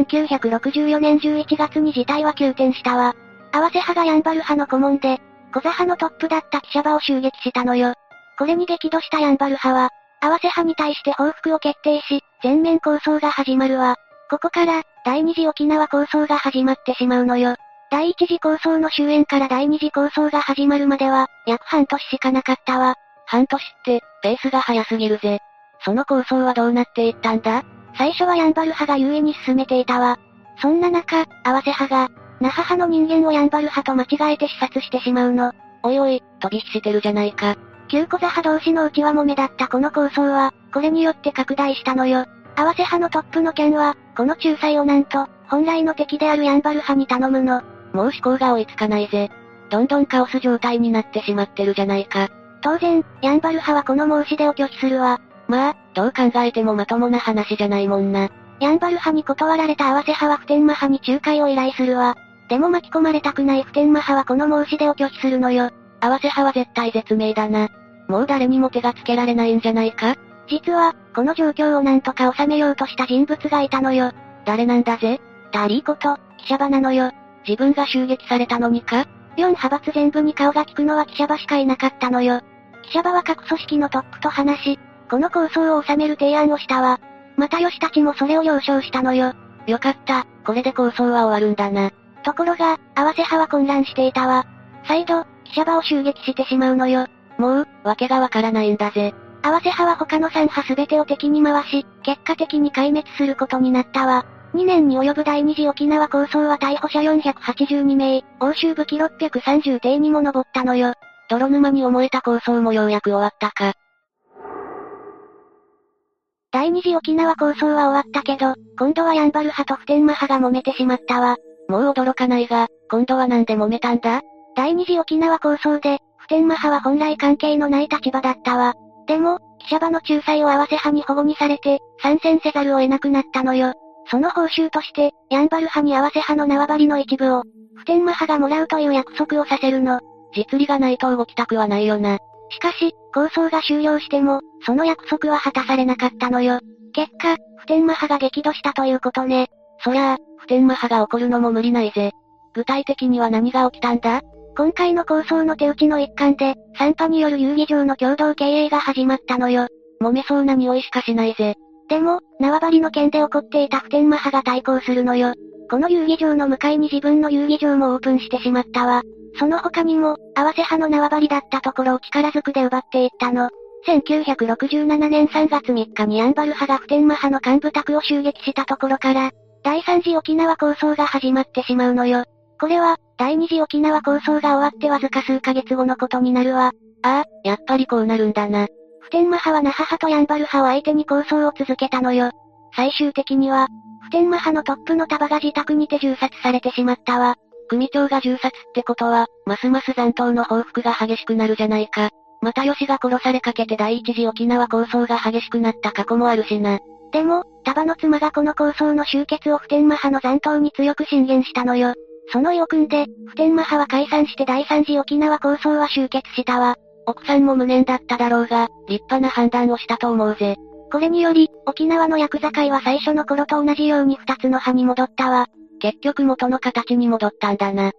1964年11月に事態は急転したわ。合わせ派がヤンバル派の顧問で、コザ派のトップだった記者場を襲撃したのよ。これに激怒したヤンバル派は、合わせ派に対して報復を決定し、全面抗争が始まるわ。ここから、第二次沖縄抗争が始まってしまうのよ。第一次抗争の終焉から第二次抗争が始まるまでは、約半年しかなかったわ。 半年って、ペースが早すぎるぜ。その抗争はどうなっていったんだ？ 最初はヤンバル派が優位に進めていたわ。そんな中、合わせ派が、那覇派の人間をヤンバル派と間違えて視察してしまうの。 おいおい、飛び火してるじゃないか。 旧コザ派同士の内輪揉めだったこの抗争は、これによって拡大したのよ。合わせ派のトップのキャンは、この仲裁をなんと、本来の敵であるヤンバル派に頼むの。 もう思考が追いつかないぜ。どんどんカオス状態になってしまってるじゃないか。 当然、ヤンバル派はこの申し出を拒否するわ。 まあ、どう考えてもまともな話じゃないもんな。 ヤンバル派に断られた合わせ派は普天間派に仲介を依頼するわ。でも巻き込まれたくない普天間派はこの申し出を拒否するのよ。 合わせ派は絶対絶命だな。もう誰にも手がつけられないんじゃないか？ 実は、この状況をなんとか収めようとした人物がいたのよ。 誰なんだぜ？ ダリーこと、記者場なのよ。 自分が襲撃されたのにか ？4派閥全部に顔が利くのは記者場しかいなかったのよ。記者場は各組織のトップと話し、この抗争を収める提案をしたわ。又吉たちもそれを了承したのよ。 よかった、これで抗争は終わるんだな。 ところが、合わせ派は混乱していたわ。再度、記者場を襲撃してしまうのよ。 もう、わけがわからないんだぜ。 合わせ派は他の3派すべてを敵に回し、結果的に壊滅することになったわ。2年に及ぶ第二次沖縄抗争は逮捕者482名、押収武器630艇にも上ったのよ。 泥沼に思えた抗争もようやく終わったか。 第二次沖縄抗争は終わったけど、今度はヤンバル派と普天間派が揉めてしまったわ。 もう驚かないが、今度はなんで揉めたんだ？ 第二次沖縄抗争で、普天間派は本来関係のない立場だったわ。でも、記者場の仲裁を合わせ派に保護にされて、参戦せざるを得なくなったのよ。その報酬として、ヤンバル派に合わせ派の縄張りの一部を、普天間派がもらうという約束をさせるの。 実利がないと動きたくはないよな。 しかし、抗争が終了しても、その約束は果たされなかったのよ。結果、普天間派が激怒したということね。 そりゃあ、普天間派が怒るのも無理ないぜ。具体的には何が起きたんだ？ 今回の抗争の手打ちの一環で、3派による遊技場の共同経営が始まったのよ。 揉めそうな匂いしかしないぜ。 でも、縄張りの件で起こっていた普天間派が対抗するのよ。この遊技場の向かいに自分の遊技場もオープンしてしまったわ。その他にも、合わせ派の縄張りだったところを力ずくで奪っていったの。1967年3月3日にヤンバル派が普天間派の幹部宅を襲撃したところから、第三次沖縄抗争が始まってしまうのよ。これは、第二次沖縄抗争が終わってわずか数ヶ月後のことになるわ。 ああ、やっぱりこうなるんだな。 普天間派は那覇派とヤンバル派を相手に抗争を続けたのよ。 最終的には、普天間派のトップの束が自宅にて銃殺されてしまったわ。 組長が銃殺ってことは、ますます残党の報復が激しくなるじゃないか。又吉が殺されかけて第一次沖縄抗争が激しくなった過去もあるしな。 でも、束の妻がこの抗争の終結を普天間派の残党に強く進言したのよ。その意を組んで、普天間派は解散して第三次沖縄抗争は終結したわ。 奥さんも無念だっただろうが、立派な判断をしたと思うぜ。 これにより、沖縄の役境は最初の頃と同じように二つの派に戻ったわ。 結局元の形に戻ったんだな。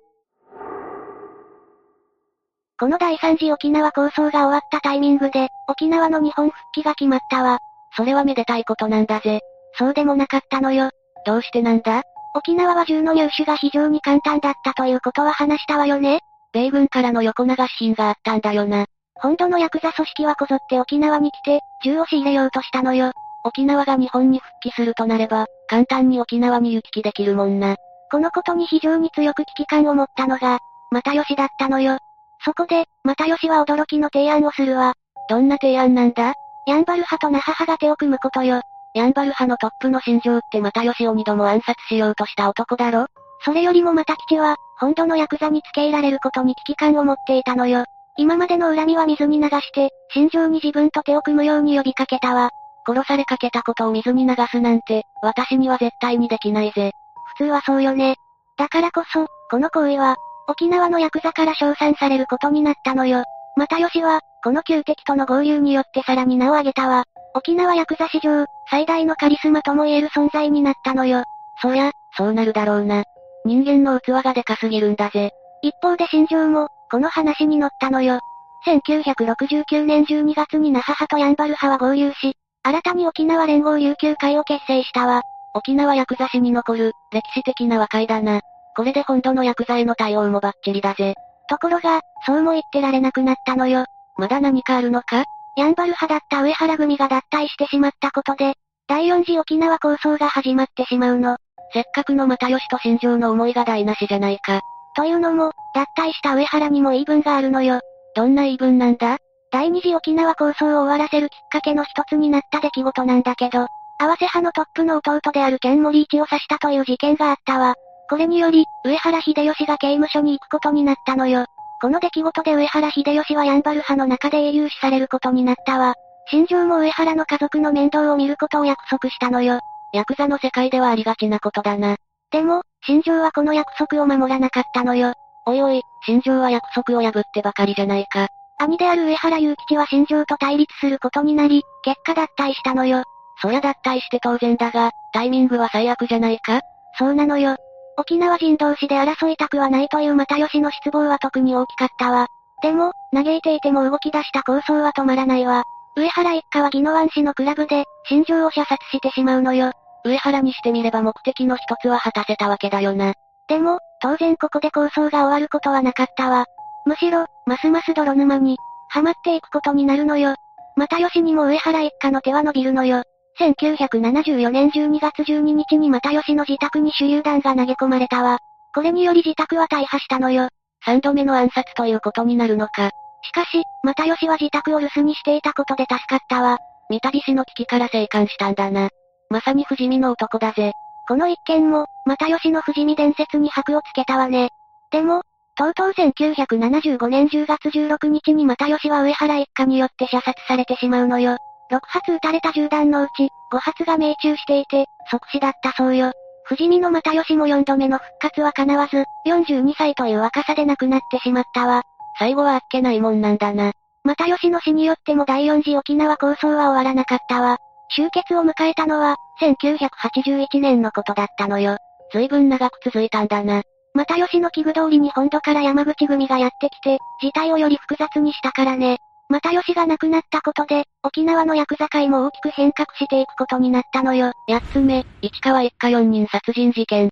この第三次沖縄抗争が終わったタイミングで、沖縄の日本復帰が決まったわ。 それはめでたいことなんだぜ。 そうでもなかったのよ。 どうしてなんだ？ 沖縄は銃の入手が非常に簡単だったということは話したわよね。 米軍からの横流し品があったんだよな。 本土のヤクザ組織はこぞって沖縄に来て、銃を仕入れようとしたのよ。 沖縄が日本に復帰するとなれば、簡単に沖縄に行き来できるもんな。 このことに非常に強く危機感を持ったのが、又吉だったのよ。そこで、又吉は驚きの提案をするわ。 どんな提案なんだ？ やんばる派と那覇派が手を組むことよ。 やんばる派のトップの新庄って又吉を二度も暗殺しようとした男だろ？ それよりも又吉は、本土のヤクザに付け入られることに危機感を持っていたのよ。今までの恨みは水に流して、新庄に自分と手を組むように呼びかけたわ。 殺されかけたことを水に流すなんて、私には絶対にできないぜ。 普通はそうよね。だからこそ、この行為は、沖縄のヤクザから称賛されることになったのよ。又吉は、この旧敵との合流によってさらに名を上げたわ。沖縄ヤクザ史上、最大のカリスマとも言える存在になったのよ。 そりゃ、そうなるだろうな。人間の器がでかすぎるんだぜ。 一方で新庄も、この話に乗ったのよ。1969年12月に那覇派とやんばる派は合流し、新たに沖縄連合琉球会を結成したわ。 沖縄ヤクザ史に残る、歴史的な和解だな。これで本土のヤクザへの対応もバッチリだぜ。 ところが、そうも言ってられなくなったのよ。 まだ何かあるのか？ やんばる派だった上原組が脱退してしまったことで、第四次沖縄構想が始まってしまうの。 せっかくの又吉と新庄の思いが台無しじゃないか。 というのも、脱退した上原にも言い分があるのよ。 どんな言い分なんだ？ 第二次沖縄構想を終わらせるきっかけの一つになった出来事なんだけど、合わせ派のトップの弟である剣森一を刺したという事件があったわ。これにより、上原秀吉が刑務所に行くことになったのよ。この出来事で上原秀吉はやんばる派の中で英雄視されることになったわ。新庄も上原の家族の面倒を見ることを約束したのよ。 ヤクザの世界ではありがちなことだな。 でも、新庄はこの約束を守らなかったのよ。 おいおい、新庄は約束を破ってばかりじゃないか。 兄である上原雄吉は新庄と対立することになり、結果脱退したのよ。 そりゃ脱退して当然だが、タイミングは最悪じゃないか？ そうなのよ。沖縄人同士で争いたくはないという又吉の失望は特に大きかったわ。でも、嘆いていても動き出した構想は止まらないわ。上原一家は宜野湾市のクラブで、新庄を射殺してしまうのよ。 上原にしてみれば目的の一つは果たせたわけだよな。 でも、当然ここで構想が終わることはなかったわ。むしろ、ますます泥沼に、はまっていくことになるのよ。又吉にも上原一家の手は伸びるのよ。1974年12月12日に又吉の自宅に手榴弾が投げ込まれたわ。これにより自宅は大破したのよ。 3度目の暗殺ということになるのか。 しかし、又吉は自宅を留守にしていたことで助かったわ。 三度死の危機から生還したんだな。まさに不死身の男だぜ。 この一件も、又吉の不死身伝説に箔をつけたわね。でも、とうとう1975年10月16日に又吉は上原一家によって射殺されてしまうのよ。6発撃たれた銃弾のうち、5発が命中していて、即死だったそうよ。不死身の又吉も4度目の復活は叶わず、42歳という若さで亡くなってしまったわ。 最後はあっけないもんなんだな。 又吉の死によっても第四次沖縄構想は終わらなかったわ。終結を迎えたのは、1981年のことだったのよ。 随分長く続いたんだな。 又吉の危惧通りに本土から山口組がやってきて、事態をより複雑にしたからね。又吉が亡くなったことで、沖縄のヤクザ界も大きく変革していくことになったのよ。 8つ目、市川一家4人殺人事件。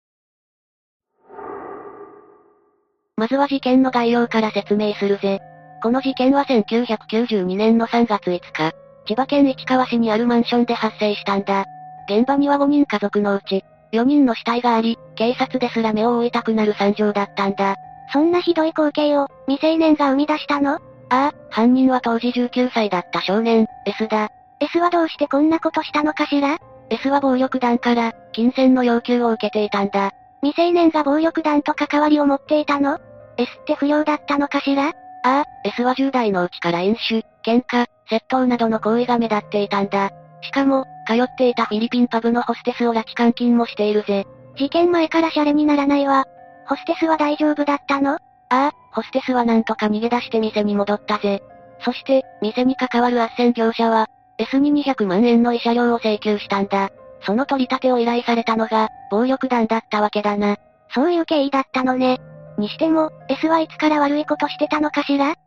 まずは事件の概要から説明するぜ。この事件は1992年の3月5日、千葉県市川市にあるマンションで発生したんだ。現場には5人家族のうち、4人の死体があり、警察ですら目を覆いたくなる惨状だったんだ。 そんなひどい光景を、未成年が生み出したの？ ああ、犯人は当時19歳だった少年、S だ。 S はどうしてこんなことしたのかしら？ S は暴力団から、金銭の要求を受けていたんだ。 未成年が暴力団と関わりを持っていたの？ S って不良だったのかしら？ ああ、S は10代のうちから飲酒、喧嘩、窃盗などの行為が目立っていたんだ。しかも、通っていたフィリピンパブのホステスを拉致監禁もしているぜ。 事件前からシャレにならないわ。ホステスは大丈夫だったの？ ああ、ホステスはなんとか逃げ出して店に戻ったぜ。そして、店に関わる斡旋業者は、S に200万円の慰謝料を請求したんだ。その取り立てを依頼されたのが、暴力団だったわけだな。 そういう経緯だったのね。にしても、S はいつから悪いことしてたのかしら？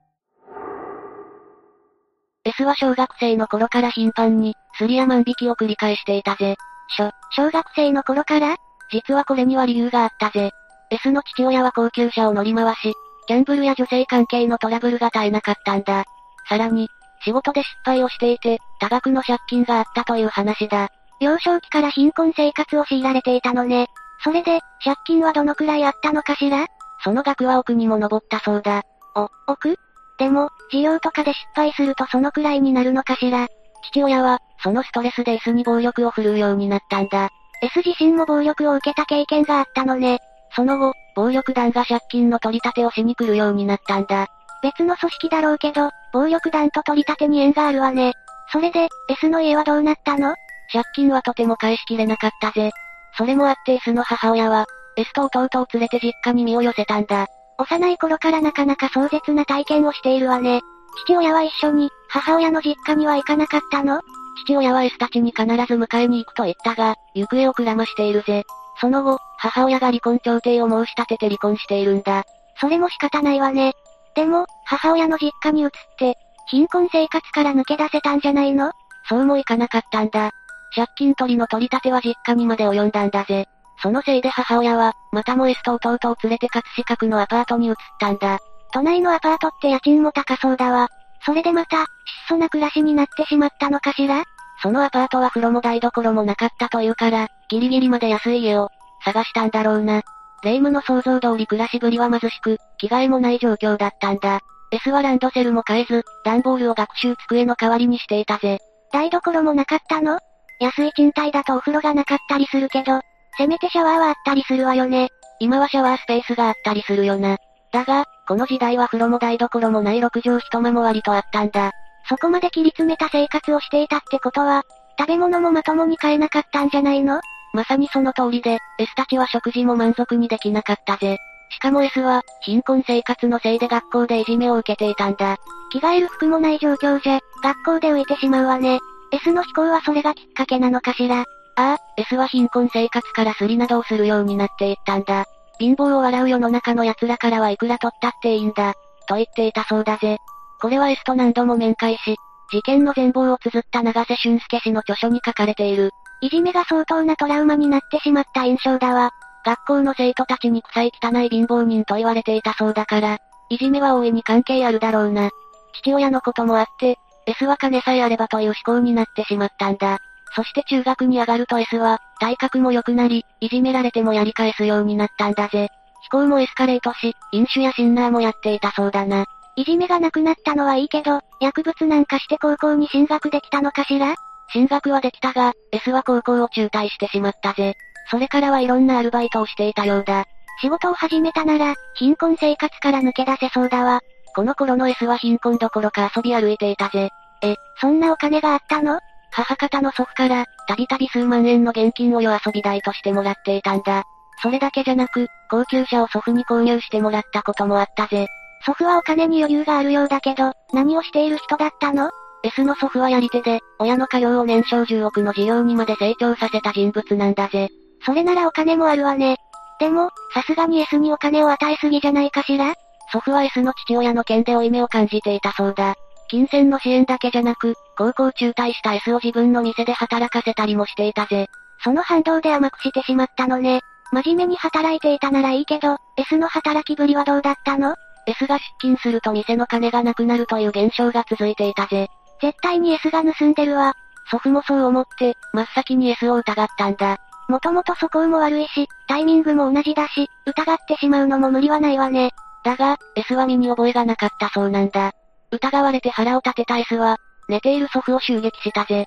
S は小学生の頃から頻繁に、スリや万引きを繰り返していたぜ。 小学生の頃から？ 実はこれには理由があったぜ。S の父親は高級車を乗り回し、ギャンブルや女性関係のトラブルが絶えなかったんだ。さらに、仕事で失敗をしていて、多額の借金があったという話だ。 幼少期から貧困生活を強いられていたのね。それで、借金はどのくらいあったのかしら？ その額は億にも上ったそうだ。 億？でも、事業とかで失敗するとそのくらいになるのかしら？ 父親は、そのストレスで S に暴力を振るうようになったんだ。 S 自身も暴力を受けた経験があったのね。 その後、暴力団が借金の取り立てをしに来るようになったんだ。 別の組織だろうけど、暴力団と取り立てに縁があるわね。それで、S の家はどうなったの？ 借金はとても返しきれなかったぜ。それもあって S の母親は、S と弟を連れて実家に身を寄せたんだ。 幼い頃からなかなか壮絶な体験をしているわね。父親は一緒に、母親の実家には行かなかったの？ 父親は S たちに必ず迎えに行くと言ったが、行方をくらましているぜ。その後、母親が離婚調停を申し立てて離婚しているんだ。 それも仕方ないわね。でも、母親の実家に移って、貧困生活から抜け出せたんじゃないの？ そうもいかなかったんだ。借金取りの取り立ては実家にまで及んだんだぜ。そのせいで母親は、またも S と弟を連れて葛飾区のアパートに移ったんだ。 都内のアパートって家賃も高そうだわ。それでまた、質素な暮らしになってしまったのかしら？ そのアパートは風呂も台所もなかったというから、ギリギリまで安い家を、探したんだろうな。霊夢の想像通り暮らしぶりは貧しく、着替えもない状況だったんだ。S はランドセルも買えず、段ボールを学習机の代わりにしていたぜ。 台所もなかったの？安い賃貸だとお風呂がなかったりするけど、せめてシャワーはあったりするわよね。 今はシャワースペースがあったりするよな。だが、この時代は風呂も台所もない6畳一間も割とあったんだ。 そこまで切り詰めた生活をしていたってことは、食べ物もまともに買えなかったんじゃないの？ まさにその通りで、S たちは食事も満足にできなかったぜ。しかも S は、貧困生活のせいで学校でいじめを受けていたんだ。 着替える服もない状況じゃ、学校で浮いてしまうわね。S の非行はそれがきっかけなのかしら？ ああ、S は貧困生活からスリなどをするようになっていったんだ。貧乏を笑う世の中の奴らからはいくら取ったっていいんだ、と言っていたそうだぜ。これは S と何度も面会し、事件の全貌を綴った長瀬俊介氏の著書に書かれている。 いじめが相当なトラウマになってしまった印象だわ。 学校の生徒たちに臭い汚い貧乏人と言われていたそうだから、いじめは大いに関係あるだろうな。父親のこともあって、S は金さえあればという思考になってしまったんだ。そして中学に上がると S は、体格も良くなり、いじめられてもやり返すようになったんだぜ。非行もエスカレートし、飲酒やシンナーもやっていたそうだな。 いじめがなくなったのはいいけど、薬物なんかして高校に進学できたのかしら？ 進学はできたが、S は高校を中退してしまったぜ。それからはいろんなアルバイトをしていたようだ。 仕事を始めたなら、貧困生活から抜け出せそうだわ。 この頃の S は貧困どころか遊び歩いていたぜ。 そんなお金があったの？ 母方の祖父から、たびたび数万円の現金を夜遊び代としてもらっていたんだ。それだけじゃなく、高級車を祖父に購入してもらったこともあったぜ。 祖父はお金に余裕があるようだけど、何をしている人だったの？ S の祖父はやり手で、親の家業を年商10億の事業にまで成長させた人物なんだぜ。 それならお金もあるわね。でも、さすがに S にお金を与えすぎじゃないかしら？ 祖父は S の父親の件で負い目を感じていたそうだ。金銭の支援だけじゃなく、高校中退した S を自分の店で働かせたりもしていたぜ。 その反動で甘くしてしまったのね。真面目に働いていたならいいけど、S の働きぶりはどうだったの？ S が出勤すると店の金がなくなるという現象が続いていたぜ。 絶対に S が盗んでるわ。 祖父もそう思って、真っ先に S を疑ったんだ。 もともと素行も悪いし、タイミングも同じだし、疑ってしまうのも無理はないわね。 だが、S は身に覚えがなかったそうなんだ。疑われて腹を立てた S は、寝ている祖父を襲撃したぜ。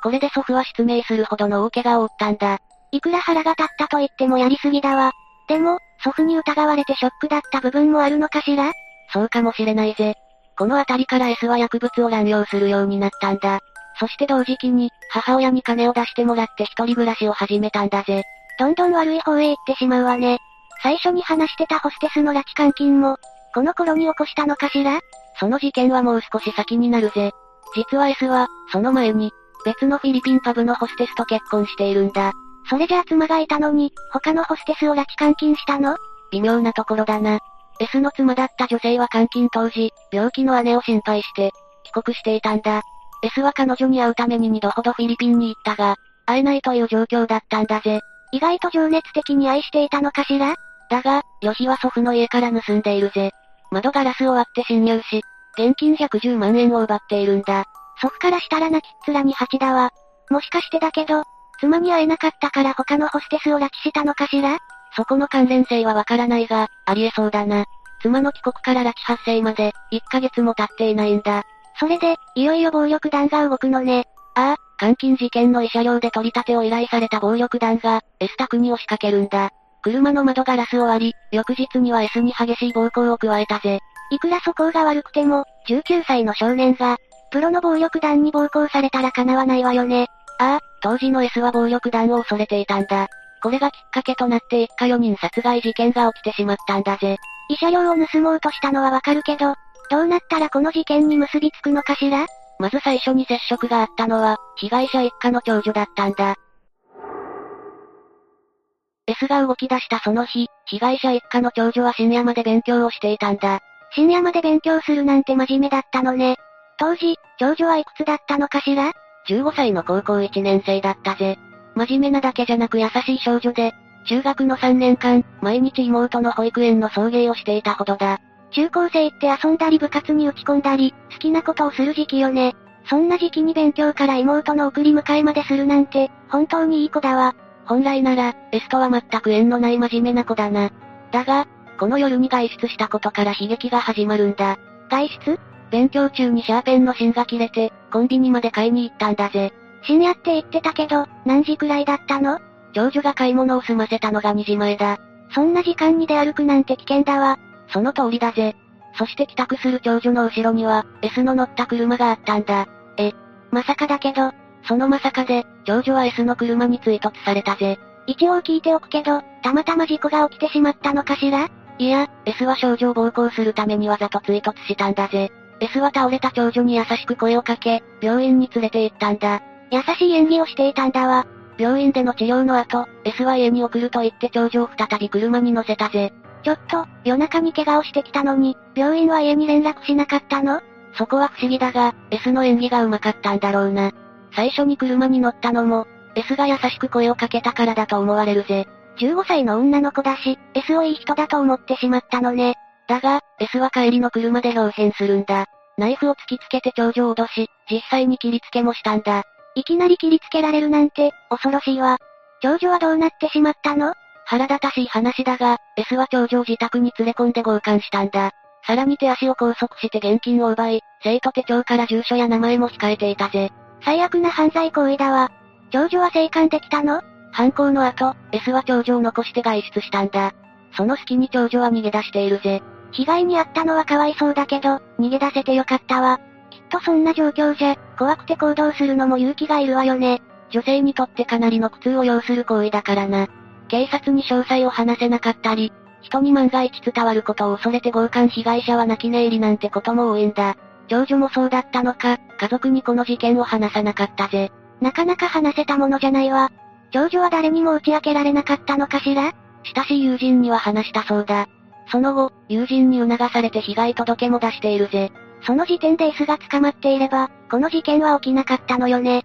これで祖父は失明するほどの大怪我を負ったんだ。 いくら腹が立ったと言ってもやりすぎだわ。でも、祖父に疑われてショックだった部分もあるのかしら？ そうかもしれないぜ。このあたりから S は薬物を乱用するようになったんだ。そして同時期に、母親に金を出してもらって一人暮らしを始めたんだぜ。 どんどん悪い方へ行ってしまうわね。最初に話してたホステスの拉致監禁も、この頃に起こしたのかしら？ その事件はもう少し先になるぜ。実は S は、その前に、別のフィリピンパブのホステスと結婚しているんだ。 それじゃあ妻がいたのに、他のホステスを拉致監禁したの？ 微妙なところだな。S の妻だった女性は監禁当時、病気の姉を心配して、帰国していたんだ。S は彼女に会うために2度ほどフィリピンに行ったが、会えないという状況だったんだぜ。 意外と情熱的に愛していたのかしら？ だが、旅費は祖父の家から盗んでいるぜ。窓ガラスを割って侵入し、現金110万円を奪っているんだ。 祖父からしたら泣きっ面に蜂だわ。もしかしてだけど、妻に会えなかったから他のホステスを拉致したのかしら？ そこの関連性はわからないが、ありえそうだな。妻の帰国から拉致発生まで、1ヶ月も経っていないんだ。 それで、いよいよ暴力団が動くのね。 ああ、監禁事件の慰謝料で取り立てを依頼された暴力団が、S 宅に押しかけるんだ。車の窓ガラスを割り、翌日には S に激しい暴行を加えたぜ。 いくら素行が悪くても、19歳の少年が、プロの暴力団に暴行されたら叶わないわよね。 ああ、当時の S は暴力団を恐れていたんだ。これがきっかけとなって一家4人殺害事件が起きてしまったんだぜ。 慰謝料を盗もうとしたのはわかるけど、どうなったらこの事件に結びつくのかしら？ まず最初に接触があったのは、被害者一家の長女だったんだ。S が動き出したその日、被害者一家の長女は深夜まで勉強をしていたんだ。 深夜まで勉強するなんて真面目だったのね。当時、長女はいくつだったのかしら？ 15 歳の高校1年生だったぜ。真面目なだけじゃなく優しい少女で、中学の3年間、毎日妹の保育園の送迎をしていたほどだ。 中高生って遊んだり部活に打ち込んだり、好きなことをする時期よね。そんな時期に勉強から妹の送り迎えまでするなんて、本当にいい子だわ。 本来なら、S とは全く縁のない真面目な子だな。だが、この夜に外出したことから悲劇が始まるんだ。 外出？ 勉強中にシャーペンの芯が切れて、コンビニまで買いに行ったんだぜ。 深夜って言ってたけど、何時くらいだったの？ 長女が買い物を済ませたのが2時前だ。 そんな時間に出歩くなんて危険だわ。 その通りだぜ。そして帰宅する長女の後ろには、S の乗った車があったんだ。 まさかだけど、 そのまさかで、長女は S の車に追突されたぜ。 一応聞いておくけど、たまたま事故が起きてしまったのかしら？ いや、S は少女を暴行するためにわざと追突したんだぜ。S は倒れた長女に優しく声をかけ、病院に連れて行ったんだ。 優しい演技をしていたんだわ。 病院での治療の後、S は家に送ると言って長女を再び車に乗せたぜ。 ちょっと、夜中に怪我をしてきたのに、病院は家に連絡しなかったの？ そこは不思議だが、S の演技が上手かったんだろうな。最初に車に乗ったのも、S が優しく声をかけたからだと思われるぜ。 15歳の女の子だし、S をいい人だと思ってしまったのね。 だが、S は帰りの車で表変するんだ。ナイフを突きつけて長女を脅し、実際に切りつけもしたんだ。 いきなり切りつけられるなんて、恐ろしいわ。長女はどうなってしまったの？ 腹立たしい話だが、S は長女を自宅に連れ込んで強姦したんだ。さらに手足を拘束して現金を奪い、生徒手帳から住所や名前も控えていたぜ。 最悪な犯罪行為だわ。長女は生還できたの？ 犯行の後、S は長女を残して外出したんだ。その隙に長女は逃げ出しているぜ。 被害に遭ったのはかわいそうだけど、逃げ出せてよかったわ。きっとそんな状況じゃ、怖くて行動するのも勇気がいるわよね。 女性にとってかなりの苦痛を要する行為だからな。警察に詳細を話せなかったり、人に万が一伝わることを恐れて強姦被害者は泣き寝入りなんてことも多いんだ。長女もそうだったのか、家族にこの事件を話さなかったぜ。 なかなか話せたものじゃないわ。長女は誰にも打ち明けられなかったのかしら？ 親しい友人には話したそうだ。その後、友人に促されて被害届も出しているぜ。 その時点で S が捕まっていれば、この事件は起きなかったのよね。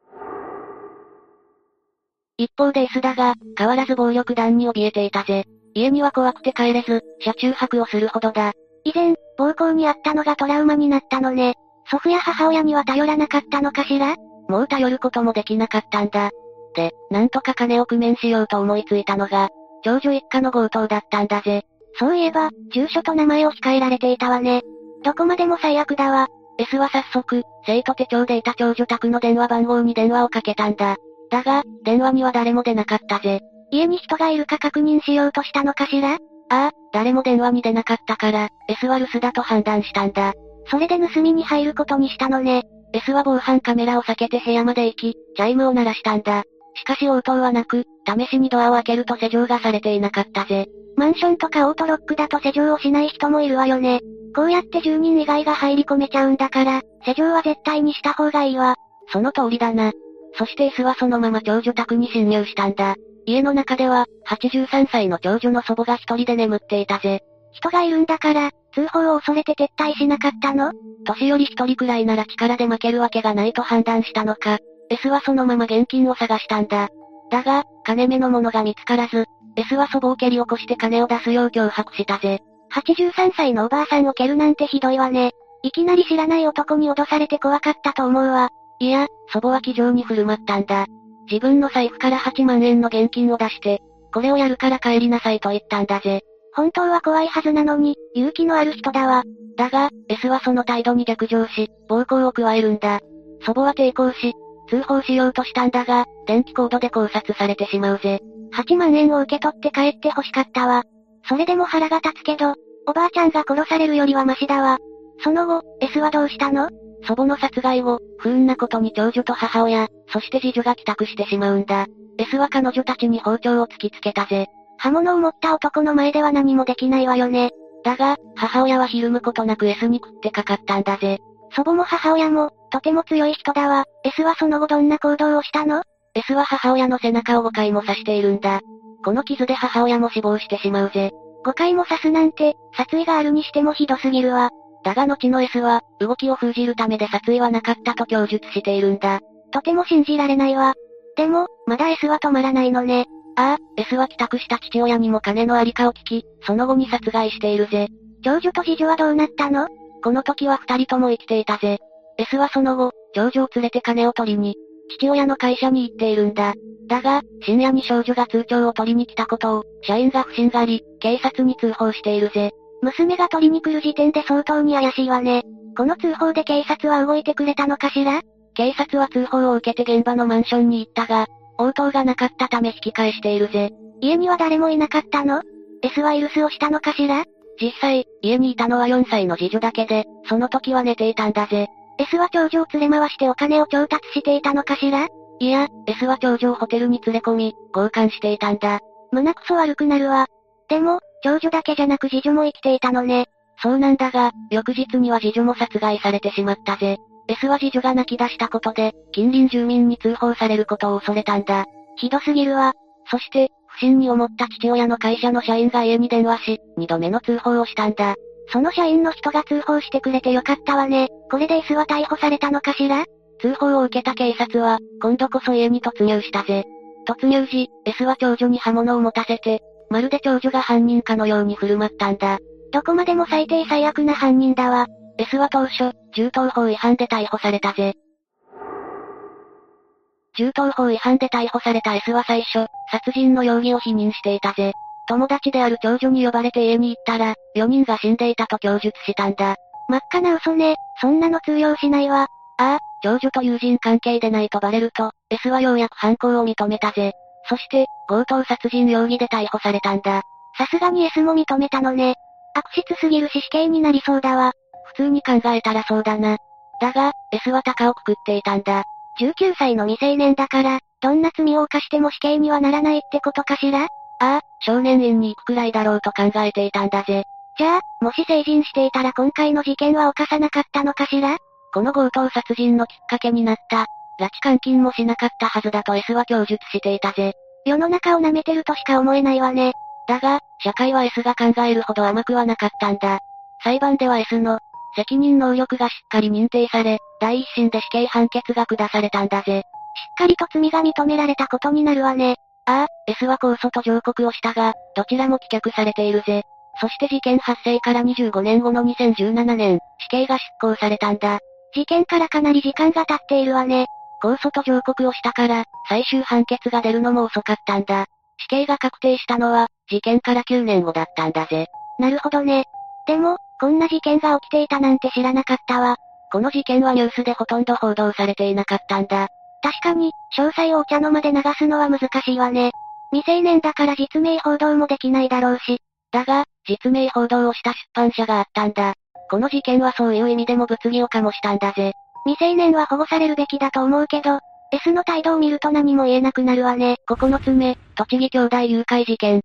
一方で S だが、変わらず暴力団に怯えていたぜ。家には怖くて帰れず、車中泊をするほどだ。 以前、暴行にあったのがトラウマになったのね。祖父や母親には頼らなかったのかしら？ もう頼ることもできなかったんだ。で、なんとか金を工面しようと思いついたのが、長女一家の強盗だったんだぜ。 そういえば、住所と名前を控えられていたわね。どこまでも最悪だわ。 S は早速、生徒手帳でいた長女宅の電話番号に電話をかけたんだ。だが、電話には誰も出なかったぜ。 家に人がいるか確認しようとしたのかしら？ 誰も電話に出なかったから、S は留守だと判断したんだ。 それで盗みに入ることにしたのね。 S は防犯カメラを避けて部屋まで行き、チャイムを鳴らしたんだ。しかし応答はなく、試しにドアを開けると施錠がされていなかったぜ。 マンションとかオートロックだと施錠をしない人もいるわよね。こうやって住人以外が入り込めちゃうんだから、施錠は絶対にした方がいいわ。 その通りだな。そして S はそのまま長女宅に侵入したんだ。家の中では、83歳の長女の祖母が一人で眠っていたぜ。 人がいるんだから、通報を恐れて撤退しなかったの？ 年寄り一人くらいなら力で負けるわけがないと判断したのか、S はそのまま現金を探したんだ。だが、金目のものが見つからず、S は祖母を蹴り起こして金を出すよう脅迫したぜ。 83歳のおばあさんを蹴るなんてひどいわね。いきなり知らない男に脅されて怖かったと思うわ。 いや、祖母は気丈に振る舞ったんだ。自分の財布から8万円の現金を出して、これをやるから帰りなさいと言ったんだぜ。 本当は怖いはずなのに、勇気のある人だわ。 だが、S はその態度に逆上し、暴行を加えるんだ。祖母は抵抗し、通報しようとしたんだが、電気コードで考察されてしまうぜ。 8万円を受け取って帰って欲しかったわ。それでも腹が立つけど、おばあちゃんが殺されるよりはマシだわ。その後、S はどうしたの？ 祖母の殺害後、不運なことに長女と母親、そして次女が帰宅してしまうんだ。S は彼女たちに包丁を突きつけたぜ。 刃物を持った男の前では何もできないわよね。 だが、母親はひるむことなく S に食ってかかったんだぜ。 祖母も母親も、とても強い人だわ。S はその後どんな行動をしたの？ S は母親の背中を5回も刺しているんだ。この傷で母親も死亡してしまうぜ。 5回も刺すなんて、殺意があるにしてもひどすぎるわ。 だが後の S は、動きを封じるためで殺意はなかったと供述しているんだ。 とても信じられないわ。でも、まだ S は止まらないのね。 S は帰宅した父親にも金のありかを聞き、その後に殺害しているぜ。 長女と次女はどうなったの？ この時は二人とも生きていたぜ。S はその後、長女を連れて金を取りに、父親の会社に行っているんだ。だが、深夜に少女が通帳を取りに来たことを、社員が不審がり、警察に通報しているぜ。 娘が取りに来る時点で相当に怪しいわね。この通報で警察は動いてくれたのかしら？ 警察は通報を受けて現場のマンションに行ったが、応答がなかったため引き返しているぜ。 家には誰もいなかったの？ S は居留守をしたのかしら？ 実際、家にいたのは4歳の次女だけで、その時は寝ていたんだぜ。 S は長女を連れ回してお金を調達していたのかしら？ いや、S は長女をホテルに連れ込み、強姦していたんだ。 胸くそ悪くなるわ。でも、長女だけじゃなく次女も生きていたのね。 そうなんだが、翌日には次女も殺害されてしまったぜ。S は次女が泣き出したことで、近隣住民に通報されることを恐れたんだ。 ひどすぎるわ。 そして、不審に思った父親の会社の社員が家に電話し、2度目の通報をしたんだ。 その社員の人が通報してくれてよかったわね。これで S は逮捕されたのかしら？ 通報を受けた警察は、今度こそ家に突入したぜ。突入時、S は長女に刃物を持たせて、まるで長女が犯人かのように振る舞ったんだ。 どこまでも最低最悪な犯人だわ。 S は当初、銃刀法違反で逮捕されたぜ。銃刀法違反で逮捕された S は最初、殺人の容疑を否認していたぜ。友達である長女に呼ばれて家に行ったら、4人が死んでいたと供述したんだ。 真っ赤な嘘ね。そんなの通用しないわ。 長女と友人関係でないとバレると、S はようやく犯行を認めたぜ。そして、強盗殺人容疑で逮捕されたんだ。 さすがに S も認めたのね。悪質すぎるし死刑になりそうだわ。 普通に考えたらそうだな。だが、S は高をくくっていたんだ。 19歳の未成年だから、どんな罪を犯しても死刑にはならないってことかしら？ 少年院に行くくらいだろうと考えていたんだぜ。 じゃあ、もし成人していたら今回の事件は犯さなかったのかしら？ この強盗殺人のきっかけになった、拉致監禁もしなかったはずだと S は供述していたぜ。 世の中を舐めてるとしか思えないわね。 だが、社会は S が考えるほど甘くはなかったんだ。裁判では S の、責任能力がしっかり認定され、第一審で死刑判決が下されたんだぜ。 しっかりと罪が認められたことになるわね。 S は控訴と上告をしたが、どちらも棄却されているぜ。そして事件発生から25年後の2017年、死刑が執行されたんだ。 事件からかなり時間が経っているわね。 控訴と上告をしたから、最終判決が出るのも遅かったんだ。死刑が確定したのは、事件から9年後だったんだぜ。 なるほどね。でも、こんな事件が起きていたなんて知らなかったわ。 この事件はニュースでほとんど報道されていなかったんだ。 確かに、詳細をお茶の間で流すのは難しいわね。未成年だから実名報道もできないだろうし。 だが、実名報道をした出版社があったんだ。この事件はそういう意味でも物議を醸したんだぜ。 未成年は保護されるべきだと思うけど、S の態度を見ると何も言えなくなるわね。 9つ目、栃木兄弟誘拐事件。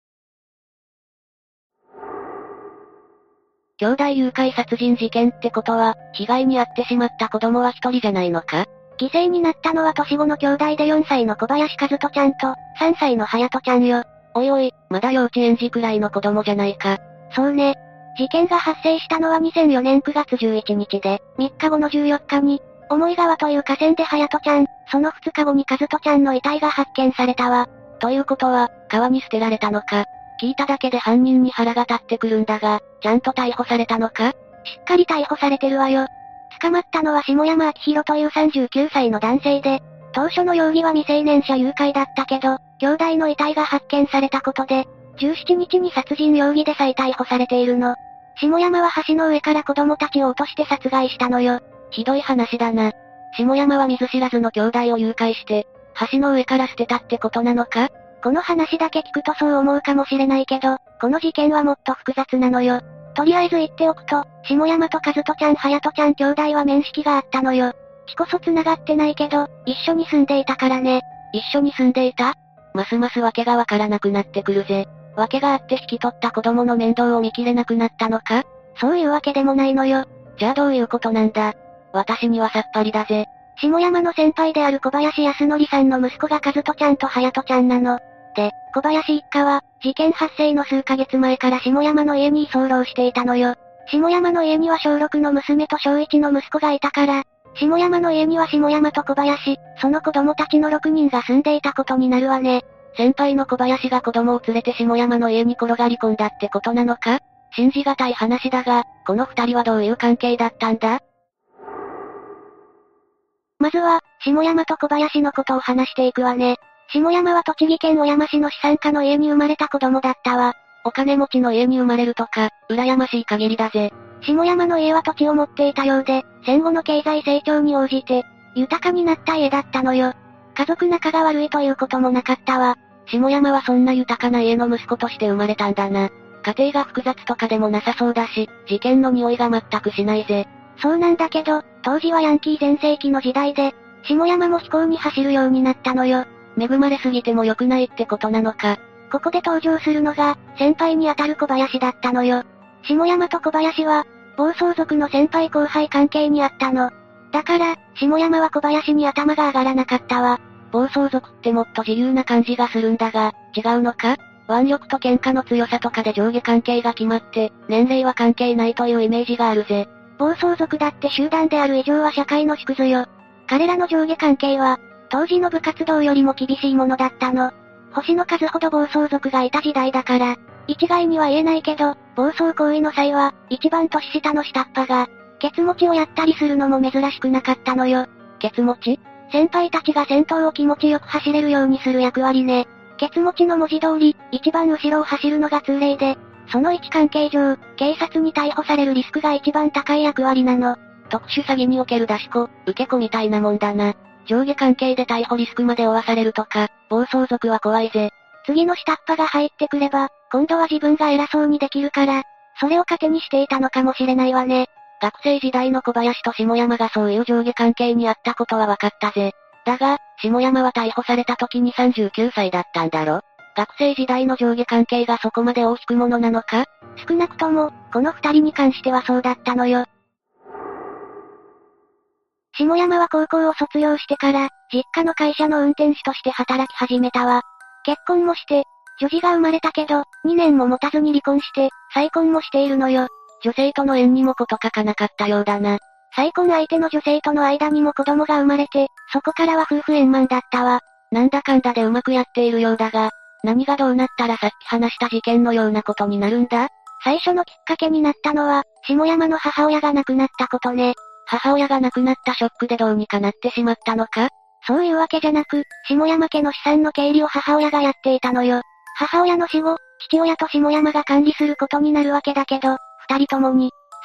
兄弟誘拐殺人事件ってことは、被害に遭ってしまった子供は一人じゃないのか？ 犠牲になったのは年子の兄弟で4歳の小林和人ちゃんと、3歳の隼人ちゃんよ。 おいおい、まだ幼稚園児くらいの子供じゃないか。 そうね。事件が発生したのは2004年9月11日で、3日後の14日に、思川という河川で隼人ちゃん、その2日後に和人ちゃんの遺体が発見されたわ。 ということは、川に捨てられたのか。聞いただけで犯人に腹が立ってくるんだが、ちゃんと逮捕されたのか？ しっかり逮捕されてるわよ。捕まったのは下山明宏という39歳の男性で、当初の容疑は未成年者誘拐だったけど、兄弟の遺体が発見されたことで、17日に殺人容疑で再逮捕されているの。下山は橋の上から子供たちを落として殺害したのよ。 ひどい話だな。下山は見ず知らずの兄弟を誘拐して、橋の上から捨てたってことなのか？ この話だけ聞くとそう思うかもしれないけど、この事件はもっと複雑なのよ。とりあえず言っておくと、下山と和人ちゃん隼人ちゃん兄弟は面識があったのよ。血こそ繋がってないけど、一緒に住んでいたからね。 一緒に住んでいた？ますます訳がわからなくなってくるぜ。訳があって引き取った子供の面倒を見切れなくなったのか？ そういうわけでもないのよ。 じゃあどういうことなんだ？私にはさっぱりだぜ。 下山の先輩である小林康則さんの息子が和人ちゃんと隼人ちゃんなの。で、小林一家は、事件発生の数ヶ月前から下山の家に居候していたのよ。下山の家には小6の娘と小1の息子がいたから、下山の家には下山と小林、その子供たちの6人が住んでいたことになるわね。 先輩の小林が子供を連れて下山の家に転がり込んだってことなのか？信じがたい話だが、この2人はどういう関係だったんだ？ まずは、下山と小林のことを話していくわね。下山は栃木県小山市の資産家の家に生まれた子供だったわ。 お金持ちの家に生まれるとか、羨ましい限りだぜ。 下山の家は土地を持っていたようで、戦後の経済成長に応じて、豊かになった家だったのよ。家族仲が悪いということもなかったわ。 下山はそんな豊かな家の息子として生まれたんだな。家庭が複雑とかでもなさそうだし、事件の匂いが全くしないぜ。 そうなんだけど、当時はヤンキー全盛期の時代で、下山も非行に走るようになったのよ。 恵まれすぎても良くないってことなのか。 ここで登場するのが、先輩にあたる小林だったのよ。下山と小林は、暴走族の先輩後輩関係にあったの。だから、下山は小林に頭が上がらなかったわ。 暴走族ってもっと自由な感じがするんだが、違うのか？腕力と喧嘩の強さとかで上下関係が決まって、年齢は関係ないというイメージがあるぜ。 暴走族だって集団である以上は社会の縮図よ。彼らの上下関係は、当時の部活動よりも厳しいものだったの。星の数ほど暴走族がいた時代だから、一概には言えないけど、暴走行為の際は、一番年下の下っ端が、ケツ持ちをやったりするのも珍しくなかったのよ。 ケツ持ち？ 先輩たちが先頭を気持ちよく走れるようにする役割ね。ケツ持ちの文字通り、一番後ろを走るのが通例で、その位置関係上、警察に逮捕されるリスクが一番高い役割なの。 特殊詐欺における出し子、受け子みたいなもんだな。上下関係で逮捕リスクまで負わされるとか、暴走族は怖いぜ。 次の下っ端が入ってくれば、今度は自分が偉そうにできるから、それを糧にしていたのかもしれないわね。 学生時代の小林と下山がそういう上下関係にあったことは分かったぜ。だが、下山は逮捕された時に39歳だったんだろ？学生時代の上下関係がそこまで大きくものなのか？ 少なくとも、この二人に関してはそうだったのよ。下山は高校を卒業してから、実家の会社の運転手として働き始めたわ。結婚もして、女児が生まれたけど、2年も持たずに離婚して、再婚もしているのよ。 女性との縁にもこと書かなかったようだな。 再婚相手の女性との間にも子供が生まれて、そこからは夫婦円満だったわ。 なんだかんだでうまくやっているようだが、何がどうなったらさっき話した事件のようなことになるんだ？ 最初のきっかけになったのは、下山の母親が亡くなったことね。 母親が亡くなったショックでどうにかなってしまったのか？ そういうわけじゃなく、下山家の資産の経理を母親がやっていたのよ。母親の死後、父親と下山が管理することになるわけだけど、二人ともに、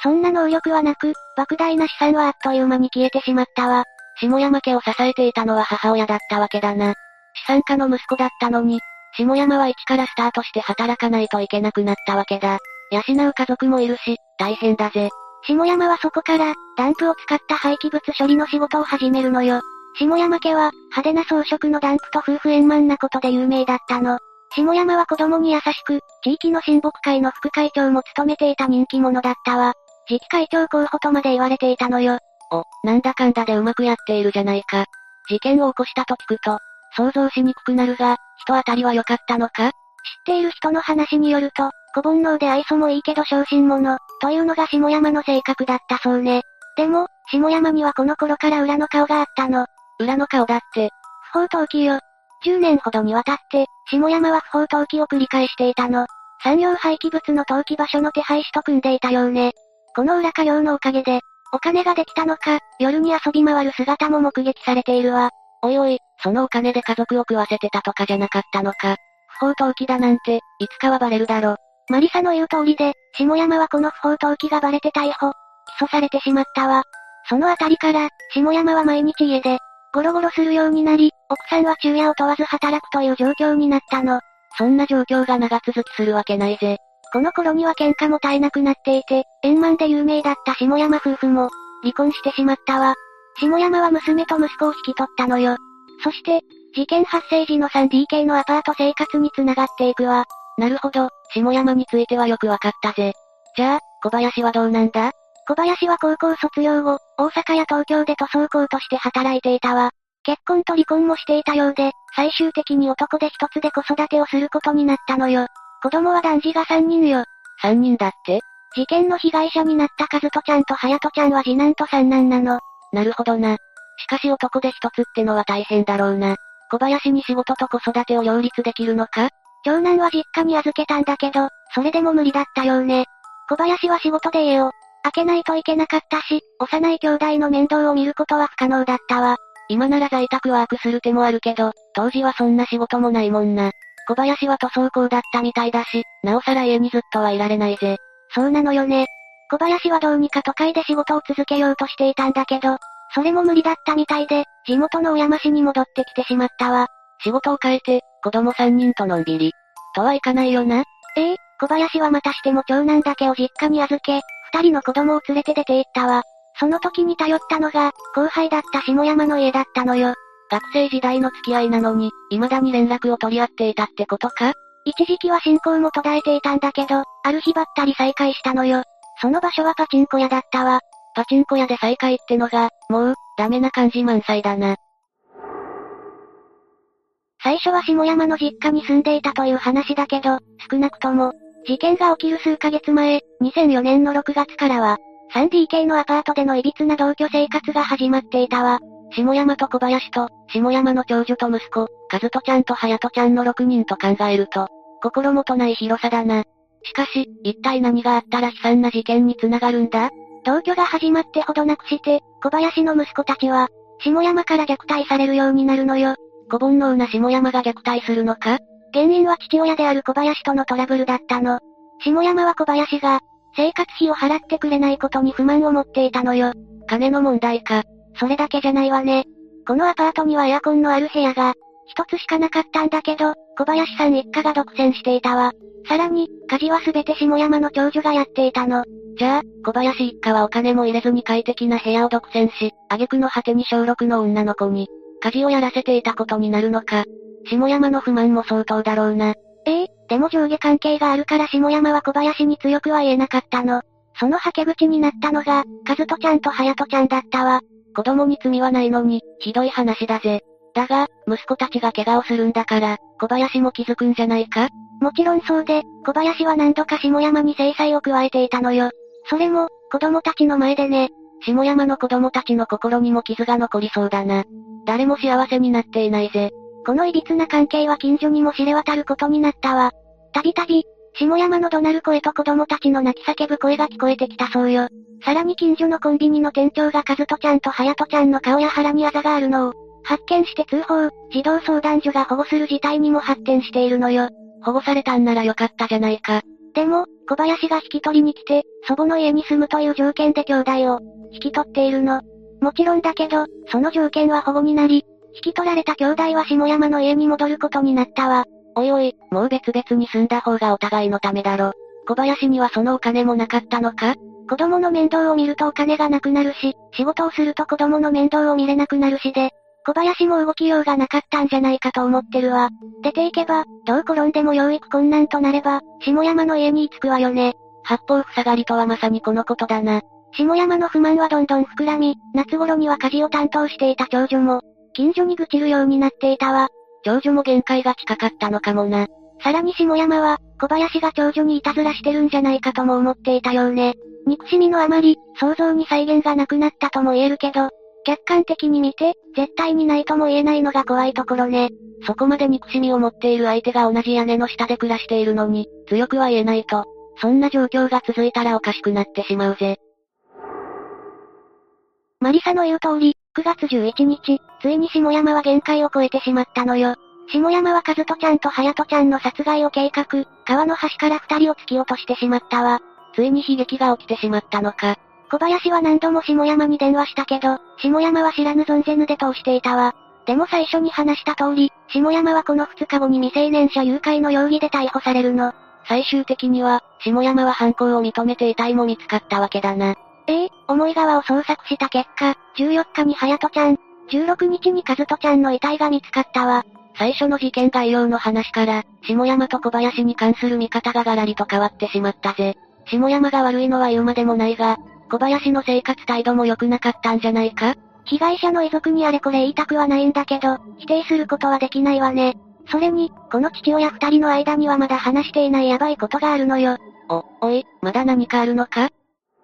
そんな能力はなく、莫大な資産はあっという間に消えてしまったわ。 下山家を支えていたのは母親だったわけだな。資産家の息子だったのに、下山は一からスタートして働かないといけなくなったわけだ。養う家族もいるし、大変だぜ。 下山はそこから、ダンプを使った廃棄物処理の仕事を始めるのよ。下山家は、派手な装飾のダンプと夫婦円満なことで有名だったの。下山は子供に優しく、地域の親睦会の副会長も務めていた人気者だったわ。次期会長候補とまで言われていたのよ。 なんだかんだでうまくやっているじゃないか。事件を起こしたと聞くと、想像しにくくなるが、人当たりは良かったのか？ 知っている人の話によると、小煩悩で愛想もいいけど小心者、というのが下山の性格だったそうね。でも、下山にはこの頃から裏の顔があったの。 裏の顔だって。 不法投棄よ。10年ほどにわたって、下山は不法投棄を繰り返していたの。産業廃棄物の投棄場所の手配師と組んでいたようね。この裏稼業のおかげで、お金ができたのか、夜に遊び回る姿も目撃されているわ。 おいおい、そのお金で家族を食わせてたとかじゃなかったのか。不法投棄だなんて、いつかはバレるだろ。 マリサの言う通りで、下山はこの不法投棄がバレて逮捕、起訴されてしまったわ。そのあたりから、下山は毎日家で、ゴロゴロするようになり、奥さんは昼夜を問わず働くという状況になったの。 そんな状況が長続きするわけないぜ。 この頃には喧嘩も絶えなくなっていて、円満で有名だった下山夫婦も、離婚してしまったわ。下山は娘と息子を引き取ったのよ。そして、事件発生時の 3DK のアパート生活に繋がっていくわ。 なるほど、下山についてはよくわかったぜ。じゃあ、小林はどうなんだ？ 小林は高校卒業後、大阪や東京で塗装工として働いていたわ。結婚と離婚もしていたようで、最終的に男で一つで子育てをすることになったのよ。子供は男児が3人よ。 3人だって？ 事件の被害者になった和人ちゃんと隼人ちゃんは次男と三男なの。 なるほどな。しかし男で一つってのは大変だろうな。小林に仕事と子育てを両立できるのか？ 長男は実家に預けたんだけど、それでも無理だったようね。小林は仕事で家を開けないといけなかったし、幼い兄弟の面倒を見ることは不可能だったわ。 今なら在宅ワークする手もあるけど、当時はそんな仕事もないもんな。小林は塗装工だったみたいだし、なおさら家にずっとはいられないぜ。 そうなのよね。小林はどうにか都会で仕事を続けようとしていたんだけど、それも無理だったみたいで、地元の小山市に戻ってきてしまったわ。 仕事を変えて、子供3人とのんびり。とはいかないよな。 小林はまたしても長男だけを実家に預け、2人の子供を連れて出て行ったわ。その時に頼ったのが、後輩だった下山の家だったのよ。 学生時代の付き合いなのに、未だに連絡を取り合っていたってことか？ 一時期は親交も途絶えていたんだけど、ある日ばったり再会したのよ。その場所はパチンコ屋だったわ。 パチンコ屋で再会ってのが、もう、ダメな感じ満載だな。 最初は下山の実家に住んでいたという話だけど、少なくとも、事件が起きる数ヶ月前、2004年の6月からは、3DK のアパートでの歪な同居生活が始まっていたわ。 下山と小林と、下山の長女と息子、和人ちゃんと隼人ちゃんの6人と考えると、心もとない広さだな。しかし、一体何があったら悲惨な事件に繋がるんだ？ 同居が始まってほどなくして、小林の息子たちは、下山から虐待されるようになるのよ。 子煩悩な下山が虐待するのか？ 原因は父親である小林とのトラブルだったの。下山は小林が、生活費を払ってくれないことに不満を持っていたのよ。 金の問題か。 それだけじゃないわね。このアパートにはエアコンのある部屋が、一つしかなかったんだけど、小林さん一家が独占していたわ。さらに、家事はすべて下山の長女がやっていたの。 じゃあ、小林一家はお金も入れずに快適な部屋を独占し、挙句の果てに小6の女の子に、家事をやらせていたことになるのか。下山の不満も相当だろうな。 でも上下関係があるから下山は小林に強くは言えなかったの。そのはけ口になったのが、和人ちゃんと隼人ちゃんだったわ。 子供に罪はないのに、ひどい話だぜ。だが、息子たちが怪我をするんだから、小林も気づくんじゃないか？ もちろんそうで、小林は何度か下山に制裁を加えていたのよ。それも、子供たちの前でね。 下山の子供たちの心にも傷が残りそうだな。誰も幸せになっていないぜ。 この歪な関係は近所にも知れ渡ることになったわ。たびたび、下山の怒鳴る声と子供たちの泣き叫ぶ声が聞こえてきたそうよ。さらに近所のコンビニの店長が和人ちゃんと隼人ちゃんの顔や腹にあざがあるのを、発見して通報、児童相談所が保護する事態にも発展しているのよ。 保護されたんならよかったじゃないか。 でも、小林が引き取りに来て、祖母の家に住むという条件で兄弟を引き取っているの。もちろんだけど、その条件は保護になり、引き取られた兄弟は下山の家に戻ることになったわ。 おいおい、もう別々に住んだ方がお互いのためだろ。小林にはそのお金もなかったのか？ 子供の面倒を見るとお金がなくなるし、仕事をすると子供の面倒を見れなくなるしで、小林も動きようがなかったんじゃないかと思ってるわ。出ていけば、どう転んでも養育困難となれば、下山の家に着くわよね。 八方塞がりとはまさにこのことだな。 下山の不満はどんどん膨らみ、夏頃には家事を担当していた長女も、近所に愚痴るようになっていたわ。 長女も限界が近かったのかもな。 さらに下山は、小林が長女にいたずらしてるんじゃないかとも思っていたようね。憎しみのあまり、想像に再現がなくなったとも言えるけど、客観的に見て、絶対にないとも言えないのが怖いところね。 そこまで憎しみを持っている相手が同じ屋根の下で暮らしているのに、強くは言えないと。そんな状況が続いたらおかしくなってしまうぜ。 マリサの言う通り、9月11日、ついに下山は限界を超えてしまったのよ。下山は和人ちゃんと隼人ちゃんの殺害を計画、川の端から2人を突き落としてしまったわ。 ついに悲劇が起きてしまったのか。 小林は何度も下山に電話したけど、下山は知らぬ存ぜぬで通していたわ。でも最初に話した通り、下山はこの2日後に未成年者誘拐の容疑で逮捕されるの。 最終的には、下山は犯行を認めて遺体も見つかったわけだな。 重い川を捜索した結果、14日に隼人ちゃん、16日に和人ちゃんの遺体が見つかったわ。 最初の事件概要の話から、下山と小林に関する見方がガラリと変わってしまったぜ。下山が悪いのは言うまでもないが、小林の生活態度も良くなかったんじゃないか？ 被害者の遺族にあれこれ言いたくはないんだけど、否定することはできないわね。それに、この父親2人の間にはまだ話していないヤバいことがあるのよ。 おい、まだ何かあるのか？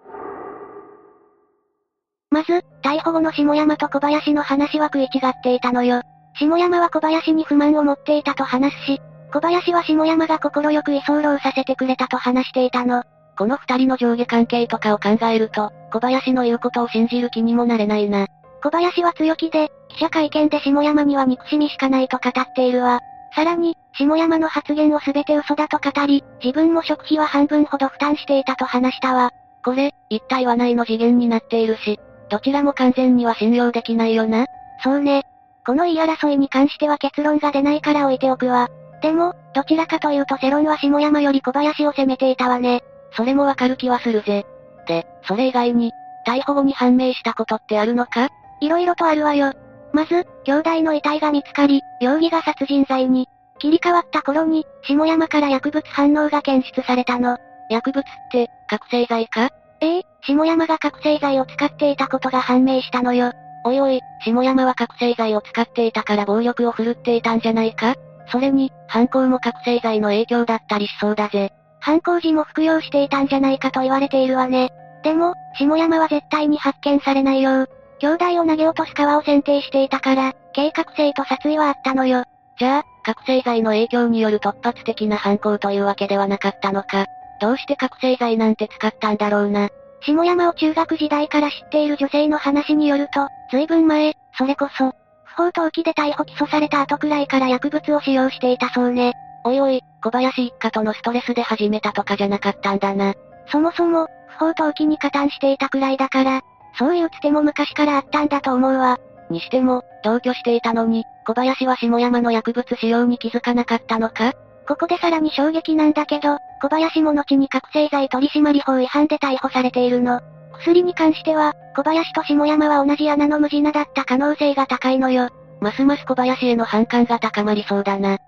まず、逮捕後の下山と小林の話は食い違っていたのよ。下山は小林に不満を持っていたと話すし、小林は下山が快く居候させてくれたと話していたの。 この二人の上下関係とかを考えると、小林の言うことを信じる気にもなれないな。 小林は強気で、記者会見で下山には憎しみしかないと語っているわ。さらに、下山の発言を全て嘘だと語り、自分も食費は半分ほど負担していたと話したわ。 これ、一体はないの次元になっているし、どちらも完全には信用できないよな。 そうね。この言い争いに関しては結論が出ないから置いておくわ。でも、どちらかというと世論は下山より小林を責めていたわね。 それもわかる気はするぜ。で、それ以外に、逮捕後に判明したことってあるのか？ 色々とあるわよ。まず、兄弟の遺体が見つかり、容疑が殺人罪に。切り替わった頃に、下山から薬物反応が検出されたの。 薬物って、覚醒剤か？ 下山が覚醒剤を使っていたことが判明したのよ。 おいおい、下山は覚醒剤を使っていたから暴力を振るっていたんじゃないか？それに、犯行も覚醒剤の影響だったりしそうだぜ。 犯行時も服用していたんじゃないかと言われているわね。でも、下山は絶対に発見されないよう、兄弟を投げ落とす川を選定していたから、計画性と殺意はあったのよ。 じゃあ、覚醒剤の影響による突発的な犯行というわけではなかったのか。どうして覚醒剤なんて使ったんだろうな。 下山を中学時代から知っている女性の話によると、随分前、それこそ、不法投棄で逮捕起訴された後くらいから薬物を使用していたそうね。 おいおい、小林一家とのストレスで始めたとかじゃなかったんだな。 そもそも、不法投棄に加担していたくらいだから、そういうつても昔からあったんだと思うわ。 にしても、同居していたのに、小林は下山の薬物使用に気づかなかったのか？ ここでさらに衝撃なんだけど、小林も後に覚醒剤取締法違反で逮捕されているの。薬に関しては、小林と下山は同じ穴の無地なだった可能性が高いのよ。 ますます小林への反感が高まりそうだな。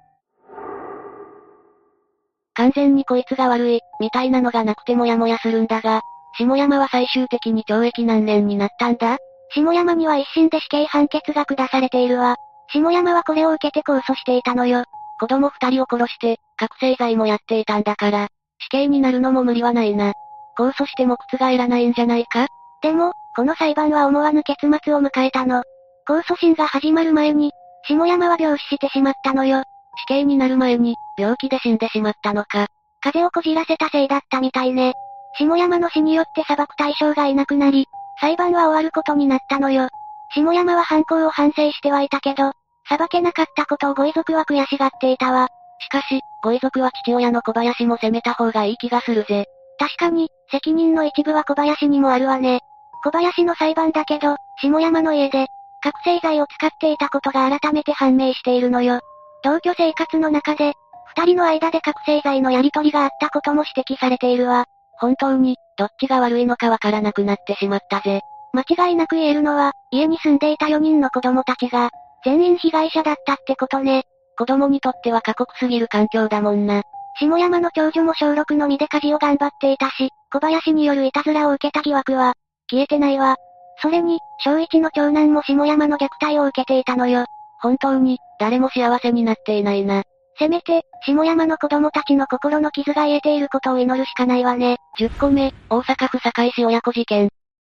完全にこいつが悪い、みたいなのがなくてもやもやするんだが、下山は最終的に懲役何年になったんだ？ 下山には一審で死刑判決が下されているわ。下山はこれを受けて控訴していたのよ。 子供二人を殺して、覚醒剤もやっていたんだから、死刑になるのも無理はないな。控訴しても覆らないんじゃないか？ でも、この裁判は思わぬ結末を迎えたの。控訴審が始まる前に、下山は病死してしまったのよ。 死刑になる前に、病気で死んでしまったのか。 風邪をこじらせたせいだったみたいね。下山の死によって裁く対象がいなくなり、裁判は終わることになったのよ。下山は犯行を反省してはいたけど、裁けなかったことをご遺族は悔しがっていたわ。 しかし、ご遺族は父親の小林も責めた方がいい気がするぜ。 確かに、責任の一部は小林にもあるわね。小林の裁判だけど、下山の家で、覚醒剤を使っていたことが改めて判明しているのよ。同居生活の中で、二人の間で覚醒剤のやり取りがあったことも指摘されているわ。 本当に、どっちが悪いのかわからなくなってしまったぜ。 間違いなく言えるのは、家に住んでいた4人の子供たちが、全員被害者だったってことね。 子供にとっては過酷すぎる環境だもんな。 下山の長女も小6の身で家事を頑張っていたし、小林によるいたずらを受けた疑惑は、消えてないわ。それに、小1の長男も下山の虐待を受けていたのよ。 本当に、誰も幸せになっていないな。 せめて、下山の子供たちの心の傷が癒えていることを祈るしかないわね。 10個目、大阪府堺市親子事件。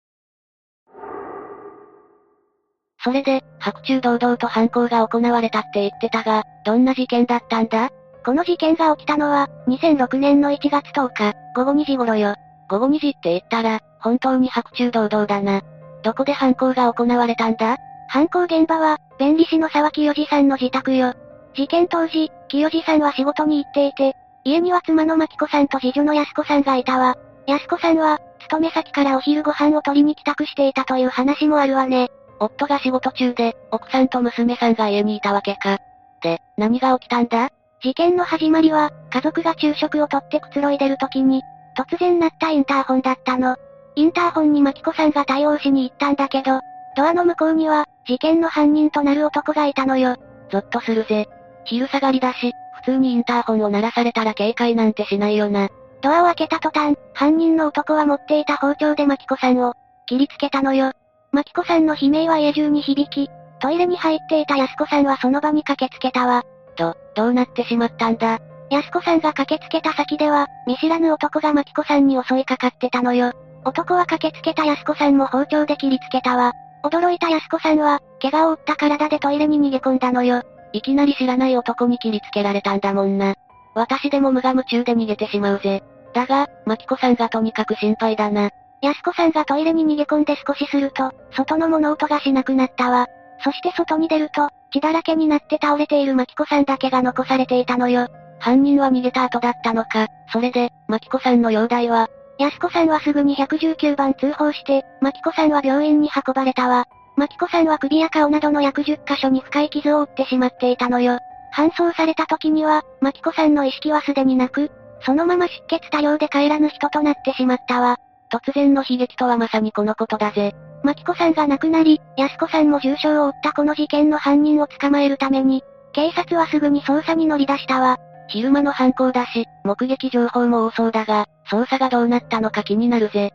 それで、白昼堂々と犯行が行われたって言ってたが、どんな事件だったんだ？ この事件が起きたのは、2006年の1月10日、午後2時頃よ。 午後2時って言ったら、本当に白昼堂々だな。どこで犯行が行われたんだ？ 犯行現場は、弁理士の沢清次さんの自宅よ。事件当時、清次さんは仕事に行っていて、家には妻の牧子さんと次女の安子さんがいたわ。安子さんは、勤め先からお昼ご飯を取りに帰宅していたという話もあるわね。 夫が仕事中で、奥さんと娘さんが家にいたわけか。で、何が起きたんだ？ 事件の始まりは、家族が昼食をとってくつろいでる時に、突然鳴ったインターホンだったの。インターホンに牧子さんが対応しに行ったんだけど、ドアの向こうには、事件の犯人となる男がいたのよ。 ゾッとするぜ。昼下がりだし、普通にインターホンを鳴らされたら警戒なんてしないよな。 ドアを開けた途端、犯人の男は持っていた包丁で牧子さんを、切りつけたのよ。牧子さんの悲鳴は家中に響き、トイレに入っていた安子さんはその場に駆けつけたわ。 どうなってしまったんだ？ 安子さんが駆けつけた先では、見知らぬ男が牧子さんに襲いかかってたのよ。男は駆けつけた安子さんも包丁で切りつけたわ。驚いた安子さんは、怪我を負った体でトイレに逃げ込んだのよ。 いきなり知らない男に切りつけられたんだもんな。私でも無我夢中で逃げてしまうぜ。だが、牧子さんがとにかく心配だな。 安子さんがトイレに逃げ込んで少しすると、外の物音がしなくなったわ。そして外に出ると、血だらけになって倒れている牧子さんだけが残されていたのよ。 犯人は逃げた後だったのか。それで、牧子さんの容体は？ 安子さんはすぐに119番通報して、牧子さんは病院に運ばれたわ。牧子さんは首や顔などの約10カ所に深い傷を負ってしまっていたのよ。搬送された時には、牧子さんの意識はすでになく、そのまま出血多量で帰らぬ人となってしまったわ。 突然の悲劇とはまさにこのことだぜ。 牧子さんが亡くなり、安子さんも重傷を負ったこの事件の犯人を捕まえるために、警察はすぐに捜査に乗り出したわ。 昼間の犯行だし、目撃情報も多そうだが、捜査がどうなったのか気になるぜ。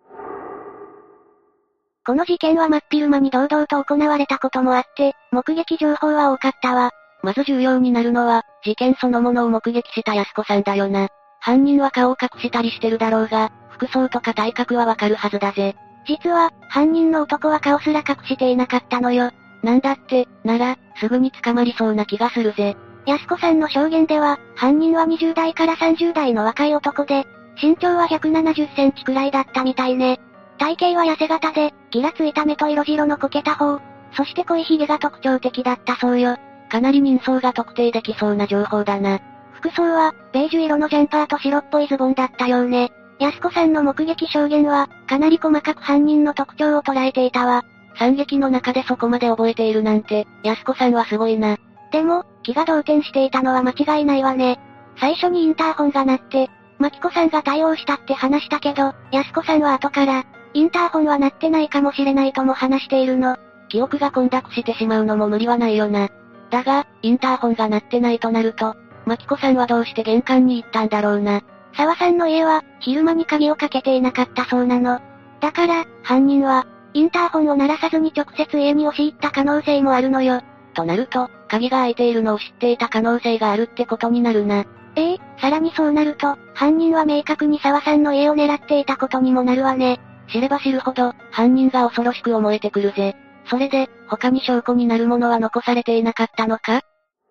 この事件は真っ昼間に堂々と行われたこともあって、目撃情報は多かったわ。 まず重要になるのは、事件そのものを目撃した安子さんだよな。犯人は顔を隠したりしてるだろうが、服装とか体格はわかるはずだぜ。 実は、犯人の男は顔すら隠していなかったのよ。 なんだって、なら、すぐに捕まりそうな気がするぜ。 安子さんの証言では、犯人は20代から30代の若い男で、身長は170センチくらいだったみたいね。体型は痩せ型で、ギラついた目と色白のこけた方、そして濃い髭が特徴的だったそうよ。 かなり人相が特定できそうな情報だな。 服装は、ベージュ色のジャンパーと白っぽいズボンだったようね。安子さんの目撃証言は、かなり細かく犯人の特徴を捉えていたわ。 惨劇の中でそこまで覚えているなんて、安子さんはすごいな。 でも、気が動転していたのは間違いないわね。最初にインターホンが鳴って、牧子さんが対応したって話したけど、安子さんは後から、インターホンは鳴ってないかもしれないとも話しているの。 記憶が混濁してしまうのも無理はないよな。だが、インターホンが鳴ってないとなると、牧子さんはどうして玄関に行ったんだろうな。 沢さんの家は、昼間に鍵をかけていなかったそうなの。だから、犯人は、インターホンを鳴らさずに直接家に押し入った可能性もあるのよ。 となると、鍵が開いているのを知っていた可能性があるってことになるな。 さらにそうなると、犯人は明確に沢さんの家を狙っていたことにもなるわね。 知れば知るほど、犯人が恐ろしく思えてくるぜ。それで、他に証拠になるものは残されていなかったのか？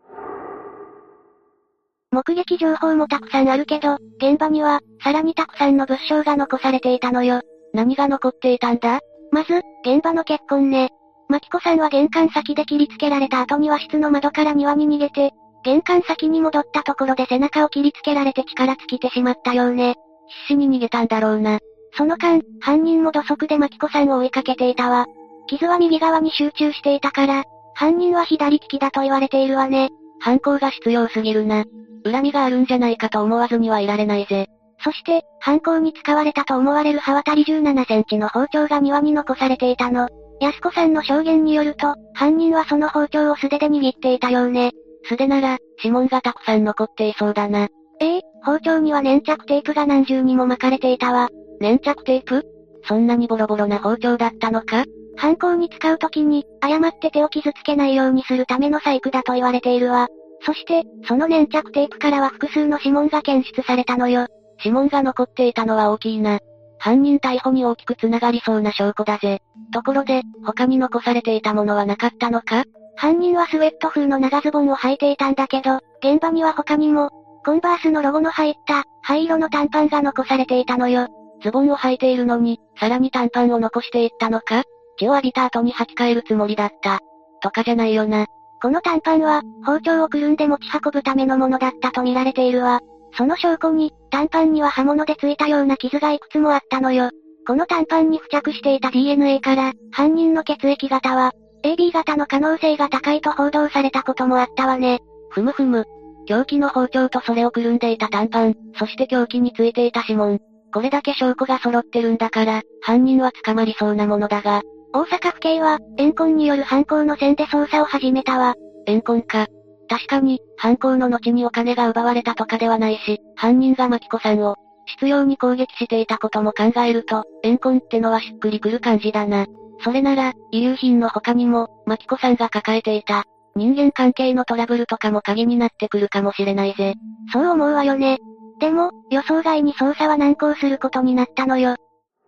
目撃情報もたくさんあるけど、現場には、さらにたくさんの物証が残されていたのよ。 何が残っていたんだ？ まず、現場の血痕ね。牧子さんは玄関先で切りつけられた後に和室の窓から庭に逃げて、 玄関先に戻ったところで背中を切りつけられて力尽きてしまったようね。 必死に逃げたんだろうな。 その間、犯人も土足でマキコさんを追いかけていたわ。傷は右側に集中していたから、犯人は左利きだと言われているわね。 犯行が執拗すぎるな。恨みがあるんじゃないかと思わずにはいられないぜ。 そして、犯行に使われたと思われる刃渡り17センチの包丁が庭に残されていたの。安子さんの証言によると、犯人はその包丁を素手で握っていたようね。 素手なら、指紋がたくさん残っていそうだな。 包丁には粘着テープが何重にも巻かれていたわ。 粘着テープ？そんなにボロボロな包丁だったのか？ 犯行に使うときに、誤って手を傷つけないようにするための細工だと言われているわ。そして、その粘着テープからは複数の指紋が検出されたのよ。 指紋が残っていたのは大きいな。犯人逮捕に大きく繋がりそうな証拠だぜ。ところで、他に残されていたものはなかったのか？ 犯人はスウェット風の長ズボンを履いていたんだけど、現場には他にも、コンバースのロゴの入った、灰色の短パンが残されていたのよ。 ズボンを履いているのに、さらに短パンを残していったのか？血を浴びた後に履き替えるつもりだった。とかじゃないよな。 この短パンは、包丁をくるんで持ち運ぶためのものだったと見られているわ。その証拠に、短パンには刃物でついたような傷がいくつもあったのよ。この短パンに付着していた DNA から、犯人の血液型は、AB 型の可能性が高いと報道されたこともあったわね。 ふむふむ。凶器の包丁とそれをくるんでいた短パン、そして凶器についていた指紋。これだけ証拠が揃ってるんだから、犯人は捕まりそうなものだが。 大阪府警は、怨恨による犯行の線で捜査を始めたわ。 怨恨か。確かに、犯行の後にお金が奪われたとかではないし、犯人がマキコさんを、執拗に攻撃していたことも考えると、怨恨ってのはしっくりくる感じだな。それなら、遺留品の他にも、マキコさんが抱えていた、人間関係のトラブルとかも鍵になってくるかもしれないぜ。 そう思うわよね。でも、予想外に捜査は難航することになったのよ。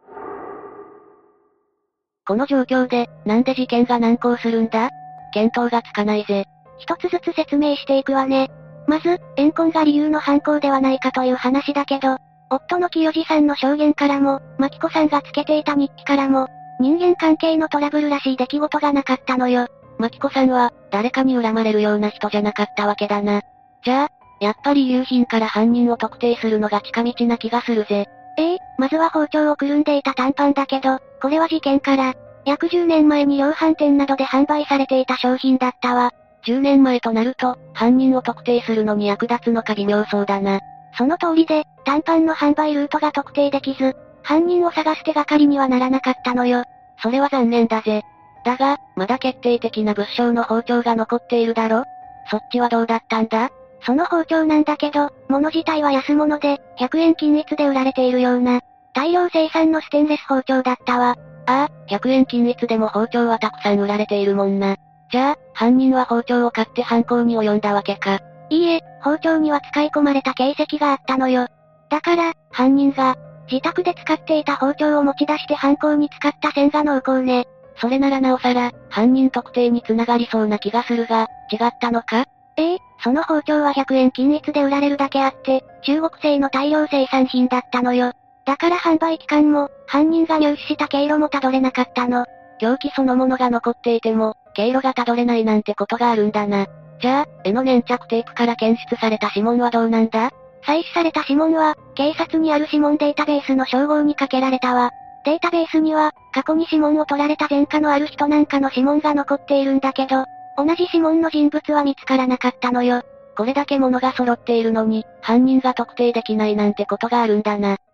この状況で、なんで事件が難航するんだ？見当がつかないぜ。 一つずつ説明していくわね。まず、怨恨が理由の犯行ではないかという話だけど、夫の清治さんの証言からも、マキコさんがつけていた日記からも、人間関係のトラブルらしい出来事がなかったのよ。 マキコさんは、誰かに恨まれるような人じゃなかったわけだな。じゃあ、やっぱり遺留品から犯人を特定するのが近道な気がするぜ。 まずは包丁をくるんでいた短パンだけど、これは事件から、約10年前に量販店などで販売されていた商品だったわ。 10年前となると、犯人を特定するのに役立つのか微妙そうだな。 その通りで、短パンの販売ルートが特定できず、犯人を探す手がかりにはならなかったのよ。 それは残念だぜ。だが、まだ決定的な物証の包丁が残っているだろ？そっちはどうだったんだ？ その包丁なんだけど、物自体は安物で、100円均一で売られているような、大量生産のステンレス包丁だったわ。 ああ、100円均一でも包丁はたくさん売られているもんな。じゃあ、犯人は包丁を買って犯行に及んだわけか。 いいえ、包丁には使い込まれた形跡があったのよ。だから、犯人が、自宅で使っていた包丁を持ち出して犯行に使った線が濃厚ね。 それならなおさら、犯人特定に繋がりそうな気がするが、違ったのか？ その包丁は100円均一で売られるだけあって、中国製の大量生産品だったのよ。だから販売期間も、犯人が入手した経路もたどれなかったの。 凶器そのものが残っていても、経路がたどれないなんてことがあるんだな。じゃあ、絵の粘着テープから検出された指紋はどうなんだ？ 採取された指紋は、警察にある指紋データベースの照合にかけられたわ。データベースには、過去に指紋を取られた前科のある人なんかの指紋が残っているんだけど、同じ指紋の人物は見つからなかったのよ。 これだけ物が揃っているのに、犯人が特定できないなんてことがあるんだな。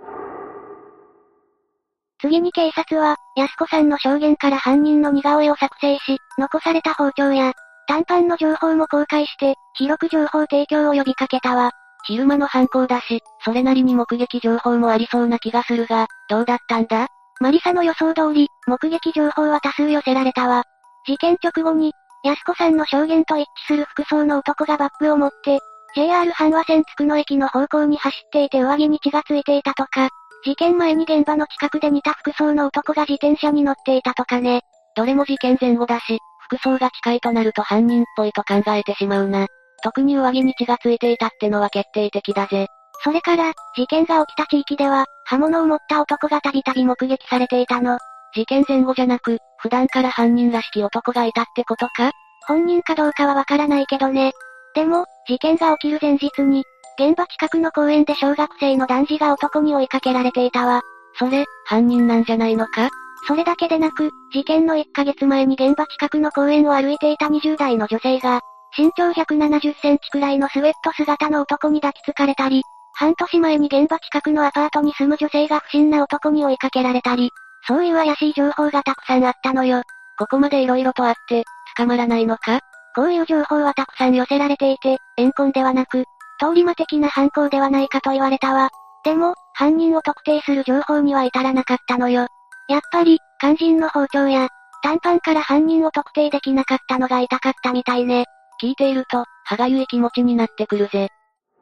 次に警察は、安子さんの証言から犯人の似顔絵を作成し、残された包丁や、短パンの情報も公開して、広く情報提供を呼びかけたわ。 昼間の犯行だし、それなりに目撃情報もありそうな気がするが、どうだったんだ？ マリサの予想通り、目撃情報は多数寄せられたわ。事件直後に、安子さんの証言と一致する服装の男がバッグを持って、JR 阪和線つくの駅の方向に走っていて上着に血がついていたとか、事件前に現場の近くで似た服装の男が自転車に乗っていたとかね。 どれも事件前後だし、服装が近いとなると犯人っぽいと考えてしまうな。特に上着に血がついていたってのは決定的だぜ。 それから、事件が起きた地域では、刃物を持った男がたびたび目撃されていたの。 事件前後じゃなく、普段から犯人らしき男がいたってことか？ 本人かどうかはわからないけどね。 でも、事件が起きる前日に、現場近くの公園で小学生の男児が男に追いかけられていたわ。 それ、犯人なんじゃないのか？ それだけでなく、事件の1ヶ月前に現場近くの公園を歩いていた20代の女性が、身長170センチくらいのスウェット姿の男に抱きつかれたり、半年前に現場近くのアパートに住む女性が不審な男に追いかけられたり、そういう怪しい情報がたくさんあったのよ。 ここまで色々とあって、捕まらないのか？ こういう情報はたくさん寄せられていて、怨恨ではなく、通り魔的な犯行ではないかと言われたわ。でも、犯人を特定する情報には至らなかったのよ。やっぱり、肝心の包丁や、短パンから犯人を特定できなかったのが痛かったみたいね。 聞いていると、歯がゆい気持ちになってくるぜ。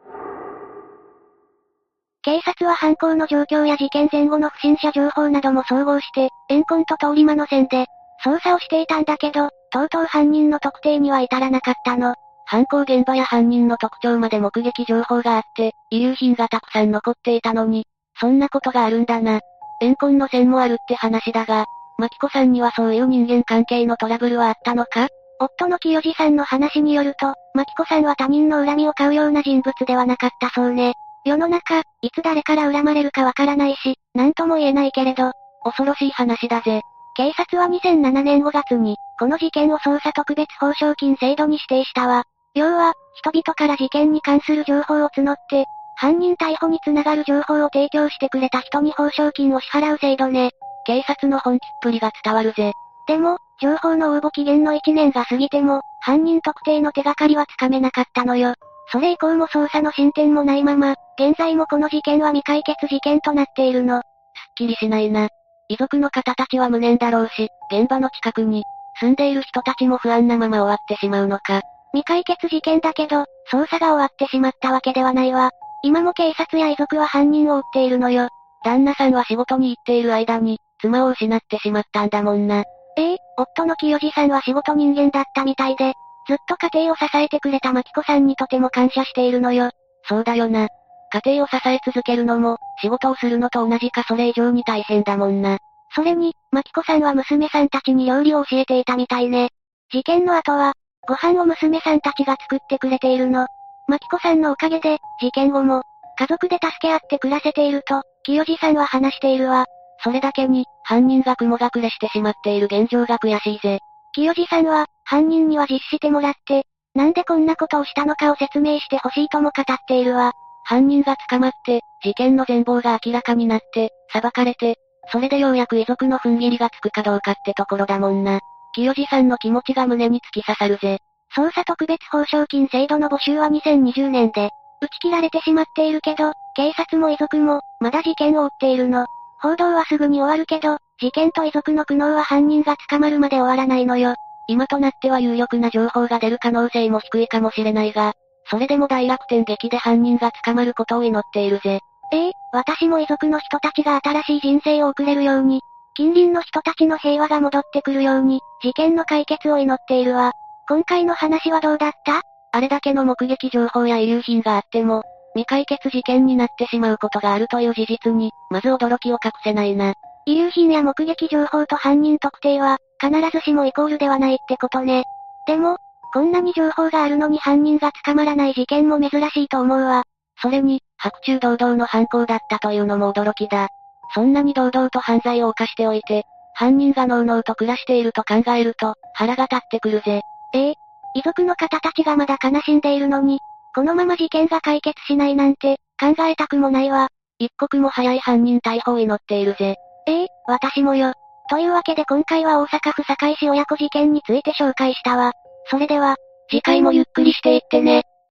警察は犯行の状況や事件前後の不審者情報なども総合して、怨恨と通り魔の線で、捜査をしていたんだけど、とうとう犯人の特定には至らなかったの。 犯行現場や犯人の特徴まで目撃情報があって、遺留品がたくさん残っていたのに、そんなことがあるんだな。怨恨の線もあるって話だが、マキコさんにはそういう人間関係のトラブルはあったのか？ 夫の清治さんの話によると、マキコさんは他人の恨みを買うような人物ではなかったそうね。世の中、いつ誰から恨まれるかわからないし、なんとも言えないけれど、 恐ろしい話だぜ。 警察は2007年5月に、この事件を捜査特別報奨金制度に指定したわ。要は、人々から事件に関する情報を募って、犯人逮捕につながる情報を提供してくれた人に報奨金を支払う制度ね。 警察の本気っぷりが伝わるぜ。 でも、情報の応募期限の1年が過ぎても、犯人特定の手がかりはつかめなかったのよ。それ以降も捜査の進展もないまま、現在もこの事件は未解決事件となっているの。 すっきりしないな。遺族の方たちは無念だろうし、現場の近くに、住んでいる人たちも不安なまま終わってしまうのか。 未解決事件だけど、捜査が終わってしまったわけではないわ。今も警察や遺族は犯人を追っているのよ。 旦那さんは仕事に行っている間に、妻を失ってしまったんだもんな。 夫の清治さんは仕事人間だったみたいで、ずっと家庭を支えてくれたマキコさんにとても感謝しているのよ。 そうだよな。家庭を支え続けるのも、仕事をするのと同じかそれ以上に大変だもんな。 それに、マキコさんは娘さんたちに料理を教えていたみたいね。事件の後は、ご飯を娘さんたちが作ってくれているの。マキコさんのおかげで、事件後も、家族で助け合って暮らせていると、清治さんは話しているわ。 それだけに、犯人が雲隠れしてしまっている現状が悔しいぜ。 清治さんは、犯人には実してもらって、なんでこんなことをしたのかを説明してほしいとも語っているわ。 犯人が捕まって、事件の全貌が明らかになって、裁かれて、それでようやく遺族の踏ん切りがつくかどうかってところだもんな。清治さんの気持ちが胸に突き刺さるぜ。 捜査特別報奨金制度の募集は2020年で、打ち切られてしまっているけど、警察も遺族も、まだ事件を追っているの。報道はすぐに終わるけど、事件と遺族の苦悩は犯人が捕まるまで終わらないのよ。 今となっては有力な情報が出る可能性も低いかもしれないが、それでも大楽天劇で犯人が捕まることを祈っているぜ。 私も遺族の人たちが新しい人生を送れるように、近隣の人たちの平和が戻ってくるように、事件の解決を祈っているわ。今回の話はどうだった？ あれだけの目撃情報や遺留品があっても、未解決事件になってしまうことがあるという事実に、まず驚きを隠せないな。 遺留品や目撃情報と犯人特定は、必ずしもイコールではないってことね。でも、こんなに情報があるのに犯人が捕まらない事件も珍しいと思うわ。 それに、白昼堂々の犯行だったというのも驚きだ。そんなに堂々と犯罪を犯しておいて、犯人がのうのうと暮らしていると考えると、腹が立ってくるぜ。 遺族の方たちがまだ悲しんでいるのに、このまま事件が解決しないなんて、考えたくもないわ。 一刻も早い犯人逮捕を祈っているぜ。 私もよ。というわけで今回は大阪府堺市親子事件について紹介したわ。それでは、 次回もゆっくりしていってね。